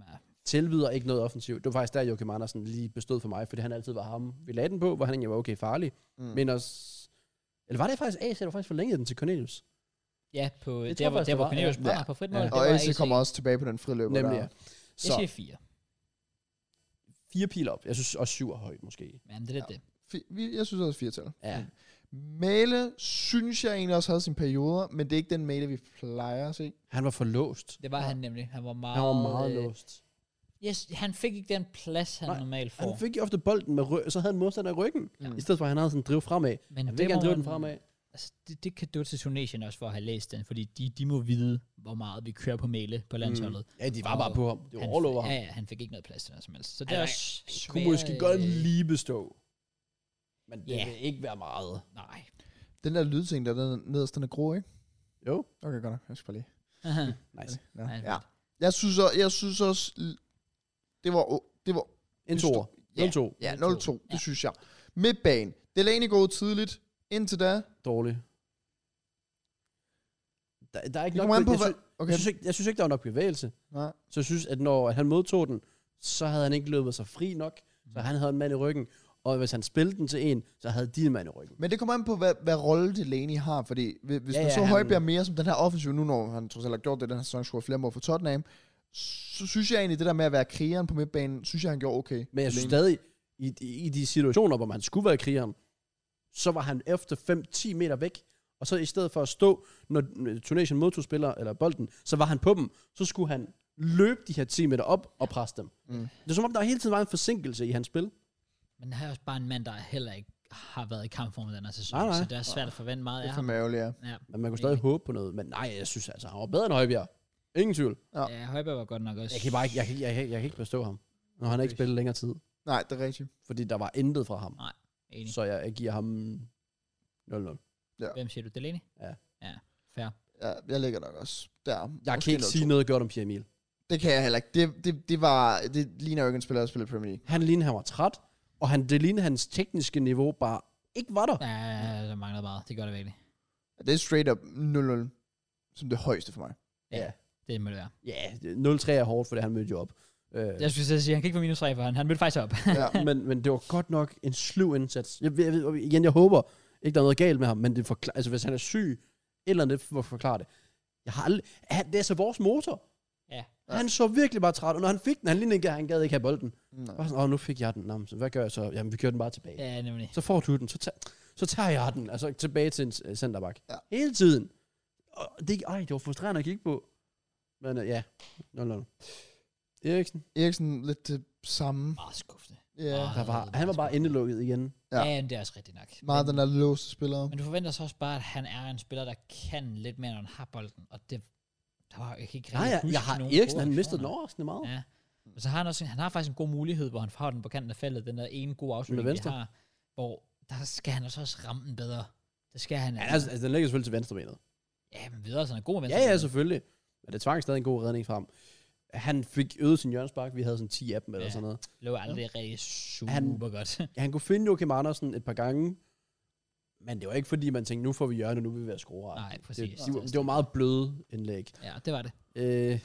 tilbyder ikke noget offensivt. Det var faktisk der, Joachim Andersen lige bestod for mig, fordi han altid var ham. Vi lagde den på, hvor han egentlig var okay farlig. Mm. Men også... Eller var det faktisk A C, der faktisk forlængede den til Cornelius? Ja, på Det der, tror hvor, jeg der, hvor faktisk, Cornelius det brænder Ja. på frit mål. Ja. det Og var A C A C. kommer også tilbage på den friløber. Nemlig, der. ja. Jeg Så siger fire. fire pil op. Jeg synes også syv er højt, måske. Jamen, det er lidt Ja. det. Fi- vi- Jeg synes også fire tal. Ja. Mæle synes jeg egentlig også havde sine perioder, men det er ikke den Mæle, vi plejer at se. Han var for låst. Det var Ja. han nemlig. Han var meget... Han var meget øh, låst. Yes, han fik ikke den plads, han Nej, normalt får. Han fik jo ofte bolden med ry- så havde han modstander i ryggen. Ja. I stedet for, at han havde sådan en driv fremad. Men Han det vil gerne må drive den man- fremad. Altså, det, det kan du til Tunesien også for at have læst den, fordi de, de må vide, hvor meget vi kører på Mæle på landsholdet. Mm. Ja, de var Og bare på ham. Det var Han- all over ham. Ja, ja, han fik ikke noget plads til noget som helst. Så det Ej, er nej, også Han svært, kunne måske godt øh, lige bestå. Men det Ja. vil ikke være meget. Nej. Den der lydting, der er nederst, den er grå, ikke? Jo. Okay, godt nok. Jeg skal bare lige. Aha. Nice. Ja. Nej, ja. Jeg synes, også, jeg synes også, det var, det var En det toer. stod- nul to. Ja, nul to. nul to, det Ja. synes jeg. Midtbane. Delaney går tidligt. Indtil da. Dårlig. Der, der er ikke Det nok... kommer an på, jeg, hvad... synes, Okay. jeg, synes ikke, jeg synes ikke, der var nok bevægelse. Nej. Så jeg synes, at når han modtog den, så havde han ikke løbet sig fri nok. Så han havde en mand i ryggen. Og hvis han spillede den til en, så havde de en mand i ryggen. Men det kommer an på, hvad, hvad rolle Delaney har. Fordi hvis Ja, ja, man ja, så han- Højbjerg mere som den her offensiv, nu når han trods alt har gjort det, den her sæson scorer flere mål for Tottenham, så synes jeg egentlig, det der med at være krigeren på midtbanen, synes jeg, han gjorde okay. Men jeg synes Delaney. stadig, i, i, i de situationer, hvor man skulle være krigeren, så var han efter fem til ti meter væk. Og så i stedet for at stå, når Tunesien modtog spiller, eller bolden, så var han på dem. Så skulle han løbe de her ti meter op og presse dem. Mm. Det er som om, der hele tiden var en forsinkelse i hans spil. Men han er også bare en mand, der heller ikke har været i kampform i den her sæson. Nej, nej. Så det er svært at forvente meget Det af er ham. for ærgerligt, ja. Ja. Men man kunne stadig håbe på noget. Men nej, jeg synes altså, han var bedre end Højbjerg. Ingen tvivl. Ja. ja, Højberg var godt nok også. Jeg kan bare ikke, jeg kan, jeg, kan, jeg kan ikke forstå ham, når han ikke spillet længere tid. Nej, det er rigtigt. Fordi der var intet fra ham. Nej, enig. Så jeg, jeg giver ham nul nul. Hvem siger du? Delaney? Ja. Ja, fair. Ja, jeg ligger nok også der. Jeg Måske kan ikke nul to. sige noget godt om Pierre Emil. Det kan jeg heller ikke. Det, det, det, var, det ligner jo ikke en spiller, der spiller i Premier League. Han lignede, han var træt, og han, det lignede, hans tekniske niveau bare ikke var der. Ja, der mangler meget. Det gør det virkelig. Det er straight up nul nul som det højeste for mig. Ja, det må det være. Ja, nul tre er hårdt, fordi han mødte jo op. Øh, Jeg skulle så sige, han kan ikke få minus tre for han. Han mødte faktisk op. Ja. men, men det var godt nok en sluv indsats. Jeg, jeg, jeg, igen, jeg håber ikke, der er noget galt med ham, men det forklar, altså, hvis han er syg, et eller andet for at forklare det. Jeg har aldrig, han, det er så vores motor. Ja. Han så virkelig bare træt, og når han fik den, han lignede ikke, han gad ikke have bolden. Nej. Bare sådan, åh, nu fik jeg den. Nå, så hvad gør jeg så? Jamen, vi kører den bare tilbage. Ja, nemlig. Så får du den, så, tager, så tager jeg den, altså tilbage til en uh, centerback. Ja. Hele tiden. Og det, ej, det var frustrerende at kigge på. Men uh, ja, nul nul. Eriksen, Eriksen lidt det samme. Meget skuffende. Ja. Ah. der var, han var bare indelukket igen. Ja. Ja, ja det er også rigtigt nok. Meget men, den der låste spiller. men du forventer så også bare, at han er en spiller, der kan lidt mere, når han har bolden. Og det, der var jeg kan ikke Nej, rigtig jeg, huske jeg har nogen Eriksen, gode han mistede den aktioner. overraskende meget. Ja. Og så har han også, han har faktisk en god mulighed, hvor han får den på kanten af feltet, den der ene gode afslutning, Med vi venstre. har, hvor der skal han også, også ramme den bedre. Det skal han. Ja, altså, altså, den ligger selvfølgelig til venstrebenet. ja, men videre, så han er god med Ja, venstre. ja, selvfølgelig. Men det tvang stadig en god redning frem. Han fik øget sin hjørnespark. Vi havde sådan ti af dem eller Ja. sådan noget. Det var aldrig rigtig super Han- godt. Ja, han kunne finde Joachim Andersen et par gange. Men det var ikke fordi, man tænkte, nu får vi hjørne, nu vil vi være score. Nej, Det, præcis. de, var, det var meget bløde indlæg. Ja, det var det. Øh,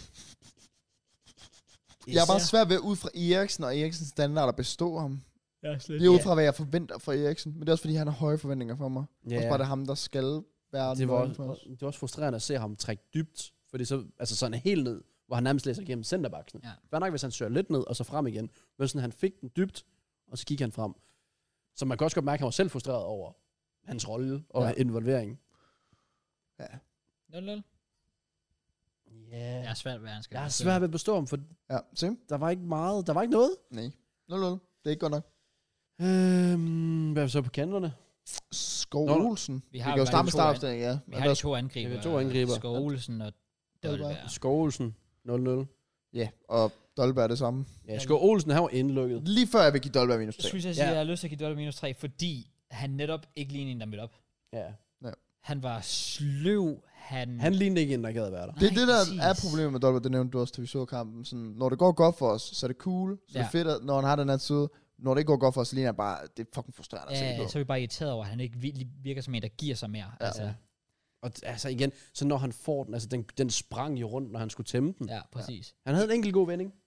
Jeg er bare svært ved ud fra Eriksen og Eriksens standard at bestå ham. Ja, slet. Det er ud fra, hvad jeg forventer fra Eriksen. Men det er også, fordi han har høje forventninger for mig. Ja. Også bare det er ham, der skal være det var, nøglen for os. også, det var også frustrerende at se ham trække dybt. Fordi så, altså sådan helt ned, hvor han nærmest læser igennem centerbaksen. Ja. Fair nok, hvis han søger lidt ned, og så frem igen. Men sådan, han fik den dybt, og så gik han frem. Så man kan også godt mærke, at han var selv frustreret over hans rolle og Ja. ja. involvering. Ja. nul nul. Ja. Det er svært, hvad han skal. Jeg er svært ved at bestå ham, for Ja, same. der var ikke meget, der var ikke noget. Nej. nul nul. Det er ikke godt nok. Øhm, hvad er så på kanterne? Skov Nå, nå. Olsen. Vi Vi har kan jo jo starte med to startopstillingen, ja. Vi Men har der de to angriber. Vi har to angriber. Skov Olsen og Dolberg. Skov Olsen, nul nul. Ja, og Dolberg er det samme. Ja, Skov Olsen, han var indlukket. Lige før jeg vil give Dolberg minus Jeg tre. synes, jeg siger, Ja. at jeg har lyst til at give Dolberg minus tre, fordi han netop ikke lignede en, der mødte op. Ja. Han var sløv. Han, Han lignede ikke en, der gad at være der. Det er Nej, det, der præcis. er problemet med Dolberg, det nævnte du også, da vi så kampen. Sådan, når det går godt for os, så er det cool, så ja. Ja. det er fedt, at- når han har den attitude. Når det ikke går godt for os, så ligner han bare, det er fucking frustrerende at se Ja, på. så er vi bare irriteret over, at han ikke virkelig virker som en, der giver sig mere. Ja. Altså, Ja. Og t- altså igen, så når han får den, altså den, den sprang jo rundt, når han skulle tæmme den. ja, præcis. Han havde en enkelt god vending,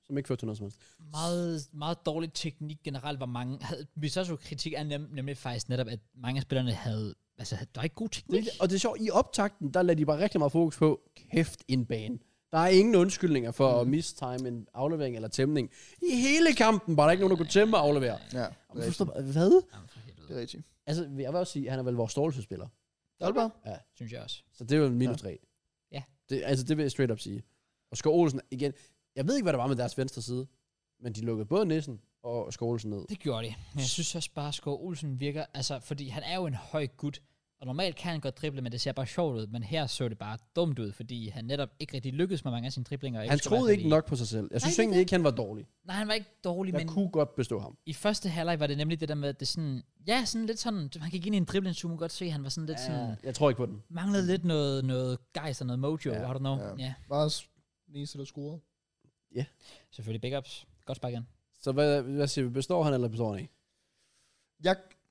som ikke førte til noget som helst. Meget, meget dårlig teknik generelt, hvor mange havde, vi så så kritik af nem, nemlig faktisk netop, at mange af spillerne havde, altså der var ikke god teknik. Det, og det er sjovt, i optakten, der lader de bare rigtig meget fokus på, kæft en bane. Der er ingen undskyldninger for mm. at mistime en aflevering eller tæmning. I hele kampen var der ikke nogen, der kunne tæmme og aflevere. Ja, Og det er forstår, rigtigt. hvad? Det er rigtigt. Altså, jeg vil også sige, at han er vel vores stålsespiller. Aalborg? Ja. Synes jeg også. Så det er jo en minus Ja. tre. Ja. Det, altså, det vil jeg straight up sige. Og Skov Olsen, igen, jeg ved ikke, hvad der var med deres venstre side, men de lukkede både Nissen og Skov Olsen ned. Det gjorde de. Men jeg synes også bare, at Skov Olsen virker, altså, fordi han er jo en høj gut, og normalt kan han godt drible, men det ser bare sjovt ud, men her så det bare dumt ud, fordi han netop ikke rigtig lykkedes med mange af sine driblinger. Jeg Han husker i hvert troede fald ikke i- nok på sig selv. Jeg synes Nej, egentlig det- ikke, han var dårlig. Nej, han var ikke dårlig, Jeg men kunne godt bestå ham. i første halvleg var det nemlig det der med, at det sådan, ja, sådan lidt sådan, han gik ind i en dribling, så man godt se, at han var sådan lidt sådan, Jeg tror ikke på den. manglede lidt noget, noget gejst og noget mojo, Ja. ja. I don't know. Ja. Ja. ja. Bare Nisse, der scorede. Selvfølgelig big ups. Godt spark igen. Så hvad, hvad siger vi? Består han, eller består han ikke? Jeg,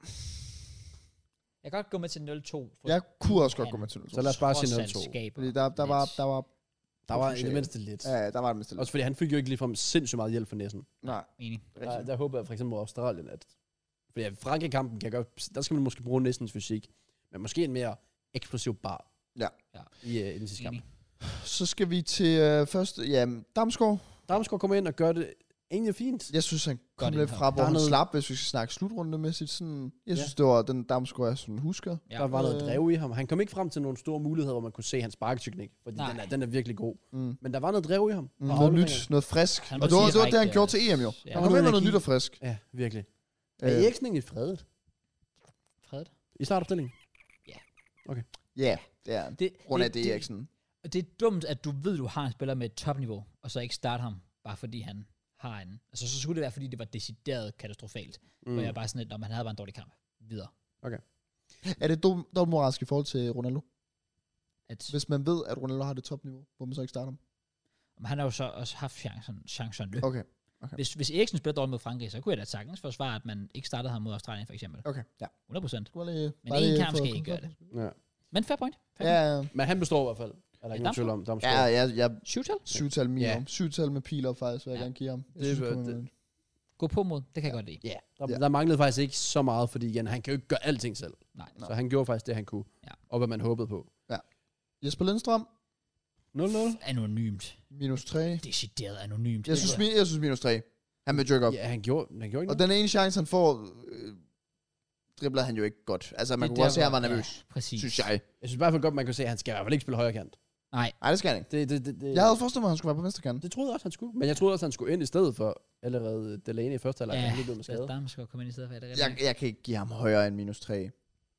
Jeg kan godt gå med til nul to. for jeg kunne også godt han gå med til nul to. Så lad os bare trods sige alt nul to. skaber Fordi der, der, var, lidt. der var... Der var i potentiale. det mindste lidt. Ja, ja, der var det mindste lidt. Også fordi han fik jo ikke ligefrem sindssygt meget hjælp fra næsen. Nej, Enig. rigtigt. Der, der håber jeg for eksempel mod Australien, at... Fordi ja, Frankrig-kampen kan godt... Der skal man måske bruge næstens fysik. Men måske en mere eksplosiv bar. Ja. Ja. I, uh, i den sidste kamp. Enig. Så skal vi til øh, først... Ja, Damsgaard. Damsgaard kommer ind og gør det egentlig fint. Jeg synes, han kom Godt lidt indhold. fra, hvor Der er han noget- slap, hvis vi skal snakke slutrundemæssigt. Sådan, jeg Ja. synes, det var den Damsgaard, jeg sådan husker. Ja. Der var noget Øh. drev i ham. Han kom ikke frem til nogle store muligheder, hvor man kunne se hans sparketeknik. Fordi Nej. den er, den er virkelig god. Mm. Men der var noget drev i ham. Mm, Og noget afleveringer. nyt, noget frisk. Han Og det var, var det var det, han direkte, gjorde til E M jo. ja. Han Der kom var ind med noget noget nyt energi. og frisk. Ja, virkelig. Øh, Er Eriksen egentlig fredet? Fred. I startopstillingen? Ja, det er han. Det, Grund af det, det, det, Eriksen. Og det er dumt, at du ved, du har en spiller med et topniveau, og så ikke starte ham, bare fordi han har en... Altså, så skulle det være, fordi det var decideret katastrofalt. Mm. Hvor jeg bare sådan lidt, når man havde bare en dårlig kamp. Videre. Er det dum- dobbeltmoralsk i forhold til Ronaldo? At, Hvis man ved, at Ronaldo har det topniveau, hvor man så ikke starter ham? men han har jo så også haft chancen, chancen Okay. Hvis, hvis Eriksen spiller dårligt mod Frankrig, så kunne jeg da sagtens forsvare, at man ikke startede ham mod Australien, for eksempel. Okay, ja. hundrede procent. Du var lige, Men bare en lige kamp for- skal I ikke gøre det. Ja. Men fair point. Fair Ja, ja, Men han består i hvert fald. Er der ikke nogen tvivl om? Damsgaard. ja, ja, ja. point. Syvtal? Syvtal minimum. Ja. Syvtal med pil op, faktisk, vil jeg Ja. gerne give ham. Jeg Det synes, var- kommer det- med. Gå på mod. Det kan jeg godt lide. Ja, der, Ja. der manglede faktisk ikke så meget, fordi igen, han kan jo ikke gøre alting selv. Nej. Så han gjorde faktisk det, han kunne. Ja. Og hvad man håbede på. Jesper Lindstrøm, nul nul. Anonymt. minus tre. Decideret anonymt. Jeg synes, mi- jeg synes minus tre. Han vil jerk op. Ja, han gjorde, han gjorde ikke Og noget. den ene chance, han får, øh, dribler han jo ikke godt. Altså, man Det kunne godt se, at der, han var hvor- nervøs, Ja, præcis. synes jeg. Jeg synes i hvert fald godt, man kunne se, at han skal i hvert fald ikke spille højre kant. Nej. Nej, det skal han ikke. Det, det, det, det, Jeg havde forestillet mig, at han skulle være på venstre kant. det troede jeg også, han skulle. Men jeg troede også, han skulle ind i stedet for allerede Delaney i første halvleg. Ja, Han lige blev med skade. der skal komme ind i stedet for, er det rigtigt? Jeg, jeg kan ikke give ham højere end minus tre.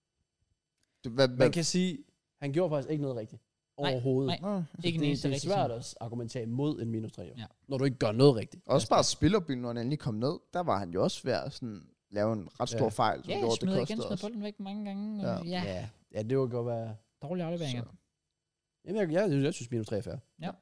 Det, hvad, hvad, Man kan sige, han gjorde faktisk ikke noget rigtigt. Nej, Overhovedet. nej. Nå, Så Ikke en det, eneste det er rigtig svært sådan. at argumentere imod en minus tre, jo. Ja. Når du ikke gør noget rigtigt. også bare spillerbyen, når han endelig kom ned, der var han jo også ved at sådan, lave en ret stor Ja. fejl, som Ja, jeg gjorde, at smider det igen, kostede smider os. bolden væk mange gange. Ja. Ja. ja. Ja, ja det var godt være... Dårlige afleveringer. Så. Jamen, jeg, jeg, jeg, jeg synes minus tre er fair.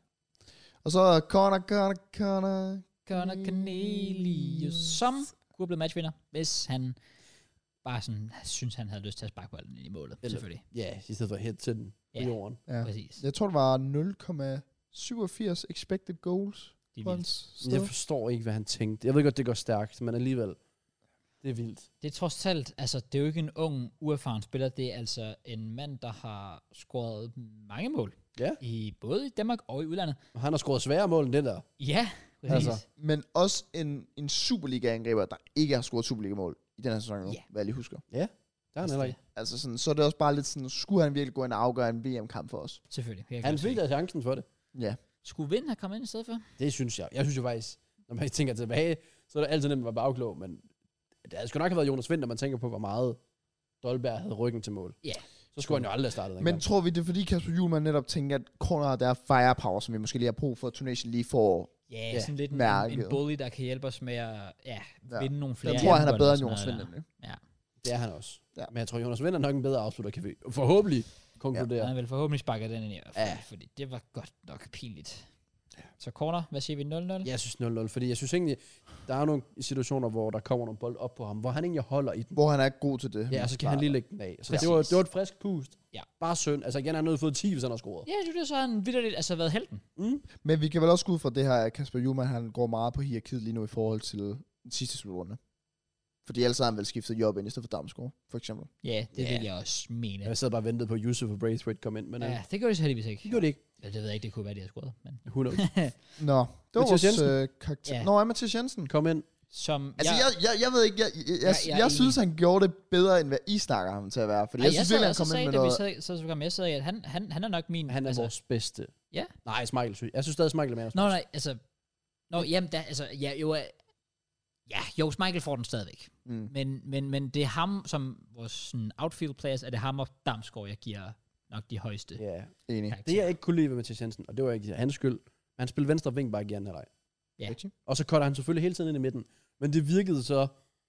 Og så corner, corner, corner. Conor Cornelius, som kunne have blevet matchvinder, hvis han bare sådan synes, han havde lyst til at sparke bolden i målet. Eller- Selvfølgelig. Ja, i stedet for hit til den Ja. på jorden. Ja. Præcis. Jeg tror, det var nul komma syvogfirs expected goals Det er på vildt. hans Men sted. jeg forstår ikke, hvad han tænkte. Jeg ved godt, det går stærkt, men alligevel. Det er vildt. Det er trods alt, altså det er jo ikke en ung, uerfaren spiller, det er altså en mand, der har scoret mange mål. Ja. I både i Danmark og i udlandet. Og han har scoret sværere mål end det der. Ja, præcis. Altså. Men også en, en Superliga-angriber, der ikke har scoret Superliga-mål i den her sæson, Ja. yeah. hvad jeg lige husker. Der er han heller ikke. Altså sådan, så er det også bare lidt sådan, skulle han virkelig gå ind og afgøre en V M-kamp for os? Selvfølgelig. Jeg kan Han godt fik se. da chancen for det. Ja. Skulle Vind have kommet ind i stedet for? Det synes jeg. Jeg synes jo faktisk, når man tænker tilbage, så er det altid nemt at være bagklog, men det skulle nok have været Jonas Vind, når man tænker på, hvor meget Dolberg havde ryggen til mål. Ja. Så skulle han jo aldrig have startet den Men kamp. tror vi, det er fordi Kasper Hjulmand netop tænker, at Corner har der firepower, som vi måske lige har brug for, at Tunesien lige får. Ja, Ja, ja sådan lidt en, mærket. en bully, der kan hjælpe os med at ja, Ja. vinde nogle flere. Jeg tror, han er bolde bedre og end sådan Jonas Vind, noget der. nemlig. Det er han også. Ja. Men jeg tror, Jonas Vind er nok en bedre afslutter, kan vi forhåbentlig konkludere. Han vil forhåbentlig sparke den ind i hvert fald, Ja. fordi det var godt nok pinligt. Så corner, hvad siger vi, nul nul? Ja, jeg synes nul nul, fordi jeg synes egentlig, der er nogle situationer, hvor der kommer nogle bold op på ham, hvor han egentlig holder i den. Hvor han er god til det. Ja, og så kan han lige lægge den af. Så Præcis. det var, det var et frisk pust. Ja. Bare synd. Altså igen, han har fået ti, hvis han har scoret. Ja, det er så han vitterligt, altså været helten. Mm. Men vi kan vel også gå ud fra det her, at Kasper Juhlmann, han går meget på hierarkiet lige nu i forhold til den sidste slutrunde. Fordi ellers har han vel skiftet job ind i stedet for Damsgaard, for eksempel. Ja, det Ja. vil jeg også mene. Jeg sad bare og ventede på, at Yusuf og Braithwaite kom ind, men Ja, ja. det gjorde de så heldigvis ikke. det gjorde det ikke. Ja, det ved jeg ikke, det kunne være, de har scoret. Men. hundrede. Nå, det var Mathias vores Jensen. øh, karakter. Ja. Nå, er Mathias Jensen. Kom ind. Som Altså, jeg, jeg, jeg ved ikke, jeg, jeg, jeg, Ja, jeg, jeg er jeg enig. synes, han gjorde det bedre, end hvad I snakker ham til at være. Fordi Ej, jeg, synes sad virkelig, han også kom og ind med sagde, da noget... vi sad, så, så kom jeg sagde, at han, han, han er nok min... Han er altså, vores bedste. Ja. Nej, Smeichel synes jeg. synes stadig, Smeichel er mere. Nå, nej, altså... Nå, jamen, da, altså, ja, jo... øh, Ja, jo, Michael får den stadigvæk. Mm. Men, men, men det er ham, som vores sådan, outfield players, er det ham og Damsgaard, jeg giver nok de højeste Ja. Enig. karakterer. Det jeg ikke kunne lide ved Mathias Jensen, og det var ikke hans skyld, men han spillede venstre wingback i anden halvleg. Ja. Rigtig. Og så cutter han selvfølgelig hele tiden ind i midten. Men det virkede så...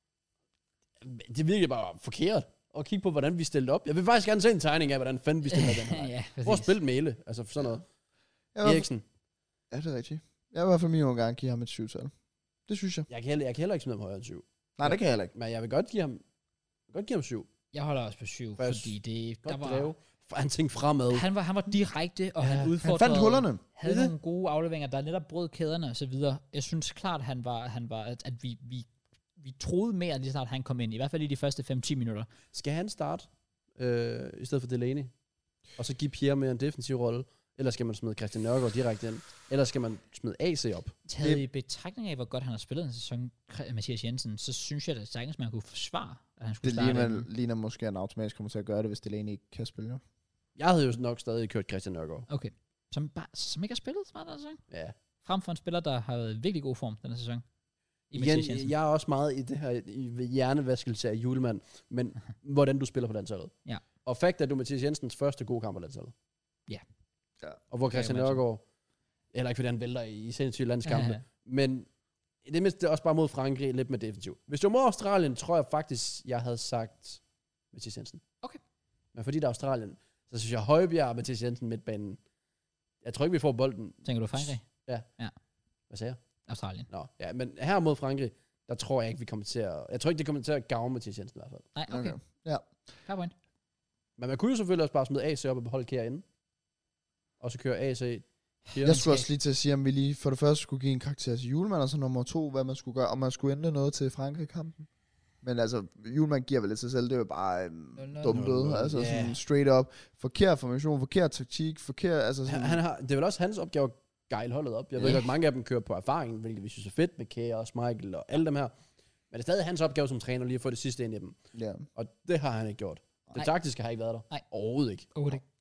Det virkede bare forkert at kigge på, hvordan vi stillede op. Jeg vil faktisk gerne se en tegning af, hvordan fanden vi stillede op den her. ja, Hvor præcis. spillet Mæle? Altså sådan noget. Jeg vil, Eriksen. ja, det er rigtigt. Jeg vil i hvert fald minimum gerne give ham et syvtal. Det synes jeg. Jeg kan heller, jeg kan heller ikke smide ham højere end syv. Nej, det kan jeg heller ikke. Men jeg vil godt give ham, jeg vil godt give ham syv. Jeg holder også på syv, For jeg fordi det... Godt Der var, drev. For han tænkte fremad. han, var, han var direkte, og Ja, han han udfordrede... Han fandt hullerne. Havde Det er nogle gode afleveringer, der netop brød kæderne og så videre. Jeg synes klart, han var, han var at, at vi, vi, vi troede mere, lige snart han kom ind. I hvert fald i de første fem til minutter. Skal han starte øh, i stedet for Delaney? Og så give Pierre mere en defensiv rolle? Eller skal man smide Christian Nørgaard direkte ind? Eller skal man smide A C op? Taget i betragtning af, hvor godt han har spillet en sæson, Mathias Jensen, så synes jeg, at sagtens man kunne forsvare, at han skulle Det starte. ligner, inden. ligner måske, at han automatisk kommer til at gøre det, hvis Delaney ikke kan spille. Jo. Jeg havde jo nok stadig kørt Christian Nørgaard. Okay. Som, bare, som ikke har spillet smart den sæson. Ja. Frem for en spiller, der har været i virkelig god form den sæson. I Mathias Igen, Jensen. jeg er også meget i det her i hjernevaskelse af Julemand, men hvordan du spiller på landsholdet. Ja. Og fakt er, at du er Mathias Jensens første gode kamp på landsholdet. Ja. Ja. Og hvor Christian Ja, jo, Nørgaard, heller ikke fordi han vælter i sindssyge landskampe, Ja. men i det mindste også bare mod Frankrig lidt med defensiv. Hvis det var mod Australien, tror jeg faktisk, jeg havde sagt Mathias Jensen. Okay. Men fordi det er Australien, så synes jeg Højbjerg og Mathias Jensen midtbanen. Jeg tror ikke, vi får bolden. Tænker du Frankrig? Hvad sagde jeg? Australien. Nå, ja, men her mod Frankrig, der tror jeg ikke, vi kommer til at... Jeg tror ikke, det kommer til at gavne Mathias Jensen i hvert fald. Nej, okay. okay. Ja. Fair point. Men man kunne jo selvfølgelig også bare smide A C op og beholde Kjær inde. Og så køre A C. Kjær. Jeg skulle også lige til at sige, om vi lige for det første skulle give en karakter til Julemand, og så nummer to, hvad man skulle gøre, om man skulle ændre noget til Frankrig-kampen. Men altså, Julemand giver vel lidt sig selv, det er jo bare um, dumt nul nul. altså Ja. sådan straight up. Forkert formation, forkert taktik, forkert, altså Han, sådan, han har, det er vel også hans opgave at gejle holdet op. Jeg ved Ja. godt, mange af dem kører på erfaring, hvilket vi synes er fedt med Kjær og Michael og alle dem her. Men det er stadig hans opgave som træner lige at få det sidste ind i dem. ja. Og det har han ikke gjort. Det Nej. taktiske har ikke været der. Nej. Overhovedet ikke. Overhovedet ikke.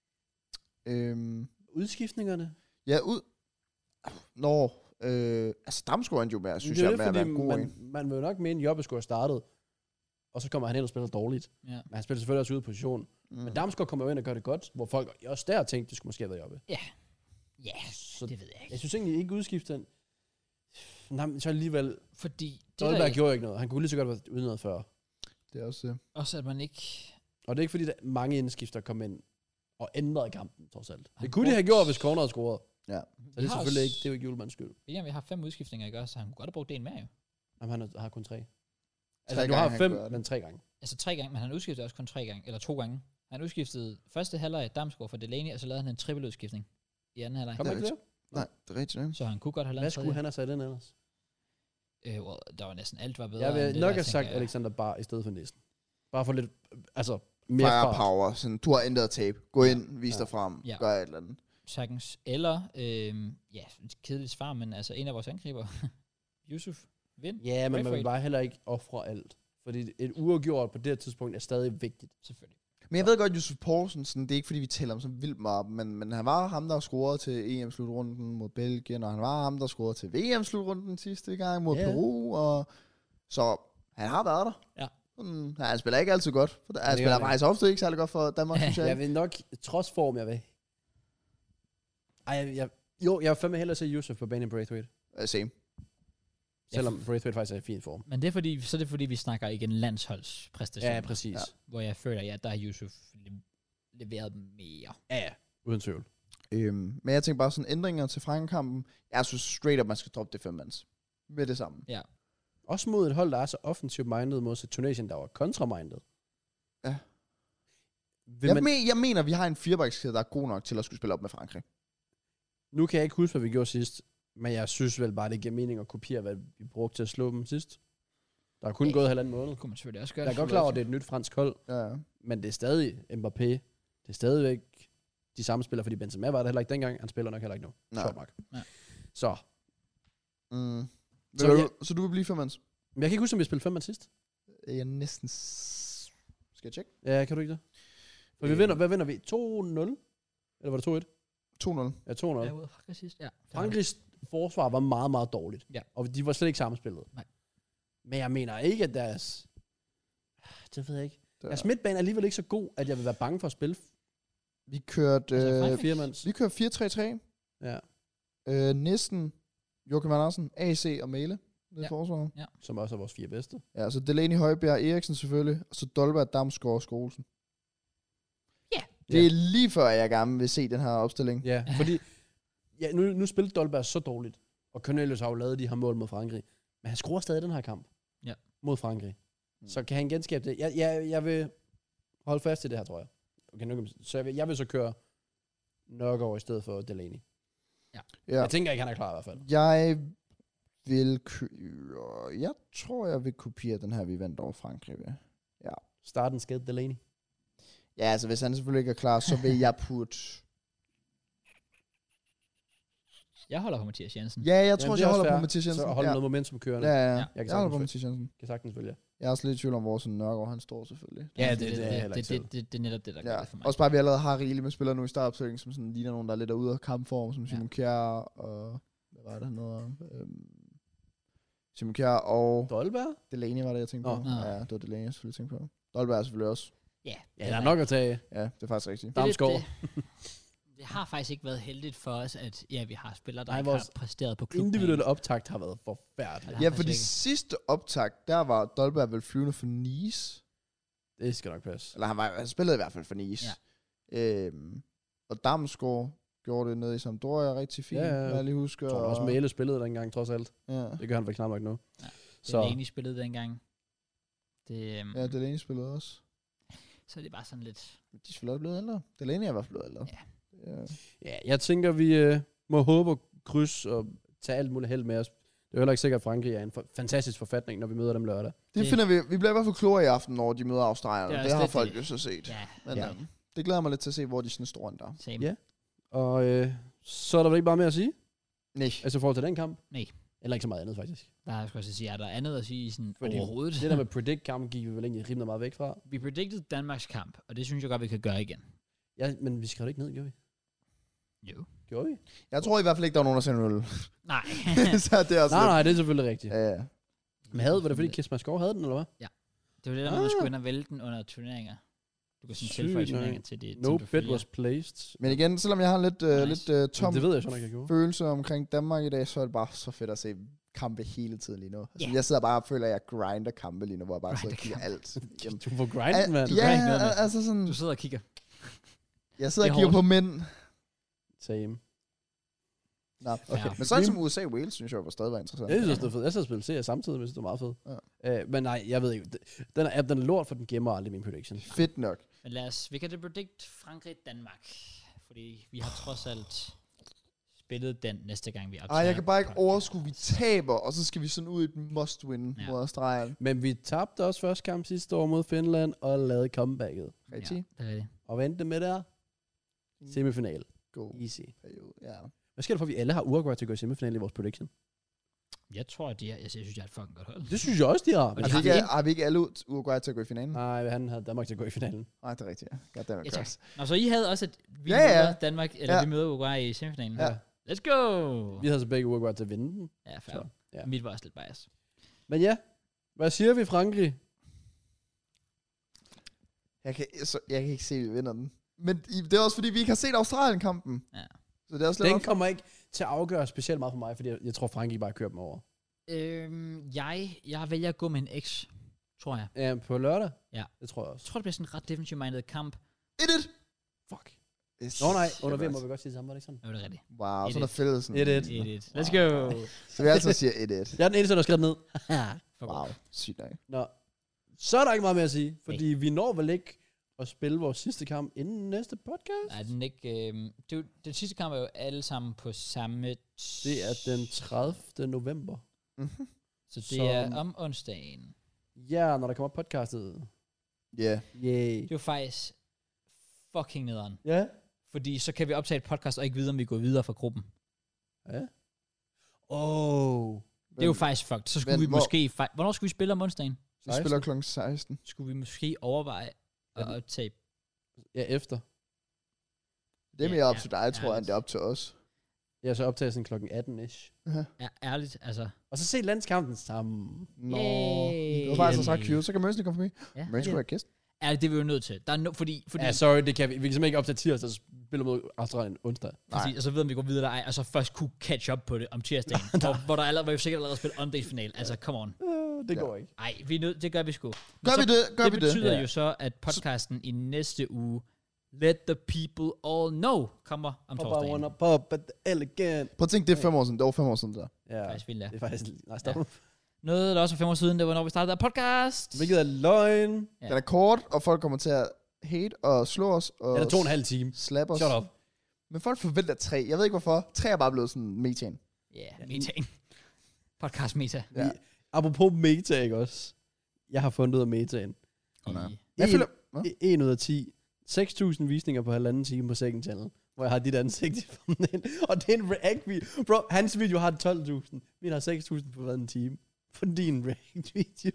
Øhm, Udskiftningerne. ja, ud... Nå, øh, altså Damsgaard endte jo med, synes Det er jeg, det, med at fordi være god, man, ikke? man vil jo nok mene, at Jobbe skulle have startet. Og så kommer han ind og spiller dårligt. Ja. Men han spiller selvfølgelig også ude i position. Mm. Men Damsgaard kommer jo ind og gør det godt, hvor folk også der tænkte, det skulle måske have været Jobbe. Ja, Så det ved jeg ikke. jeg synes egentlig ikke udskifte den. Nej, men så alligevel. Fordi det der Dolberg er gjorde ikke noget. Han kunne lige så godt have været uden noget før. Det er også det. også, at man ikke... Og det er ikke fordi, der mange indskifter kom ind og ændrede kampen, trods alt. Han Det kunne de have brugt- gjort, hvis Corner havde scoret. Ja. Så det er selvfølgelig ikke, det er jo ikke Julemands skyld. Ja, vi har fem udskiftninger, ikke også? Så han kunne godt have brugt det en mere, jo. Jamen, han har- har kun tre. Tre Altså, du gange har han fem, gør det. men tre gange. Altså tre gange, men han udskiftede også kun tre gange, eller to gange. Han udskiftede første halvleg Damsgaard for Delaney, og så lavede han en trippeludskiftning i anden halvleg. Kom Det er ikke det? Nej, det er rigtigt, ikke? Så han kunne godt have lavet Hvad en skulle tredje. han have sat ind ellers? Øh, well, der var næsten alt var bedre. Jeg end vil det nok der, have sagt tænker jeg. Alexander Bar i stedet for næsten. Bare for lidt, altså, mere Fire fart. power, sådan, du har ændret tape. Gå ind, vis Ja. dig frem, Ja. gør et eller andet. Sagtens. Eller, øh, ja, et kedeligt svar, men altså en af vores angriber, Yusuf, Vind, Ja, men man vil Braithwaite. bare heller ikke ofre alt. Fordi et uafgjort på det her tidspunkt er stadig vigtigt. selvfølgelig. Men jeg ved godt, Josef Poulsen, sådan, det er ikke fordi, vi tæller ham som vildt meget op, men, men han var ham, der scorede til E M-slutrunden mod Belgien, og han var ham, der scorede til V M-slutrunden sidste gang mod Ja. Peru, og så han har været der. Ja. Sådan, ja, han spiller ikke altid godt, for han det gør spiller han faktisk ofte ikke særlig godt for Danmark, synes jeg. Jeg vil nok, trods form, jeg vil. Ej, jeg, jeg, jo, jeg vil fandme hellere se Yusuf på banen end Braithwaite. Uh, same. Selvom Braithwaite faktisk er i fin form. Men det er fordi, så er det fordi, vi snakker igen landsholdspræstationer. Ja, præcis. Ja. Hvor jeg føler, ja, der har Yusuf le- leveret mere. Ja, ja. Uden tvivl. Øhm, men jeg tænker bare sådan ændringer til Frankrig-kampen. Jeg synes straight up, man skal droppe det fem mands. Med det samme. Ja. Også mod et hold, der er så offensivt minded, mod så Tunesien, der var kontra-minded. Ja. Vil Jeg, man, men, jeg mener, vi har en firebakkskæde, der er god nok til at skulle spille op med Frankrig. nu kan jeg ikke huske, hvad vi gjorde sidst, men jeg synes vel bare, det giver mening at kopiere, hvad vi brugte til at slå dem sidst. Der er kun Ja. gået halvanden måned. Det kunne man selvfølgelig også gøre. Jeg er godt klar over, at det er et nyt fransk hold, Ja, ja. men det er stadig Mbappé. Det er stadigvæk de samme spillere, fordi Benzema var det heller ikke dengang. Han spiller nok heller ikke nu. Nej. Sjovt nok. Nej. Så. Mm. Så Så, jeg- du, så du vil blive fem mands? Men jeg kan ikke huske, om vi spillede fem mand sidst. Jeg er næsten... S- skal jeg tjekke? Ja, kan du ikke det? For vi Øh. vinder, hvad vinder vi? to nul? Eller var det to et? to nul. Ja, to nul. Ja, ude af Frankrig sidst, ja. Frankrigs forsvar var meget, meget dårligt. Ja. Og de var slet ikke sammenspillet. Nej. Men jeg mener ikke, at deres... Det ved jeg ikke. Der- Deres midtbane er alligevel ikke så god, at jeg vil være bange for at spille Vi kørte... Altså, Øh, Frankrig? firemands. vi kørte fire tre tre. Ja. Øh, Nissen, Joachim Andersen, A C og Mæle. Det er Ja. forsvaret. Som også er vores fire bedste. Ja, så Delaney, Højbjerg, Eriksen selvfølgelig, og så Dolberg, Damsgaard og Skolsen. Ja. Det er lige før, jeg gerne vil se den her opstilling. Ja, fordi ja, nu, nu spillede Dolberg så dårligt, og Cornelius har jo lavet de her mål mod Frankrig, men han scorer stadig den her kamp Ja. mod Frankrig. Mm. Så kan han genskabe det. Jeg, jeg, jeg vil holde fast i det her, tror jeg. Okay, nu, kan man- så jeg vil, jeg vil så køre Nørgaard i stedet for Delaney. Ja. Jeg tænker ikke, han er klar i hvert fald. Jeg vil køre... Jeg tror, jeg vil kopiere den her, vi vandt over Frankrig ved. Starten skade Delaney. Ja, altså hvis han selvfølgelig ikke er klar, så vil jeg putte... Jeg holder på Mathias Jensen. Ja, jeg tror, Jamen, også, det er jeg holder også på fair. Mathias Jensen. Så holde ja. noget momentum kørende. Ja, ja, ja. Ja. Jeg, Jeg kan jeg holder på sagtens Mathias Jensen. Kan sagtens følge. Jeg er også lidt i tvivl om, hvor sådan Nørgaard han står selvfølgelig. Ja, Altså, det- det er jeg heller det, ikke det, det, det er netop det, der gør Ja, det for mig. også bare, at vi allerede har rigeligt med spillere nu i startopstillingen, som sådan ligner nogen, der er lidt ude af kampform, som Ja. Simon Kjær og... Hvad var det, han hedder? Øhm, Simon Kjær og... Dolberg? Delaney var det, jeg tænkte Nå. på. Nå. Ja, det var Delaney, jeg selvfølgelig tænkte på. Dolberg er selvfølgelig også. Ja, Ja, der er nok at tage. Ja, det er faktisk rigtigt. Det, er lidt Damsgaard. det, det har faktisk ikke været heldigt for os, at ja, vi har spillere, der Nej, ikke vores har præsteret på klubben. Individuelle optakt har været forfærdeligt. Ja. Ja, faktisk for det ikke. sidste optag, der var Dolberg vel flyvende for Nice. Det skal nok passe. Eller han, var, han spillede i hvert fald for Nice. Ja. Øhm, og Damsgaard gjorde det nede i Sampdoria rigtig fint, Ja, ja, ja. hvad jeg lige husker. Jeg tror også, og- Mæle spillede dengang, trods alt. Ja, Det gør han vel knap nok nu. Ja. Så Delaney spillede dengang. Det, um, ja, Delaney spillede også. så er det bare sådan lidt... De er selvfølgelig også blevet ældre. Delaney er i hvert fald blevet ældre. Ja. Ja. ja, jeg tænker, vi øh, må håbe og kryds og tage alt muligt held med os. Det er heller ikke sikkert, at Frankrig er en for, fantastisk forfatning, når vi møder dem lørdag. Det, Det- finder vi. Vi bliver i hvert fald klogere i aften, når de møder Australien. Det er Det, også har lidt folk det. jo så set. Ja, Men Ja. ja. det glæder mig lidt til at se, hvor de sådan står der. same. Ja. Og øh, så er der vel ikke bare mere at sige? Nej. Altså i forhold til den kamp? Nej. Eller ikke så meget andet, faktisk. Der har jeg skulle også sige, er der andet at sige sådan Fordi overhovedet? Det der med predict-kampen gik vi vel egentlig rimelig meget væk fra. Vi predicted Danmarks kamp, og det synes jeg godt, vi kan gøre igen. Ja, men vi skrev det ikke ned, gjorde vi? Jo. Gjorde vi? Jeg tror i hvert fald ikke, der er nogen, der sender nul. Nej. Så det er også Nej, lidt- nej, det er selvfølgelig rigtigt. Ja, ja. Men havde, var det fordi Kismar Skov havde den, eller hvad? Det var det der med, at man skulle ind og vælge den under turneringer. Du kan sådan Sygt tilføje nok. turneringer til det. No som du bet følger. was placed. Men igen, selvom jeg har lidt, uh, Nice. lidt uh, tom Det ved jeg så nok, jeg gjorde. følelse omkring Danmark i dag, så er det bare så fedt at se kampe hele tiden lige nu. Altså, Ja. Jeg sidder bare og føler, at jeg grinder kampe lige nu, hvor jeg bare sidder og Grinder kigger alt. Jamen, Du får grinden, mand. Du ja, gør ikke noget med det. altså sådan, Du sidder og kigger. jeg sidder Det og er kigger på mænd. Same. Nå, Okay. Men sådan som U S A og Wales, synes jeg var stadig var interessant. Jeg synes, det er fedt. Jeg sidder og spiller serier samtidig, hvis det er meget fedt. Ja. Uh, men nej, jeg ved ikke. Den er, den er lort, for den gemmer aldrig min prediction. Fedt nok. Men lad os, vi kan det predict Frankrig-Danmark. Fordi vi har trods alt spillet den næste gang, vi optager. Ej, jeg kan bare ikke podcast. overskue, vi taber, og så skal vi sådan ud i et must-win Ja. mod Australien. Men vi tabte også første kamp sidste år mod Finland, og lavede comebacket. Rigtig Ja, det er det. Og vendte med der. Semifinal. god Easy. periode. Ja. Hvad sker der for, at vi alle har Uruguay til at gå i semifinal i vores prediction? Jeg tror, at de er, jeg synes, de er et fucking godt hold. Det synes jeg også, de har. Og de Har vi, har ikke, det. har vi ikke alle ud- Uruguay til at gå i finalen? Nej, han havde Danmark til at gå i finalen. Nej, det er rigtigt, ja. Goddammit, Ja, tak. Cross. Nå, så I havde også, at vi Ja, ja. møder Danmark, eller Ja. vi møder Uruguay i semifinalen. Ja. Let's go! Vi havde så begge Uruguay til at vinde den. Ja, fair. Så, ja. Mit var også lidt bias. Men ja, hvad siger vi, Frankrig? Jeg kan, så, jeg kan ikke se, at vi vinder den. Men i- det er også, fordi vi ikke har set Australien-kampen. Ja. Så det er også lidt Den op- kommer ikke til at afgøre specielt meget for mig, fordi jeg, jeg tror, Frankrig bare kører dem over. Øhm, jeg, jeg vælger at gå med en X, tror jeg. Ja, på lørdag? Ja. Det tror jeg Jeg også. tror, det bliver sådan en ret defensive-minded kamp. et et. Fuck. Nå nej, under V M må vi godt sige det samme, var det ikke sådan? Det var det rigtigt. Wow, et sådan er fældelsen. et et. et et. Let's go. Så vi altid siger et et. Jeg er den eneste, der har skrevet ned. Wow, sygt nok. Nå, så er der ikke meget mere at sige, fordi vi når vel ikke at spille vores sidste kamp inden næste podcast? Nej, den ikke... Øh, det er jo, den sidste kamp er jo alle sammen på samme... Det er den tredivte november. Mhm. Så det Som- er om onsdagen. Ja, når der kommer podcastet. Ja. Yay. Det er jo faktisk fucking nederen. Ja. Fordi så kan vi optage et podcast og ikke vide, om vi går videre fra gruppen. Ja. Oh. Det er jo faktisk fucked. Så skulle men vi hvor- måske... Fej- Hvornår skulle vi spille om onsdagen? Vi spiller klokken seksten. Skulle vi måske overveje at Ja. optage... Ja, efter. Det er Ja, mere op ja, til dig, tror jeg, ærligt. end det er op til os. Ja, så optager sådan klokken atten-ish. Ja, ærligt, altså... Og så se landskampen sammen. Nå, Yay. det var faktisk så ret cute. Så kan Mønsen komme forbi. Ja, Mønsen skulle være gæst. ærligt, det er vi jo nødt til. Der er no, fordi... fordi Ja, sorry, det kan vi. Vi kan simpelthen ikke optage tirsdag, så spiller mod Australien onsdag. Præcis, og så ved vi, om vi går videre eller ej, og så først kunne catch up på det om tirsdagen, hvor, hvor der allerede, hvor vi sikkert allerede spillet on-days-final. Altså, come on. Uh, det Ja. går ikke. Ej, vi er nødt, det gør vi sgu. Men Gør så, vi det? Gør det vi det? betyder Ja. jo så, at podcasten i næste uge, Let the People All Know, kommer om Pop, I torsdagen. wanna pop at the elegant. Prøv at tænke, det er fem år siden. Det var fem år siden, der. Ja, Faktisk vildt, ja. det er faktisk... Nej, stop. Ja. Ja. Noget, der også er fem år siden, det var, når vi startede der podcast. Hvilket er løgn. Ja. Den er kort, og folk kommer til at hate og slå os. Og Ja, det er to og en halv time. Slap os. Shut up. Men folk forventer tre. Jeg ved ikke hvorfor. Tre er bare blevet sådan metan. Ja, yeah, meta. Podcast meta. Ja. Vi, apropos meta, ikke også? Jeg har fundet ud af metaen. Oh, nej. I- Jeg En- føler... Hvad? en ud af ti. seks tusind visninger på halvanden time på Second Channel, hvor jeg har dit ansigt i thumbnail. Og det er en react-video. Bro, hans video har tolv tusind. Min har seks tusind på hver en time. For din react-video.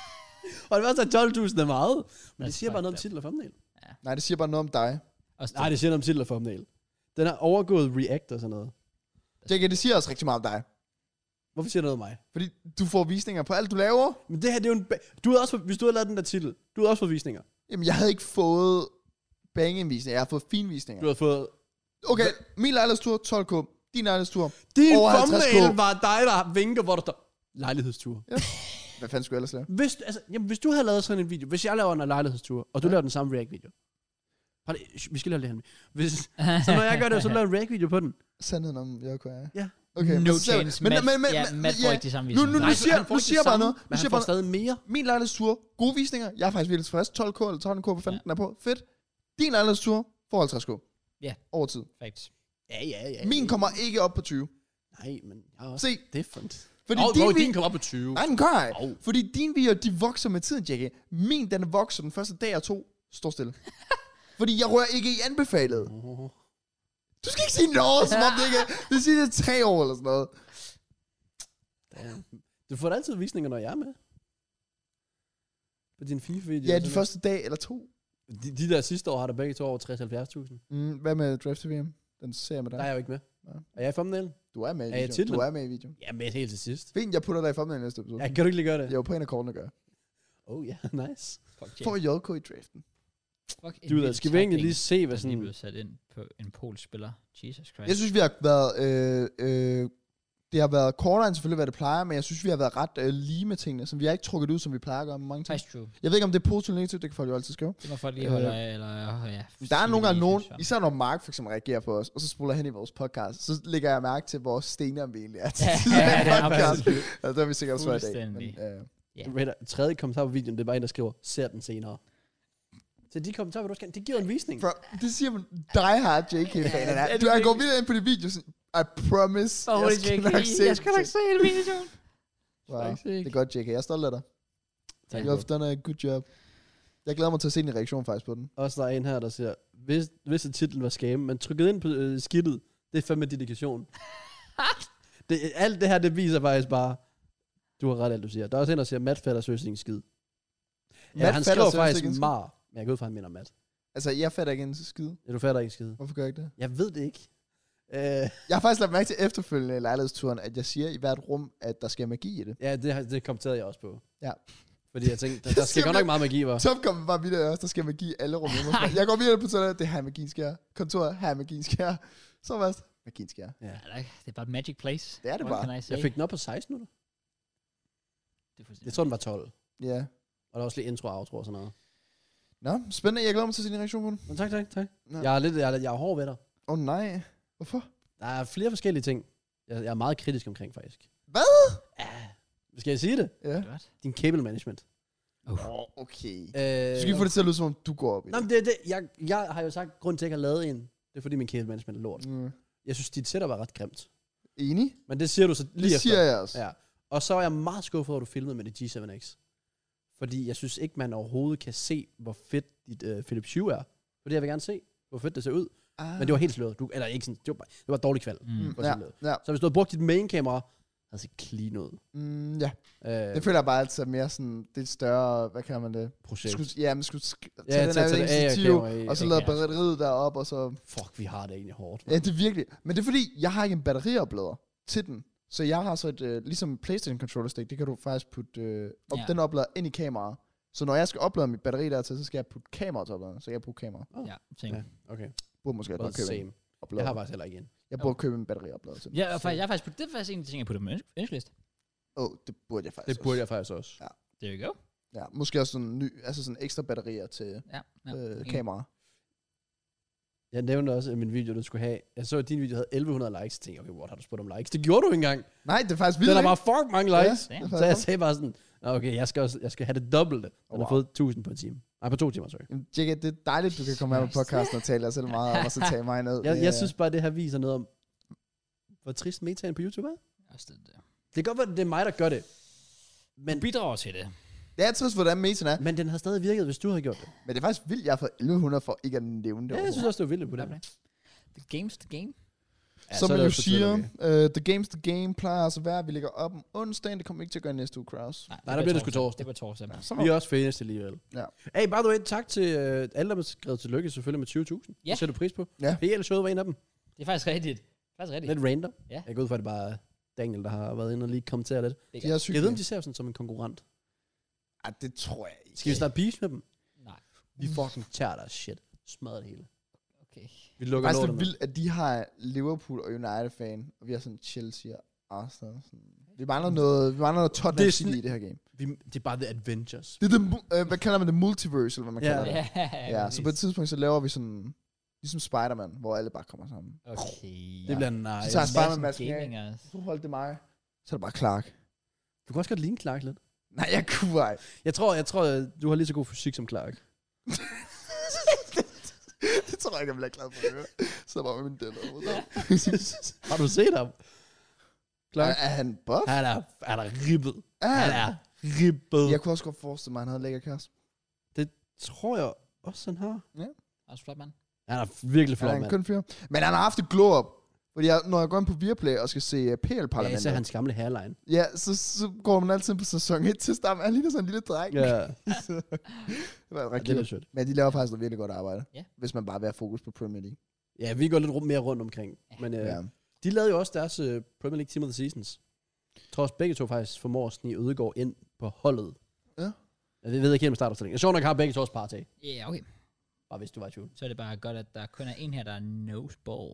Og det var så tolv tusind er meget. Men det That's siger bare noget om fucked titel og thumbnail. Nej, det siger bare noget om dig. Også Nej, det siger noget om titel og thumbnail. Den har overgået react og sådan noget. J K, det siger også rigtig meget om dig. Hvorfor siger det noget om mig? Fordi du får visninger på alt, du laver. Men det her, det er jo en... Ba- du havde også, hvis du havde lavet den der titel, du havde også fået visninger. Jamen, jeg havde ikke fået bangevisninger. Jeg har fået finvisninger. Du havde fået... Okay, min lejlighedstur, tolv k. Din lejlighedstur. Din Over halvtreds thumbnail K. var dig, der vinker, hvor der står lejlighedstur. Hvad fanden skulle jeg ellers lave? Hvis, altså, jamen, hvis du havde lavet sådan en video, hvis jeg laver en lejlighedstur, og du Ja. laver den samme react-video. Prøv lige, vi skal lave det her. Hvis, så når jeg gør det, så laver jeg en react-video på den. Sandheden om J K er. Ja. Okay, no men så- chance. Men, Matt, men, men, ja, men, Matt får ja. ikke de samme Nu, nu, visninger. nu Nej, siger, han får nu ikke siger det jeg bare samme, noget. Nu Men siger han jeg får bare stadig mere. min lejlighedstur, gode visninger. Jeg er faktisk virkelig tilfreds. tolv k eller tretten k på femten er på. Fedt. Din lejlighedstur får halvtreds k. Ja. Over tid. Facts. Ja, ja, ja. Min kommer ikke op på tyve. Nej, men jeg er også Se, different. fordi Åh, din, oh, vi- din kommer op på tyve. Nej, den gør ej. Au. Fordi dine videoer, de vokser med tiden, J K. Min, den vokser den første dag og to. Står stille. Fordi jeg rører ikke i anbefalet. Oh. Du skal ikke sige noget, som om det ikke er... Det siger det er tre år eller sådan noget. Damn. Du får da altid visninger, når jeg er med. På din FIFA-video. Ja, den første dag eller to. De, de der sidste år har der begge to over tres til halvfjerds tusind. Mm, hvad med Draft V M? Den ser jeg med Der dig. er jeg jo ikke med. Ja. Er jeg i thumbnail? Du er med i Er jeg videoen. titlen? Du er med i videoen. Ja, med helt til sidst. Fint, jeg putter dig i thumbnail næste episode. Ja, kan du ikke lige gøre det? Jeg var på en af kortene at gøre. Oh ja, yeah, nice. Fuck, For yeah. J K i draften. Fuck, en Du ved, vild skal vi egentlig tackling, lige se, hvad der lige sådan... blev sat ind på en polsk spiller. Jesus Christ. Jeg synes, vi har været... Øh, øh, det har været kortere end selvfølgelig, hvad det plejer, men jeg synes, vi har været ret øh, lige med tingene, som vi har ikke trukket ud, som vi plejer at gøre med mange ting. Faktisk true. Jeg ved ikke, om det er positivt eller negativt, det kan folk jo altid skrive. Det må folk lige Øh, holde af, eller ja. Der er sige nogle gange lige, nogen, synes jeg. især når Mark for eksempel reagerer på os, og så spoler han i vores podcast, så lægger jeg mærke til, hvor stener vi egentlig er til Ja, den ja, det er podcast. absolut. Altså, det har vi sikkert svært i dag. Fuldstændig. Men, øh, Ja. Rater, tredje kommentar på videoen, det er bare en, der skriver, ser den senere. Så de kommentarer, vil du skal, det giver en visning. for, det siger man, die hard J K-fan. Ja, Ja, du har gået videre ind på de videoer, sådan, I promise, Åh, jeg det er skal J K. nok se Jeg skal nok se hele videoen. Wow, Faktisk det ikke. er godt, J K. Jeg er stolt af dig. Tak. You have done a good job. Jeg glæder mig til at se din reaktion faktisk på den. Også der er en her, der siger, hvis, hvis titlen var scam, men trykket ind på øh, skidtet, det er fandme dedikation. det, alt det her, det viser faktisk bare, du har ret alt, du siger. Der er også en, der siger, Matt fatter seriøst ikke en skid. Ja, Matt han fatter skriver seriøst faktisk ikke en skid. mar. Men jeg går ud fra, at han mener Matt. Altså, jeg fatter ikke en skide. Ja, du fatter ikke en skid. Hvorfor gør jeg ikke det? Jeg ved det ikke. Øh, Jeg har faktisk lagt mærke til efterfølgende i lejlighedsturen, at jeg siger i hvert rum, at der skal magi i det. ja, det, har- det kommenterede jeg også på. Ja. Fordi jeg tænkte, der, der skal godt nok meget magi, var. Så kommer bare videre også, der skal magi i alle rum hjemme hos mig. Jeg går videre på sådan, det er her magien sker. Kontoret, her magien sker. Så var det, magien sker. Ja. Ja, der er- det er bare et magic place. Det er det What bare. can I say? Jeg fik den op på seksten minutter. Det er fuldstændig- Jeg tror, den var tolv. Ja. Og der var også lige intro og outro og sådan noget. Nå, spændende. Jeg glæder mig til at se din reaktion på den. Men tak, tak, tak. Nå. Jeg er lidt, jeg er, jeg er hård ved dig. Åh oh, nej. Hvorfor? Der er flere forskellige ting, jeg, jeg er meget kritisk omkring, faktisk. Hvad? Ja. Skal jeg sige det? Ja. Godt. Din cable management. Åh, oh, okay. Øh, Du skal ikke få det til at lyde, som om du går op i Nej, det. men det, det jeg, jeg har jo sagt, grund til, at jeg ikke har lavet en, det er fordi, min cable management er lort. Mm. Jeg synes, dit setup var ret grimt. Enig? Men det siger du så lige Det efter. siger jeg også. Ja. Og så er jeg meget skuffet over, at du filmede med det G syv X. Fordi jeg synes ikke, man overhovedet kan se, hvor fedt dit uh, Philips Hue er. Fordi jeg vil gerne se, hvor fedt det ser ud. Ah. Men det var helt sløret. Du, eller ikke sådan, det var, bare, det var dårlig kvalitet. Mm. Mm, for ja, sådan ja. Så hvis du havde brugt dit main-kamera, havde set clean ud. Mm, ja. Øh, Det føler jeg bare altid er mere sådan, det er et større, hvad kalder man det? projekt. Skulle, ja, man skulle sk- Ja, tage den tage- her tage det af og stativ, kamera i. og så Ja, lade ja. batteriet derop, og så... Fuck, vi har det egentlig hårdt. Ja, det er virkelig. Men det er fordi, jeg har ikke en batterioplader til den. Så jeg har så et, øh, ligesom PlayStation controller stick, det kan du faktisk putte, øh, op, Ja. den oplader ind i kameraet. Så når jeg skal oplade mit batteri dertil, så skal jeg putte kameraet til opladeren, så jeg kan bruge kamera. Oh. Ja, same. Ja, okay. Burde måske Well, bare købe en same. oplader. Jeg har faktisk heller ikke en. Jeg burde købe en batterioplader til den. Ja, og faktisk, jeg har faktisk, det er faktisk en af de ting, jeg putter på min ønskeliste. Åh, oh, det burde jeg faktisk Det burde også. jeg faktisk også. Ja. There you go. Ja, måske også sådan ny, altså sådan ekstra batterier til Ja. ja. øh, Okay. kamera. Jeg nævnte også, at min video, den skulle have... Jeg så, at din video havde elleve hundrede likes. Jeg tænkte, okay, what, har du spurgt om likes? Det gjorde du ikke engang. Nej, det er faktisk vildt, Den har ikke? bare fuck mange likes. Ja, Ja. det er Så jeg faktisk- sagde bare sådan, "Nå, okay, jeg skal, også, jeg skal have det dobbelte. Den Wow. har fået tusind på en time. Nej, på to timer, sorry. Jamen, Jake, det er dejligt, du kan komme her på podcasten og tale dig selv meget om, og så tage mig ned. Jeg, Det jeg er- synes bare, det her viser noget om, hvor trist metaen på YouTube er. Også det der. Det kan godt være, at det er mig, der gør det. Men, Du bidrager til det. Det er trist, hvordan meten er. men den havde stadig virket, hvis du havde gjort det. Men det er faktisk vildt, jeg har fået elleve hundrede for ikke at nævne det. Ja, jeg synes også, det var vildt på det. The game's the game. Ja, Som så er man det jo også siger, selvfølgelig uh, the game's the game plejer altså at være, at vi ligger op om onsdagen. Det kommer ikke til at gøre næste uge, Kraus. Nej, der bliver det sgu torsdag. Det var torsdag. Ja, så Vi er også fans alligevel. Ja. Hey, by the way, tak til uh, alle, der har skrevet tillykke selvfølgelig med tyve tusind. Ja. Det sætter du pris på. Ja. P L Showet var en af dem. Det er faktisk rigtigt. Faktisk rigtigt. Lidt random. Ja. Jeg går ud fra, at det bare er Daniel, der har været inde og lige kommentere lidt. Det er De er godt. syge. Jeg ved, om de ser sådan som en konkurrent. Ej, det tror jeg ikke. Skal vi starte beef med dem? Nej. Vi fucking tager deres shit. Smadrer det hele. Okay. Vi Det er lukker faktisk lortet lidt ned. vildt, at de har Liverpool og United-fan, og vi har sådan Chelsea og Arsenal. Sådan. Vi mangler noget, vi mangler noget Tottenham Det er City sådan- i det her game. Vi, det er bare the Adventures. Det er det, mu- øh, hvad kalder man det? Multiverse, eller hvad man Ja. kalder det. Ja, Ja, så på et tidspunkt, så laver vi sådan, ligesom Spider-Man, hvor alle bare kommer sammen. Okay. Det bliver nice. Så tager Spider-Man Mads masken Gaming af. også. Så holdt det mig. Så er det bare Clark. Du kan også godt ligne Clark lidt. Nej, jeg kunne ej. Jeg tror, jeg tror, at du har lige så god fysik som Clark. Det tror jeg ikke, jeg bliver glad for at høre. Så bare med min dænder. Har du set ham? Er, Clark? er han buff? Han er, han er ribbet. Er Han han? er ribbet. Jeg kunne også godt forestille mig, at han havde en lækker kæreste. tror jeg også, han har. Også flot, mand. Han er virkelig Han flot, er en mand. køn fyr. Men han har haft et glow up. Fordi jeg, når jeg går ind på Viaplay og skal se uh, P Ja, jeg L-parlamentet, ser ja, hans gamle hairline. ja så, så går man altid på sæson et til stammen. Han ligner sådan en lille dreng. Ja, det var ja ret det er cute. sødt. Men de laver faktisk noget virkelig godt arbejde. Ja. Hvis man bare vil have fokus på Premier League. Ja, vi går lidt rum- mere rundt omkring. Men øh, Ja. de lavede jo også deres øh, Premier League Team of the Seasons. Jeg tror også begge to faktisk formår at snige Ødegaard ind på holdet. Ja. Jeg ved ikke helt om startopstillingen. Jeg så nok har begge to også partag. Ja, yeah, okay. Bare hvis du var i tvivl. Så er det bare godt, at der kun er en her, der er noseball.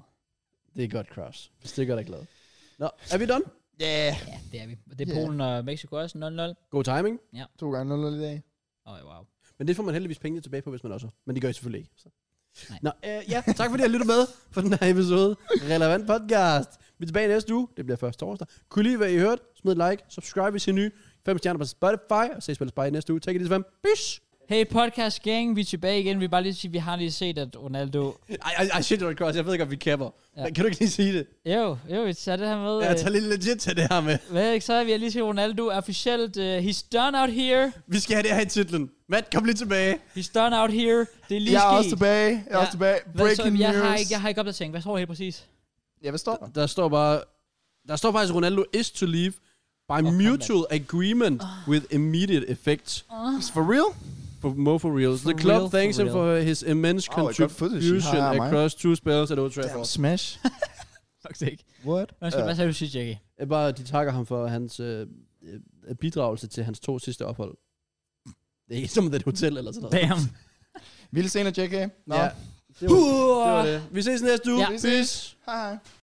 Det er godt, Cross. Hvis det gør dig glad. Nå, er vi done? Yeah. Ja, det er vi. Og det er Ja. Polen og Mexico også, nul nul. God timing. To gange nul i dag. Åh, oh, wow. Men det får man heldigvis penge tilbage på, hvis man også. Men det gør I selvfølgelig ikke. Så. Nej. Nå, øh, ja, tak fordi I har lyttet med for den her episode. Relevant podcast. Vi er tilbage næste uge. Det bliver først torsdag. Kunne I lide, hvad I hørte? Smid et like. Subscribe, hvis I er nye. Fem stjerner på Spotify. Og ses spillet Spy næste uge. Take it easy, fam. Peace. Hey podcast gang, vi er tilbage igen. Vi vil bare lige sige, vi har lige set, at Ronaldo... Ej, ej, ej, shit, Cross. Jeg ved ikke, om vi kapper. Ja. Ja. Kan du ikke lige sige det? Jo, jo, vi tager det her med. Ja, øh, tag lige legit til det her med. Hvad ikke, så er vi lige sige, Ronaldo er officielt, uh, he's done out here. Vi skal have det her i titlen. Matt, kom lige tilbage. He's done out here. Det er lige Jeg er sket. også tilbage. Jeg er Ja. også tilbage. Hvad så? Breaking jeg news. har ikke, jeg har ikke opdatering. Hvad står der helt præcis? Ja, hvad står der? Der står bare... Der står faktisk, Ronaldo is to leave by Oh, mutual agreement with immediate effect. It's for real? For more for reals. For The club real, thanks for him for his immense Oh, I got footage. contribution Haha, mig. across two spells at Old Damn, Trafford. smash. Faktisk ikke. What? Hvad, skal, Ja. hvad sagde du sidst, Jackie? Det er bare, de takker ham for hans øh, øh, bidragelse til hans to sidste ophold. Det er ikke som et hotel eller sådan noget. Damn. Vilde scener, J K. Nå. Ja, det var, det var det. Vi ses næste uge. Ja. Vi ses. Hej hej.